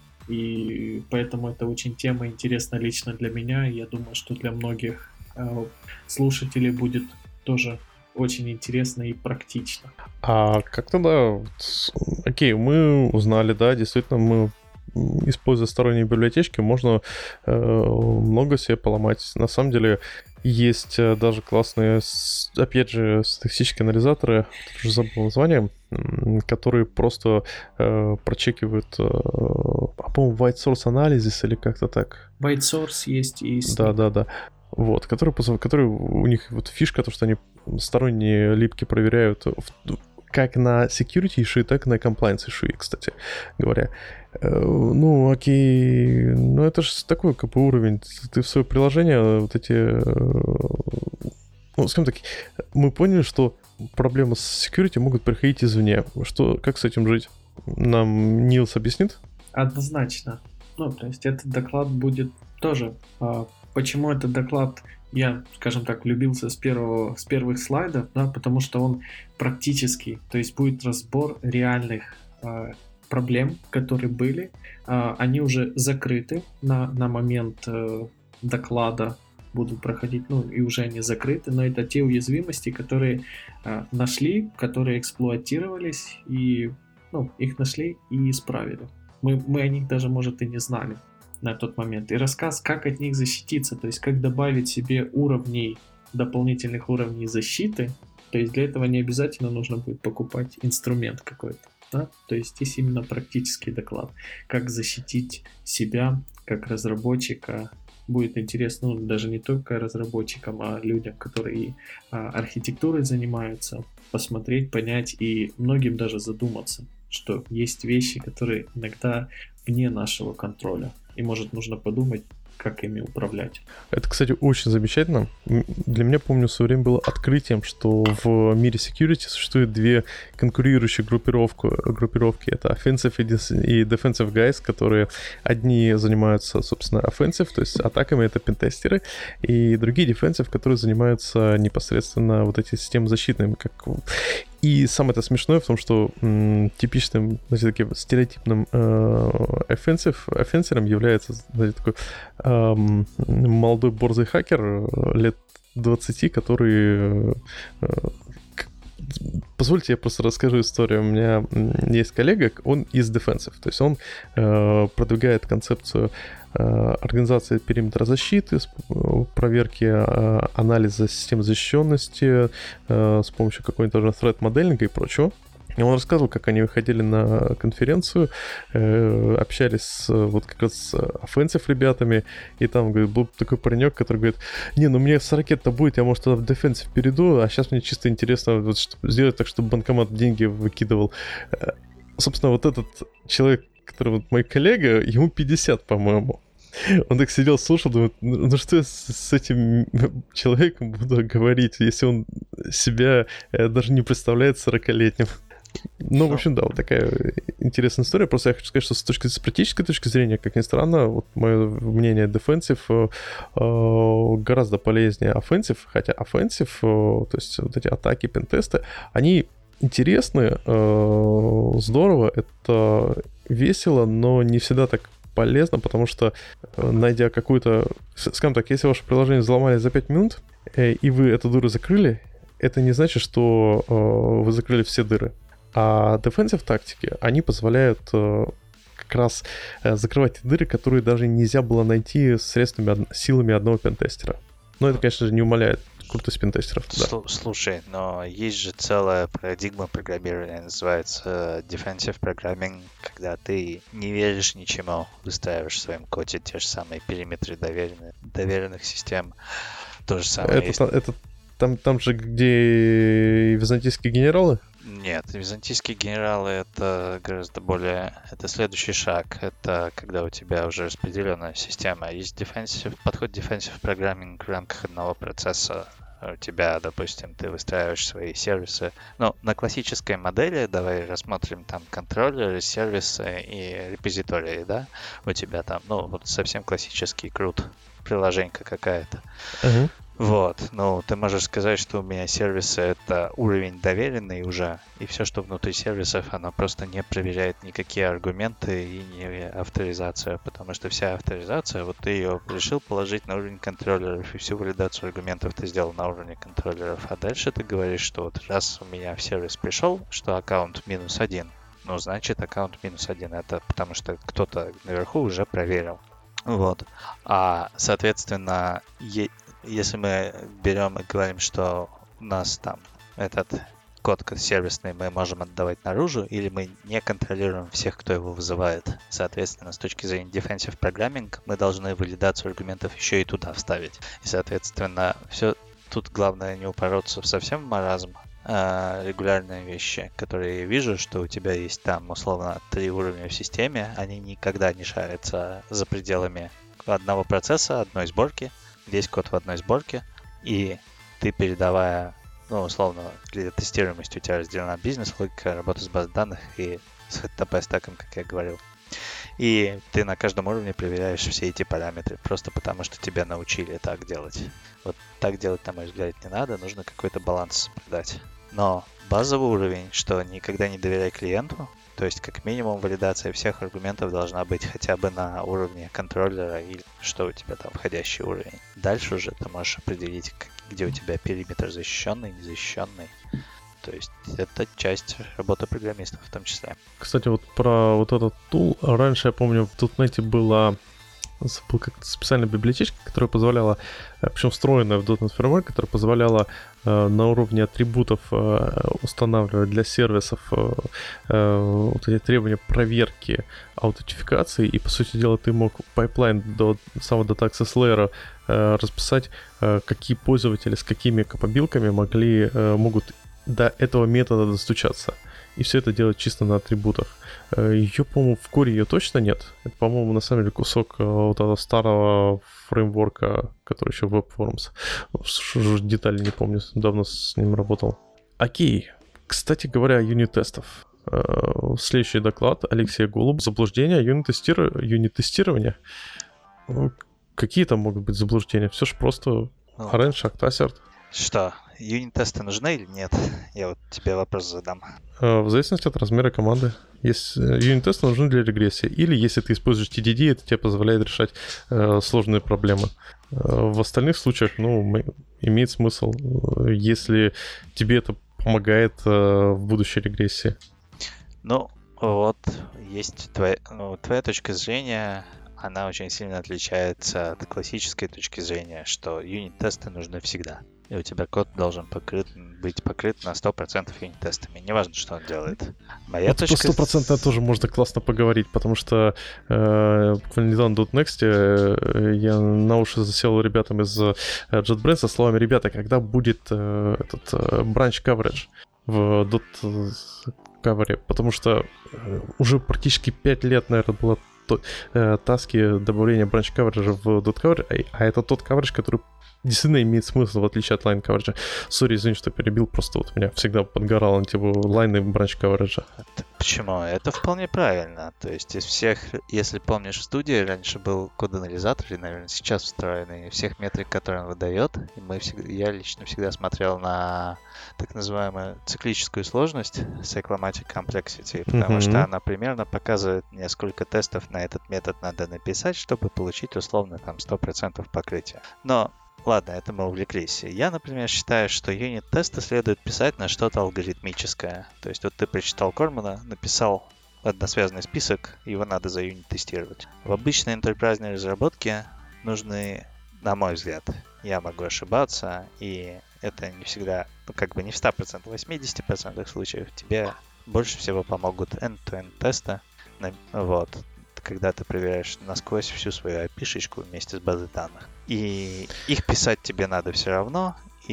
И поэтому это очень тема интересна лично для меня. Я думаю, что для многих э, слушателей будет тоже очень интересно и практично. А как тогда... Окей, мы узнали, да, действительно, мы, используя сторонние библиотечки, можно э, много себе поломать. На самом деле, есть даже классные, опять же, статистические анализаторы, уже забыл название, которые просто э, прочекивают, э, а, по-моему, white source analysis или как-то так. White source есть и... Да, да, да. Вот, которые, которые у них вот фишка, то, что они сторонние липки проверяют как на security issue, так и на compliance issue, кстати говоря. Ну, окей, ну это же такой как бы уровень. Ты в свое приложение вот эти... Ну, скажем так, мы поняли, что проблемы с security могут приходить извне. Что, как с этим жить? Нам Нилс объяснит? Однозначно. Ну, то есть этот доклад будет тоже... Почему этот доклад, я, скажем так, влюбился с, первого, с первых слайдов, да, потому что он практический, то есть будет разбор реальных э, проблем, которые были, э, они уже закрыты на, на момент э, доклада, будут проходить, ну и уже они закрыты, но это те уязвимости, которые э, нашли, которые эксплуатировались, и ну, их нашли и исправили. Мы, мы о них даже, может, и не знали на тот момент. И рассказ, как от них защититься, то есть как добавить себе уровней, дополнительных уровней защиты, То есть для этого не обязательно нужно будет покупать инструмент какой-то. Да? То есть здесь именно практический доклад. Как защитить себя как разработчика. Будет интересно, ну, даже не только разработчикам, а людям, которые а, архитектурой занимаются, посмотреть, понять и многим даже задуматься, что есть вещи, которые иногда вне нашего контроля. И, может, нужно подумать, как ими управлять. Это, кстати, очень замечательно. Для меня, помню, в свое время было открытием, что в мире security существует две конкурирующие группировки. группировки. Это offensive и defensive guys, которые одни занимаются, собственно, offensive, то есть атаками, это пентестеры, и другие defensive, которые занимаются непосредственно вот эти системы защитными, как... И самое это смешное в том, что м, типичным, знаете, таким стереотипным э, offensive, offenserом является, знаете, такой э, молодой борзый хакер лет двадцати, который... Э, Позвольте, я просто расскажу историю. У меня есть коллега, он из Defensive, то есть он э, продвигает концепцию э, организации периметра защиты, проверки э, анализа систем защищенности э, с помощью какой-нибудь тоже threat-моделинга и прочего. И он рассказывал, как они выходили на конференцию, э, общались с, вот как раз с offensive ребятами, и там, говорит, был такой паренек, который говорит, не, ну мне с ракет-то будет, я, может, тогда в defensive перейду, а сейчас мне чисто интересно вот, чтобы сделать так, чтобы банкомат деньги выкидывал. Э, собственно, вот этот человек, который вот мой коллега, ему пятьдесят, по-моему. Он так сидел, слушал, думает, ну что я с, с этим человеком буду говорить, если он себя э, даже не представляет сорокалетним. Ну, в общем, да, вот такая интересная история. Просто я хочу сказать, что с точки с практической точки зрения, как ни странно, вот мое мнение, defensive э, гораздо полезнее offensive, хотя offensive, э, то есть вот эти атаки, пентесты, они интересны, э, здорово, это весело, но не всегда так полезно, потому что, э, найдя какую-то... Скажем так, если ваше приложение взломали за пять минут, э, и вы эту дыру закрыли, это не значит, что э, вы закрыли все дыры. А defensive тактики, они позволяют э, как раз э, закрывать дыры, которые даже нельзя было найти средствами, силами одного пентестера. Но это, конечно же, не умаляет крутость пентестеров. Да. Слушай, но есть же целая парадигма программирования, называется defensive programming, когда ты не веришь ничему, выстраиваешь в своем коде те же самые периметры доверенных, доверенных систем. То же самое это, есть. Это там, там же, где византийские генералы? Нет, византийские генералы — это гораздо более... Это следующий шаг. Это когда у тебя уже распределенная система. Есть defensive, подход defensive programming в рамках одного процесса. У тебя, допустим, ты выстраиваешь свои сервисы. Ну, на классической модели давай рассмотрим там контроллеры, сервисы и репозитории, да? У тебя там, ну, вот совсем классический крут, приложенька какая-то. Uh-huh. Вот, ну, ты можешь сказать, что у меня сервисы — это уровень доверенный уже, и все, что внутри сервисов, оно просто не проверяет никакие аргументы и не авторизацию, потому что вся авторизация, вот ты ее решил положить на уровень контроллеров, и всю валидацию аргументов ты сделал на уровне контроллеров, а дальше ты говоришь, что вот раз у меня в сервис пришел, что аккаунт минус один, ну, значит, аккаунт минус один, это потому что кто-то наверху уже проверил. Вот, а, соответственно, е- если мы берем и говорим, что у нас там этот код сервисный мы можем отдавать наружу, или мы не контролируем всех, кто его вызывает. Соответственно, с точки зрения defensive programming мы должны валидацию аргументов еще и туда вставить. И, соответственно, все тут главное не упороться в совсем маразм, а регулярные вещи, которые я вижу, что у тебя есть там условно три уровня в системе, они никогда не шарятся за пределами одного процесса, одной сборки. Весь код в одной сборке, и ты, передавая, ну, условно, для тестируемости у тебя разделена бизнес-логика, работа с базой данных и с эйч ти ти пи-стеком, как я говорил. И ты на каждом уровне проверяешь все эти параметры, просто потому что тебя научили так делать. Вот так делать, на мой взгляд, не надо, нужно какой-то баланс соблюдать. Но базовый уровень, что никогда не доверяй клиенту, то есть как минимум валидация всех аргументов должна быть хотя бы на уровне контроллера или что у тебя там входящий уровень. Дальше уже ты можешь определить, где у тебя периметр защищенный, незащищенный. То есть это часть работы программистов в том числе. Кстати, вот про вот этот тул. Раньше, я помню, в .дот нет была забыл, как специальная библиотечка, которая позволяла, причем встроенная в .дот нет Framework, которая позволяла э, на уровне атрибутов э, устанавливать для сервисов э, э, вот эти требования проверки аутентификации, и, по сути дела, ты мог пайплайн до самого Data Access Layer э, расписать, э, какие пользователи с какими капабилками могли, э, могут до этого метода достучаться. И все это делать чисто на атрибутах. Ее, по-моему, в коре ее точно нет. Это, по-моему, на самом деле кусок вот этого старого фреймворка, который еще WebForms. Детали не помню, давно с ним работал. Окей. Кстати говоря, юнит-тестов. Следующий доклад Алексея Голуб. Заблуждения юнит-тестирования. Какие там могут быть заблуждения? Все же просто Orange, Actasert. Что, юнит-тесты нужны или нет? Я вот тебе вопрос задам. В зависимости от размера команды. Если юнит-тесты нужны для регрессии. Или если ты используешь ти ди ди, это тебе позволяет решать э, сложные проблемы. Э, в остальных случаях, ну, имеет смысл, если тебе это помогает э, в будущей регрессии. Ну, вот, есть твоя, ну, твоя точка зрения, она очень сильно отличается от классической точки зрения, что юнит-тесты нужны всегда. И у тебя код должен покрыт, быть покрыт на сто процентов юнит-тестами. Неважно, что он делает. Моя вот точка... По сто процентов тоже можно классно поговорить, потому что э, буквально недавно в .next э, я на уши засел ребятам из э, JetBrains со словами: ребята, когда будет э, этот э, branch coverage в .cover? Потому что э, уже практически пять лет, наверное, было то, э, таски добавления branch coverage в .cover, а, а это тот coverage, который действительно имеет смысл, в отличие от line coverage. Сори, извини, что перебил, просто вот у меня всегда подгорало на тему line и branch coverage. Почему? Это вполне правильно. То есть из всех, если помнишь, в студии раньше был код-анализатор, и, наверное, сейчас встроенный, всех метрик, которые он выдает, и мы всегда, я лично всегда смотрел на так называемую циклическую сложность, cyclomatic complexity, потому mm-hmm. что она примерно показывает мне, сколько тестов на этот метод надо написать, чтобы получить условно там сто процентов покрытия. Но ладно, это мы увлеклись. Я, например, считаю, что юнит-тесты следует писать на что-то алгоритмическое. То есть вот ты прочитал Кормана, написал односвязанный список, его надо заюнит-тестировать. В обычной энтерпрайзной разработке нужны, на мой взгляд, я могу ошибаться, и это не всегда, ну как бы не в сто процентов, в восемьдесят процентов случаев тебе больше всего помогут end-to-end тесты. Вот. Когда ты проверяешь насквозь всю свою ай пи-шечку вместе с базой данных. И их писать тебе надо все равно,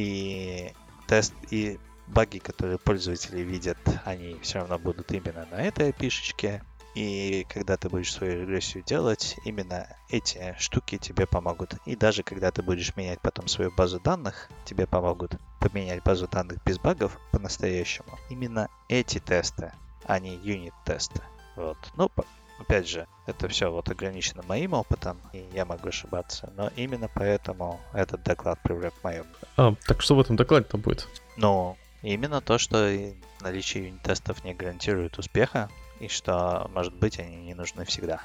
и тест, и баги, которые пользователи видят, они все равно будут именно на этой ай пи-шечке. И когда ты будешь свою регрессию делать, именно эти штуки тебе помогут. И даже когда ты будешь менять потом свою базу данных, тебе помогут поменять базу данных без багов по-настоящему. Именно эти тесты, а не юнит-тесты. Вот. Ну, опять же, это все вот ограничено моим опытом, и я могу ошибаться, но именно поэтому этот доклад привлек мое. А, так что в этом докладе-то будет? Ну, именно то, что наличие юнит-тестов не гарантирует успеха, и что, может быть, они не нужны всегда.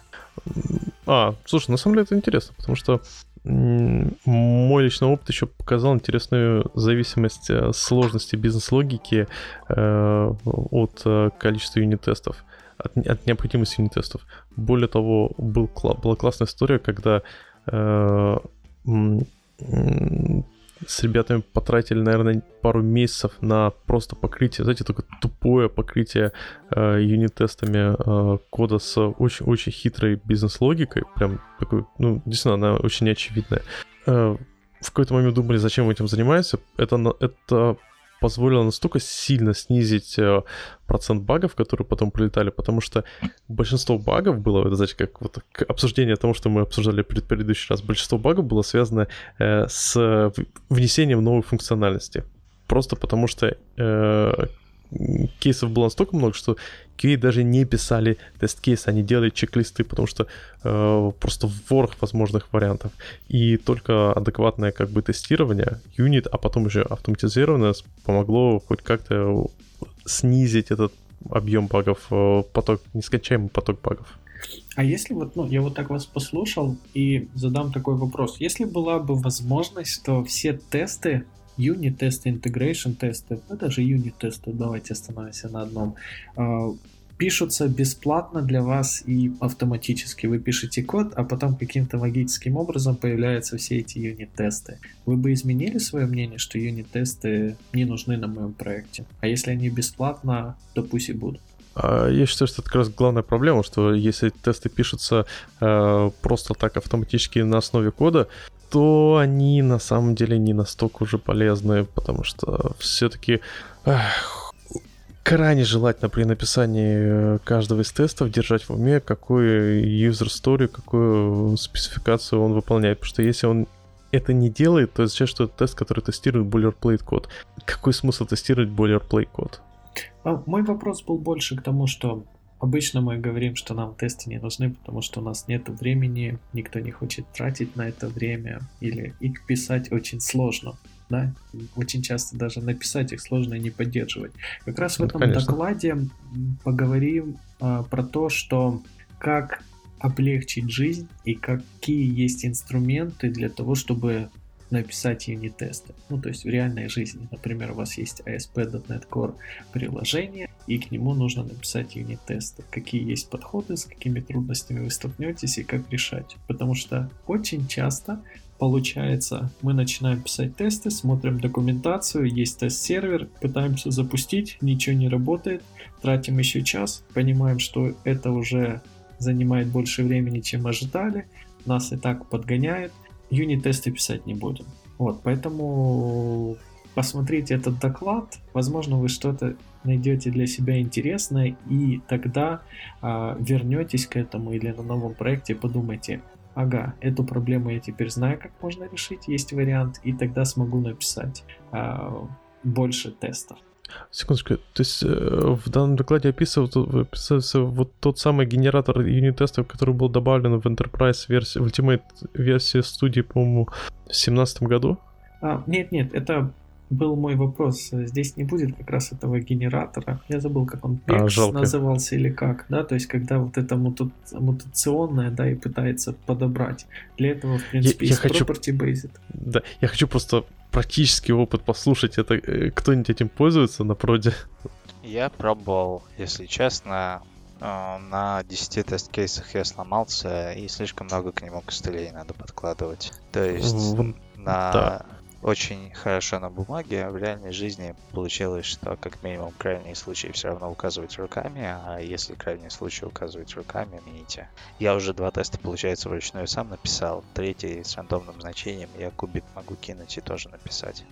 А, слушай, на самом деле это интересно, потому что м- мой личный опыт еще показал интересную зависимость сложности бизнес-логики э, от э, количества юнит-тестов. От, от необходимости юнит-тестов. Более того, был, была классная история, когда э, м, м, с ребятами потратили, наверное, пару месяцев на просто покрытие, знаете, такое тупое покрытие э, юнит-тестами э, кода с очень-очень хитрой бизнес-логикой, прям такой, ну, действительно, она очень неочевидная. Э, в какой-то момент думали, зачем мы этим занимаемся. Это, это позволило настолько сильно снизить э, процент багов, которые потом прилетали, потому что большинство багов было, это, знаете, как вот обсуждение того, что мы обсуждали пред предыдущий раз, большинство багов было связано э, с внесением новой функциональности. Просто потому что э, кейсов было настолько много, что кью эй даже не писали тест-кейсы, они делали чек-листы, потому что э, просто ворох возможных вариантов. И только адекватное как бы тестирование, юнит, а потом уже автоматизированное помогло хоть как-то снизить этот объем багов, поток, нескончаемый поток багов. А если вот, ну, я вот так вас послушал и задам такой вопрос. Если была бы возможность, что все тесты, юнит-тесты, интегрейшн-тесты, ну, даже юнит-тесты, давайте остановимся на одном, пишутся бесплатно для вас и автоматически. Вы пишете код, а потом каким-то магическим образом появляются все эти юнит-тесты. Вы бы изменили свое мнение, что юнит-тесты не нужны на моем проекте? А если они бесплатно, то пусть и будут. Я считаю, что это как раз главная проблема, что если тесты пишутся э, просто так автоматически на основе кода, то они на самом деле не настолько уже полезны, потому что все-таки эх, крайне желательно при написании каждого из тестов держать в уме, какую user story, какую спецификацию он выполняет, потому что если он это не делает, то означает, что это тест, который тестирует boilerplate код. Какой смысл тестировать boilerplate код? Мой вопрос был больше к тому, что обычно мы говорим, что нам тесты не нужны, потому что у нас нет времени, никто не хочет тратить на это время, или их писать очень сложно. Да? Очень часто даже написать их сложно и не поддерживать. Как раз в этом Конечно. докладе поговорим а, про то, что как облегчить жизнь и какие есть инструменты для того, чтобы написать юнит-тесты. Ну, то есть в реальной жизни. Например, у вас есть эй эс пи точка нет Core приложение, и к нему нужно написать юнит-тесты. Какие есть подходы, с какими трудностями вы столкнетесь и как решать. Потому что очень часто получается, мы начинаем писать тесты, смотрим документацию, есть тест-сервер, пытаемся запустить, ничего не работает, тратим еще час, понимаем, что это уже занимает больше времени, чем ожидали, нас и так подгоняет, юнит-тесты писать не будем. Вот, поэтому посмотрите этот доклад, возможно, вы что-то найдете для себя интересное, и тогда а, вернетесь к этому или на новом проекте подумайте, ага, эту проблему я теперь знаю, как можно решить, есть вариант, и тогда смогу написать а, больше тестов. Секундочку, то есть э, в данном докладе описывается, описывается вот тот самый генератор юнит-тестов, который был добавлен в Enterprise версии, в Ultimate версии студии, по-моему, в две тысячи семнадцатом году? А, нет-нет, это был мой вопрос. Здесь не будет как раз этого генератора. Я забыл, как он Пекс а, назывался или как, да, то есть когда вот это муту... мутационное, да, и пытается подобрать. Для этого, в принципе, я, есть я хочу... property-based. Да, я хочу просто практический опыт послушать. Это кто-нибудь этим пользуется на проде? Я пробовал, если честно, на десяти тест-кейсах я сломался, и слишком много к нему костылей надо подкладывать. То есть в... на... Да. Очень хорошо на бумаге, а в реальной жизни получилось, что как минимум крайние случаи все равно указывать руками, а если крайние случаи указывать руками, мините. Я уже два теста, получается, вручную сам написал, третий с рандомным значением я кубик могу кинуть и тоже написать.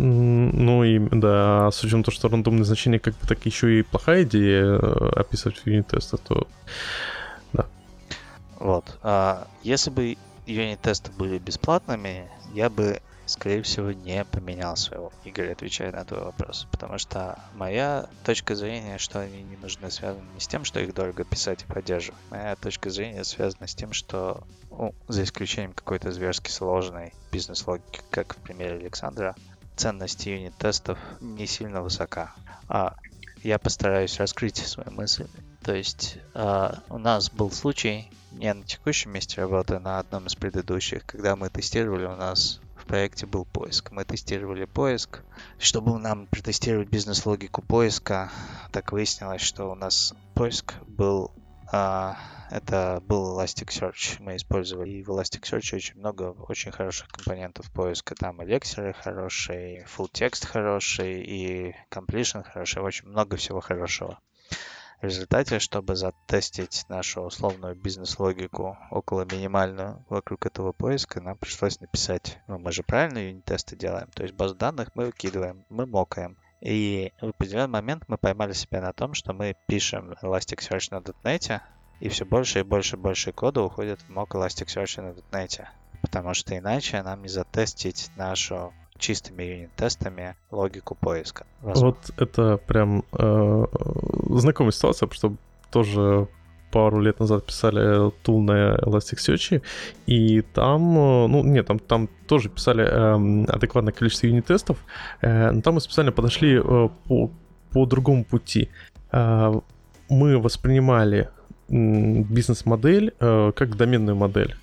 Ну и да, с учетом того, что рандомные значения как бы так еще и плохая идея описывать в юнит-тестах, то да. Вот. А если бы юнит-тесты были бесплатными, я бы скорее всего, не поменял своего. Игорь, отвечая на твой вопрос. Потому что моя точка зрения, что они не нужны, связана не с тем, что их дорого писать и поддерживать. Моя точка зрения связана с тем, что, ну, за исключением какой-то зверски сложной бизнес-логики, как в примере Александра, ценность юнит-тестов не сильно высока. А я постараюсь раскрыть свою мысль. То есть э, у нас был случай, не на текущем месте работы, на одном из предыдущих, когда мы тестировали, у нас в проекте был поиск. Мы тестировали поиск. Чтобы нам протестировать бизнес-логику поиска, так выяснилось, что у нас поиск был... А, это был Elasticsearch. Мы использовали. И в Elasticsearch очень много очень хороших компонентов поиска. Там и лексеры хорошие, full text хороший, и completion хороший. Очень много всего хорошего. В результате, чтобы затестить нашу условную бизнес-логику около минимальную вокруг этого поиска, нам пришлось написать, ну мы же правильно юнит-тесты делаем, то есть базу данных мы выкидываем, мы мокаем. И в определенный момент мы поймали себя на том, что мы пишем Elasticsearch на .дот нет, и все больше и больше и больше кода уходит в мок Elasticsearch на .дот нет, потому что иначе нам не затестить нашу чистыми юнит-тестами логику поиска. Возможно. Вот это прям э, знакомая ситуация, потому что тоже пару лет назад писали тул на Elasticsearch, и там, ну нет, там, там тоже писали э, адекватное количество юнит-тестов, э, но там мы специально подошли э, по, по другому пути. Э, мы воспринимали э, бизнес-модель э, как доменную модель,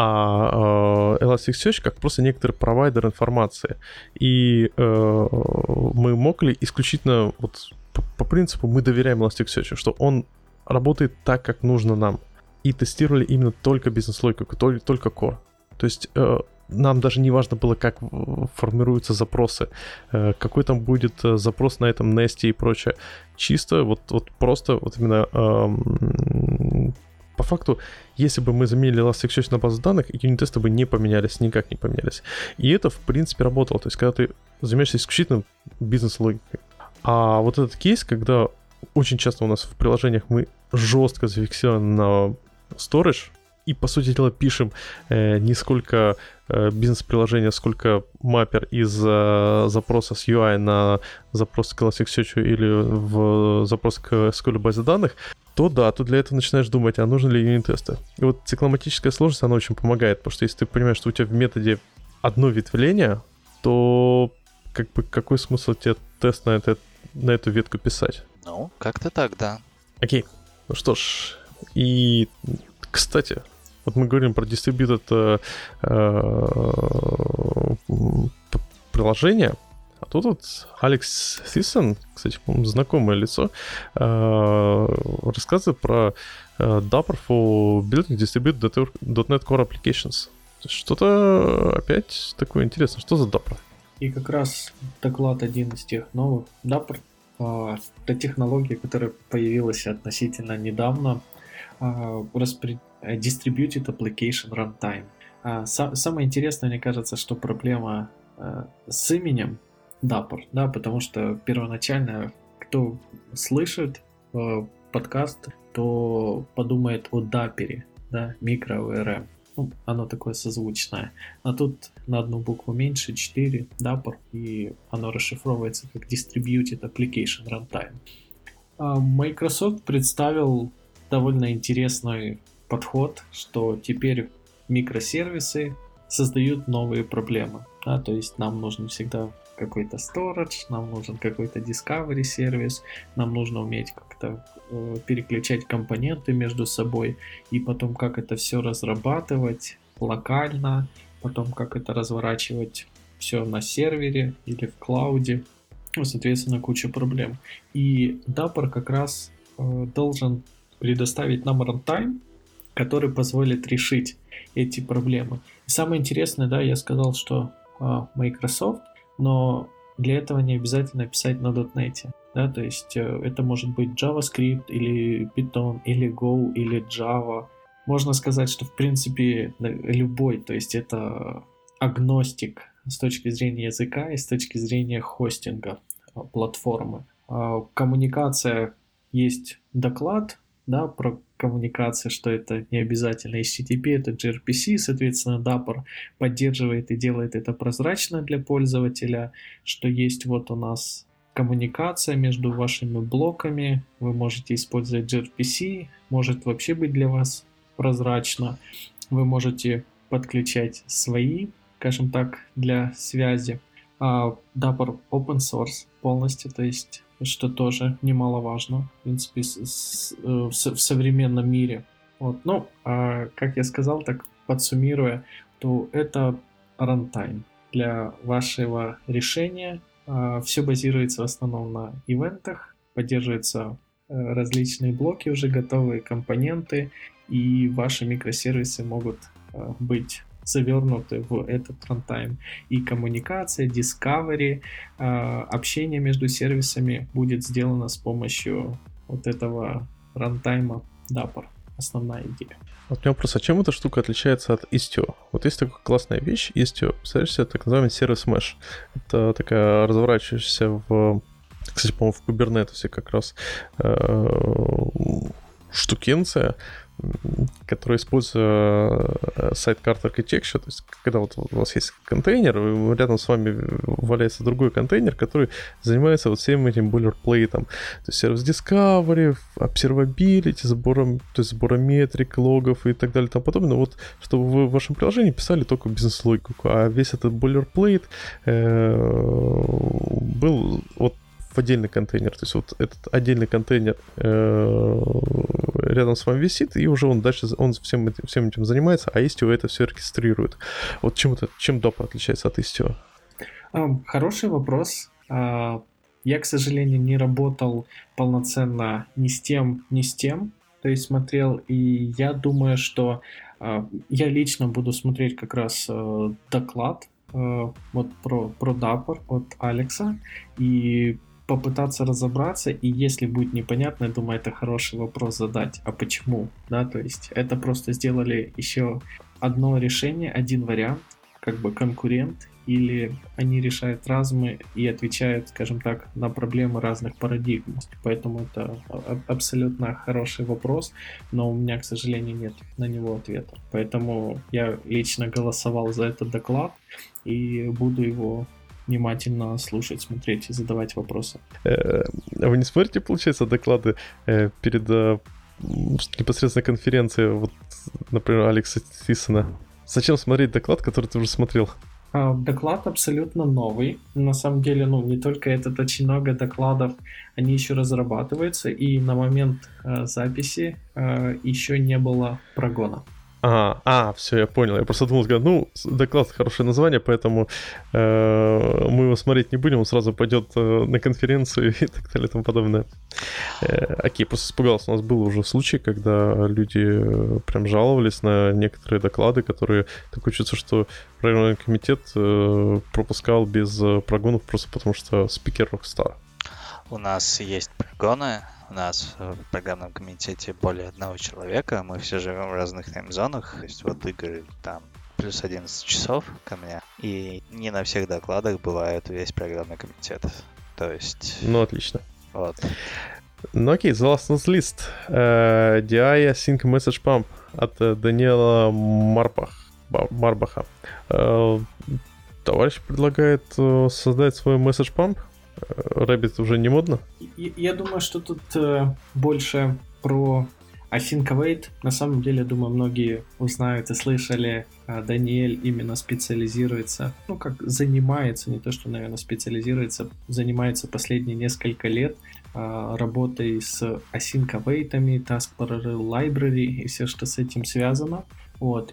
а э, Elasticsearch как просто некоторый провайдер информации. И э, мы могли исключительно вот по, по принципу мы доверяем Elasticsearch, что он работает так, как нужно нам. И тестировали именно только бизнес-логику, только core. То есть э, нам даже не важно было, как формируются запросы, э, какой там будет запрос на этом Nest и прочее. Чисто вот, вот просто вот именно э, по факту, если бы мы заменили Elasticsearch на базу данных, юнит-тесты бы не поменялись, никак не поменялись. И это, в принципе, работало. То есть когда ты занимаешься исключительно бизнес-логикой. А вот этот кейс, когда очень часто у нас в приложениях мы жестко зафиксированы на storage, и, по сути дела, пишем э, не сколько э, бизнес-приложения, сколько маппер из э, запроса с ю ай на запрос к Elasticsearch или в запрос к эс ку эль-базе данных, то да, тут для этого начинаешь думать, а нужны ли юнит-тесты. И вот цикломатическая сложность, она очень помогает, потому что если ты понимаешь, что у тебя в методе одно ветвление, то как бы какой смысл тебе тест на, это, на эту ветку писать? Ну, как-то так, да. Окей, ну что ж, и, кстати, вот мы говорим про distributed э, э, приложение, а тут вот Алекс Thiessen, кстати, по-моему, знакомое лицо, э, рассказывает про э, Dapper for Building Distributed .дот нет Core Applications. То есть что-то опять такое интересное. Что за Dapper? И как раз доклад один из тех новых. Dapper э, — это технология, которая появилась относительно недавно. Э, распри... Distributed Application Runtime. Э, са- самое интересное, мне кажется, что проблема э, с именем Dapper, да, потому что первоначально, кто слышит э, подкаст, то подумает о Dapper, да, микро-о эр эм. Ну, оно такое созвучное. А тут на одну букву меньше, четыре, Dapper, и оно расшифровывается как Distributed Application Runtime. А Microsoft представил довольно интересный подход, что теперь микросервисы создают новые проблемы. Да, то есть нам нужен всегда какой-то storage, нам нужен какой-то discovery сервис, нам нужно уметь как-то э, переключать компоненты между собой, и потом как это все разрабатывать локально, потом как это разворачивать все на сервере или в клауде. Ну, соответственно, куча проблем. И Dapper как раз э, должен предоставить нам runtime, который позволит решить эти проблемы. И самое интересное, да, я сказал, что э, Microsoft, но для этого не обязательно писать на .дот нет, да, то есть э, это может быть JavaScript или Python или Go или Java. Можно сказать, что в принципе любой, то есть это агностик с точки зрения языка и с точки зрения хостинга э, платформы. Э, коммуникация, есть доклад, да, про коммуникацию, что это не обязательно эйч ти ти пи, это джей ар пи си, соответственно, Dapper поддерживает и делает это прозрачно для пользователя, что есть вот у нас коммуникация между вашими блоками, вы можете использовать джей ар пи си, может вообще быть для вас прозрачно, вы можете подключать свои, скажем так, для связи. А Dapper open source полностью, то есть что тоже немаловажно, в принципе, с, с, в, в современном мире. Вот. Ну, а, как я сказал, так подсуммируя, то это runtime для вашего решения. А, все базируется в основном на ивентах, поддерживаются а, различные блоки, уже готовые компоненты, и ваши микросервисы могут а, быть завернуты в этот runtime. И коммуникация, discovery, э, общение между сервисами будет сделано с помощью вот этого runtime Dapper. Основная идея. Вот у меня вопрос, а чем эта штука отличается от Istio? Вот есть такая классная вещь, Istio, представляешь себе, так называемый сервис Mesh. Это такая разворачивающаяся в, кстати, по-моему, в Kubernetes как раз э, штукенция, которая использует sidecar architecture, то есть когда вот у вас есть контейнер, рядом с вами валяется другой контейнер, который занимается вот всем этим бойлерплейтом, то есть сервис discovery, observability, сбором, то есть сбором метрик, логов и так далее и тому подобное, вот чтобы вы в вашем приложении писали только бизнес-логику, а весь этот бойлерплейт э, был вот в отдельный контейнер, то есть вот этот отдельный контейнер э, рядом с вами висит, и уже он дальше он всем этим, всем этим занимается, а Istio это все оркестрирует. Вот чем, это, чем Dapper отличается от Istio? Um, хороший вопрос. Uh, Я, к сожалению, не работал полноценно ни с тем, ни с тем, то есть смотрел, и я думаю, что э, я лично буду смотреть как раз э, доклад э, вот про, про Dapper от Алекса, и попытаться разобраться, и если будет непонятно, я думаю, это хороший вопрос задать, а почему, да, то есть это просто сделали еще одно решение, один вариант, как бы конкурент, или они решают разумы и отвечают, скажем так, на проблемы разных парадигм. Поэтому это абсолютно хороший вопрос, но у меня, к сожалению, нет на него ответа. Поэтому я лично голосовал за этот доклад и буду его внимательно слушать, смотреть и задавать вопросы. А вы не смотрите, получается, доклады перед непосредственно конференцией, вот, например, Алекса Тисона? Зачем смотреть доклад, который ты уже смотрел? Доклад абсолютно новый. На самом деле, ну, не только этот, очень много докладов, они еще разрабатываются, и на момент э, записи э, еще не было прогона. А, а, все, я понял. Я просто думал, ну, доклад хорошее название, поэтому э, мы его смотреть не будем, он сразу пойдет э, на конференцию и так далее и тому подобное. Э, окей, просто испугался. У нас был уже случай, когда люди прям жаловались на некоторые доклады, которые такое чувство, что правильный комитет э, пропускал без прогонов просто потому, что спикер рокстар. У нас есть прогоны. У нас в программном комитете более одного человека, мы все живем в разных таймзонах, то есть вот Игорь там плюс одиннадцать часов ко мне, и не на всех докладах бывает весь программный комитет, то есть... Ну, отлично. Вот. Ну, окей, The Last on List. Uh, ди ай Async Message Pump от uh, Даниэла Марбах, Марбаха. Uh, товарищ предлагает uh, создать свой Message Pump. Rabbit уже не модно? Я думаю, что тут э, больше про Async Await. На самом деле, думаю, многие узнают и слышали, э, Даниэль именно специализируется, ну как занимается, не то что, наверное, специализируется, занимается последние несколько лет э, работой с Async Await'ами, Task Parallel Library и все, что с этим связано. Вот.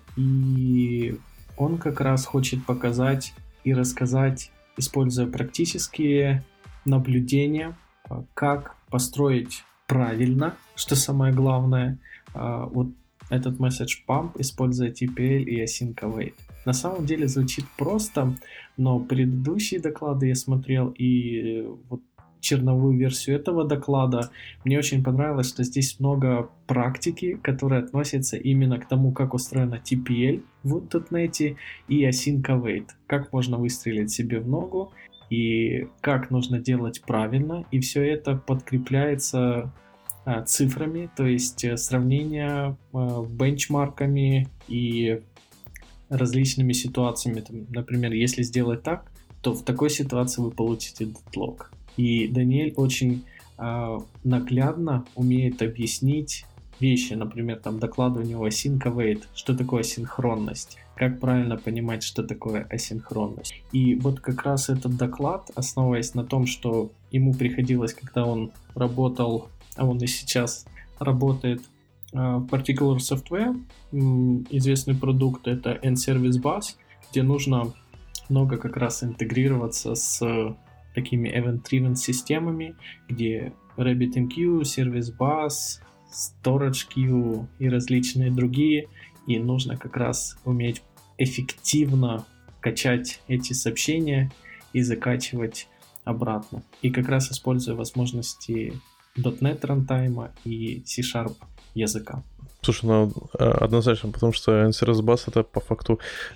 И он как раз хочет показать и рассказать, используя практические наблюдения, как построить правильно, что самое главное, вот этот message pump, используя ти пи эл и Async Await. На самом деле звучит просто, но предыдущие доклады я смотрел, и вот черновую версию этого доклада, мне очень понравилось, что здесь много практики, которые относятся именно к тому, как устроена ти пи эл в .дот нет и Async Await, как можно выстрелить себе в ногу, и как нужно делать правильно, и все это подкрепляется а, цифрами, то есть а, сравнение а, бенчмарками и различными ситуациями. Там, например, если сделать так, то в такой ситуации вы получите дедлог. И Даниэль очень а, наглядно умеет объяснить вещи, например, там доклады у него Async Await, что такое асинхронность, как правильно понимать, что такое асинхронность. И вот как раз этот доклад, основываясь на том, что ему приходилось, когда он работал, а он и сейчас работает в Particular Software, известный продукт это N-Service Bus, где нужно много как раз интегрироваться с такими event-driven системами, где RabbitMQ, Service Bus, Storage Queue и различные другие, и нужно как раз уметь эффективно качать эти сообщения и закачивать обратно. И как раз используя возможности .дот нет рантайма и C-Sharp языка. Слушай, ну однозначно, потому что N-Service Bus это по факту,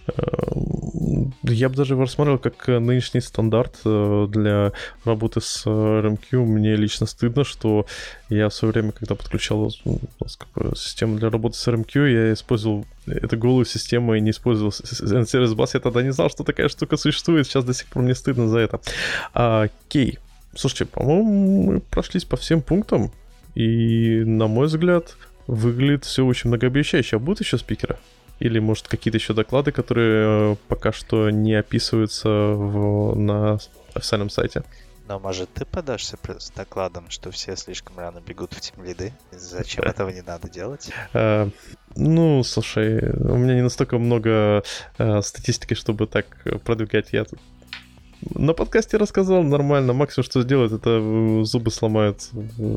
я бы даже его рассмотрел как нынешний стандарт для работы с эр эм кью. Мне лично стыдно, что я в свое время, когда подключал систему для работы с эр эм кью, я использовал эту голую систему и не использовал N-Service Bus. Я тогда не знал, что такая штука существует. Сейчас до сих пор мне стыдно за это. Окей. Слушайте, по-моему, мы прошлись по всем пунктам. И, на мой взгляд, выглядит все очень многообещающе. А будут еще спикеры? Или, может, какие-то еще доклады, которые пока что не описываются в, на официальном сайте? Но, может, ты подашься с докладом, что все слишком рано бегут в тимлиды? Зачем этого не надо делать? Uh, ну, слушай, у меня не настолько много uh, статистики, чтобы так продвигать. Я тут На подкасте рассказал нормально. Максимум, что сделает, это зубы сломают.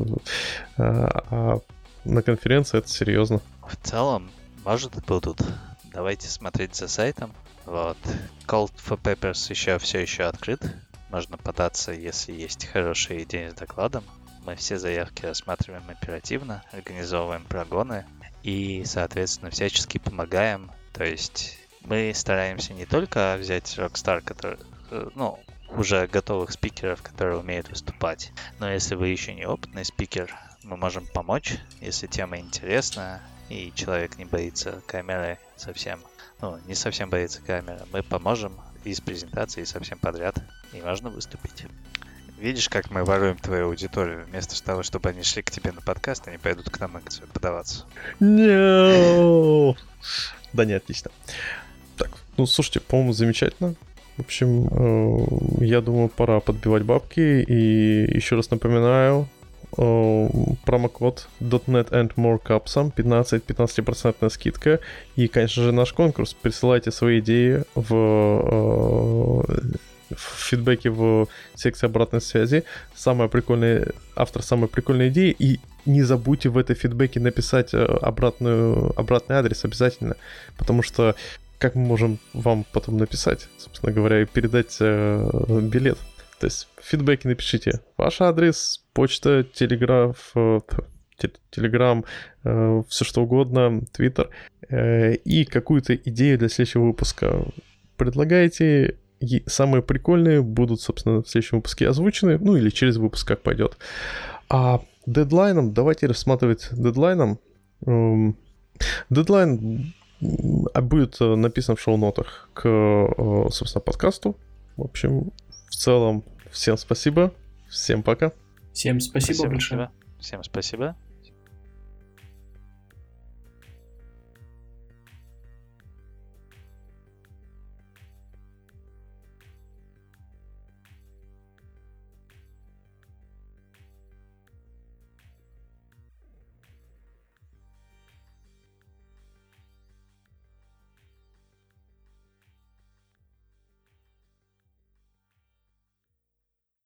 А на конференции это серьезно. В целом, может, будут. Давайте смотреть за сайтом. Вот. Call for Papers еще все еще открыт. Можно податься, если есть хорошие идеи с докладом. Мы все заявки рассматриваем оперативно, организовываем прогоны и, соответственно, всячески помогаем. То есть мы стараемся не только взять Rockstar, который, ну, уже готовых спикеров, которые умеют выступать, но если вы еще не опытный спикер, мы можем помочь, если тема интересна и человек не боится камеры совсем, ну, не совсем боится камеры, мы поможем и с презентацией совсем подряд, и можно выступить. Видишь, как мы воруем твою аудиторию? Вместо того, чтобы они шли к тебе на подкаст, они пойдут к нам на лекцию подаваться. No! Да не, отлично. Так, ну слушайте, по-моему, замечательно. В общем, я думаю, пора подбивать бабки. И еще раз напоминаю, промокод .дот нет and more капсом, пятнадцать процентов скидка. И, конечно же, наш конкурс. Присылайте свои идеи в... фидбэки в секции обратной связи. Самая прикольная, автор самой прикольной идеи. И не забудьте в этой фидбэке написать обратную, обратный адрес обязательно. Потому что как мы можем вам потом написать, собственно говоря, и передать э, билет? То есть в фидбэке напишите ваш адрес, почта, телеграф, э, телеграм, э, все что угодно, твиттер, э, и какую-то идею для следующего выпуска предлагаете. И самые прикольные будут, собственно, в следующем выпуске озвучены, ну или через выпуск как пойдет. А дедлайном, давайте рассматривать дедлайном. Дедлайн будет написан в шоу-нотах к, собственно, подкасту. В общем, в целом, всем спасибо, всем пока. Всем спасибо, спасибо большое. Всем спасибо.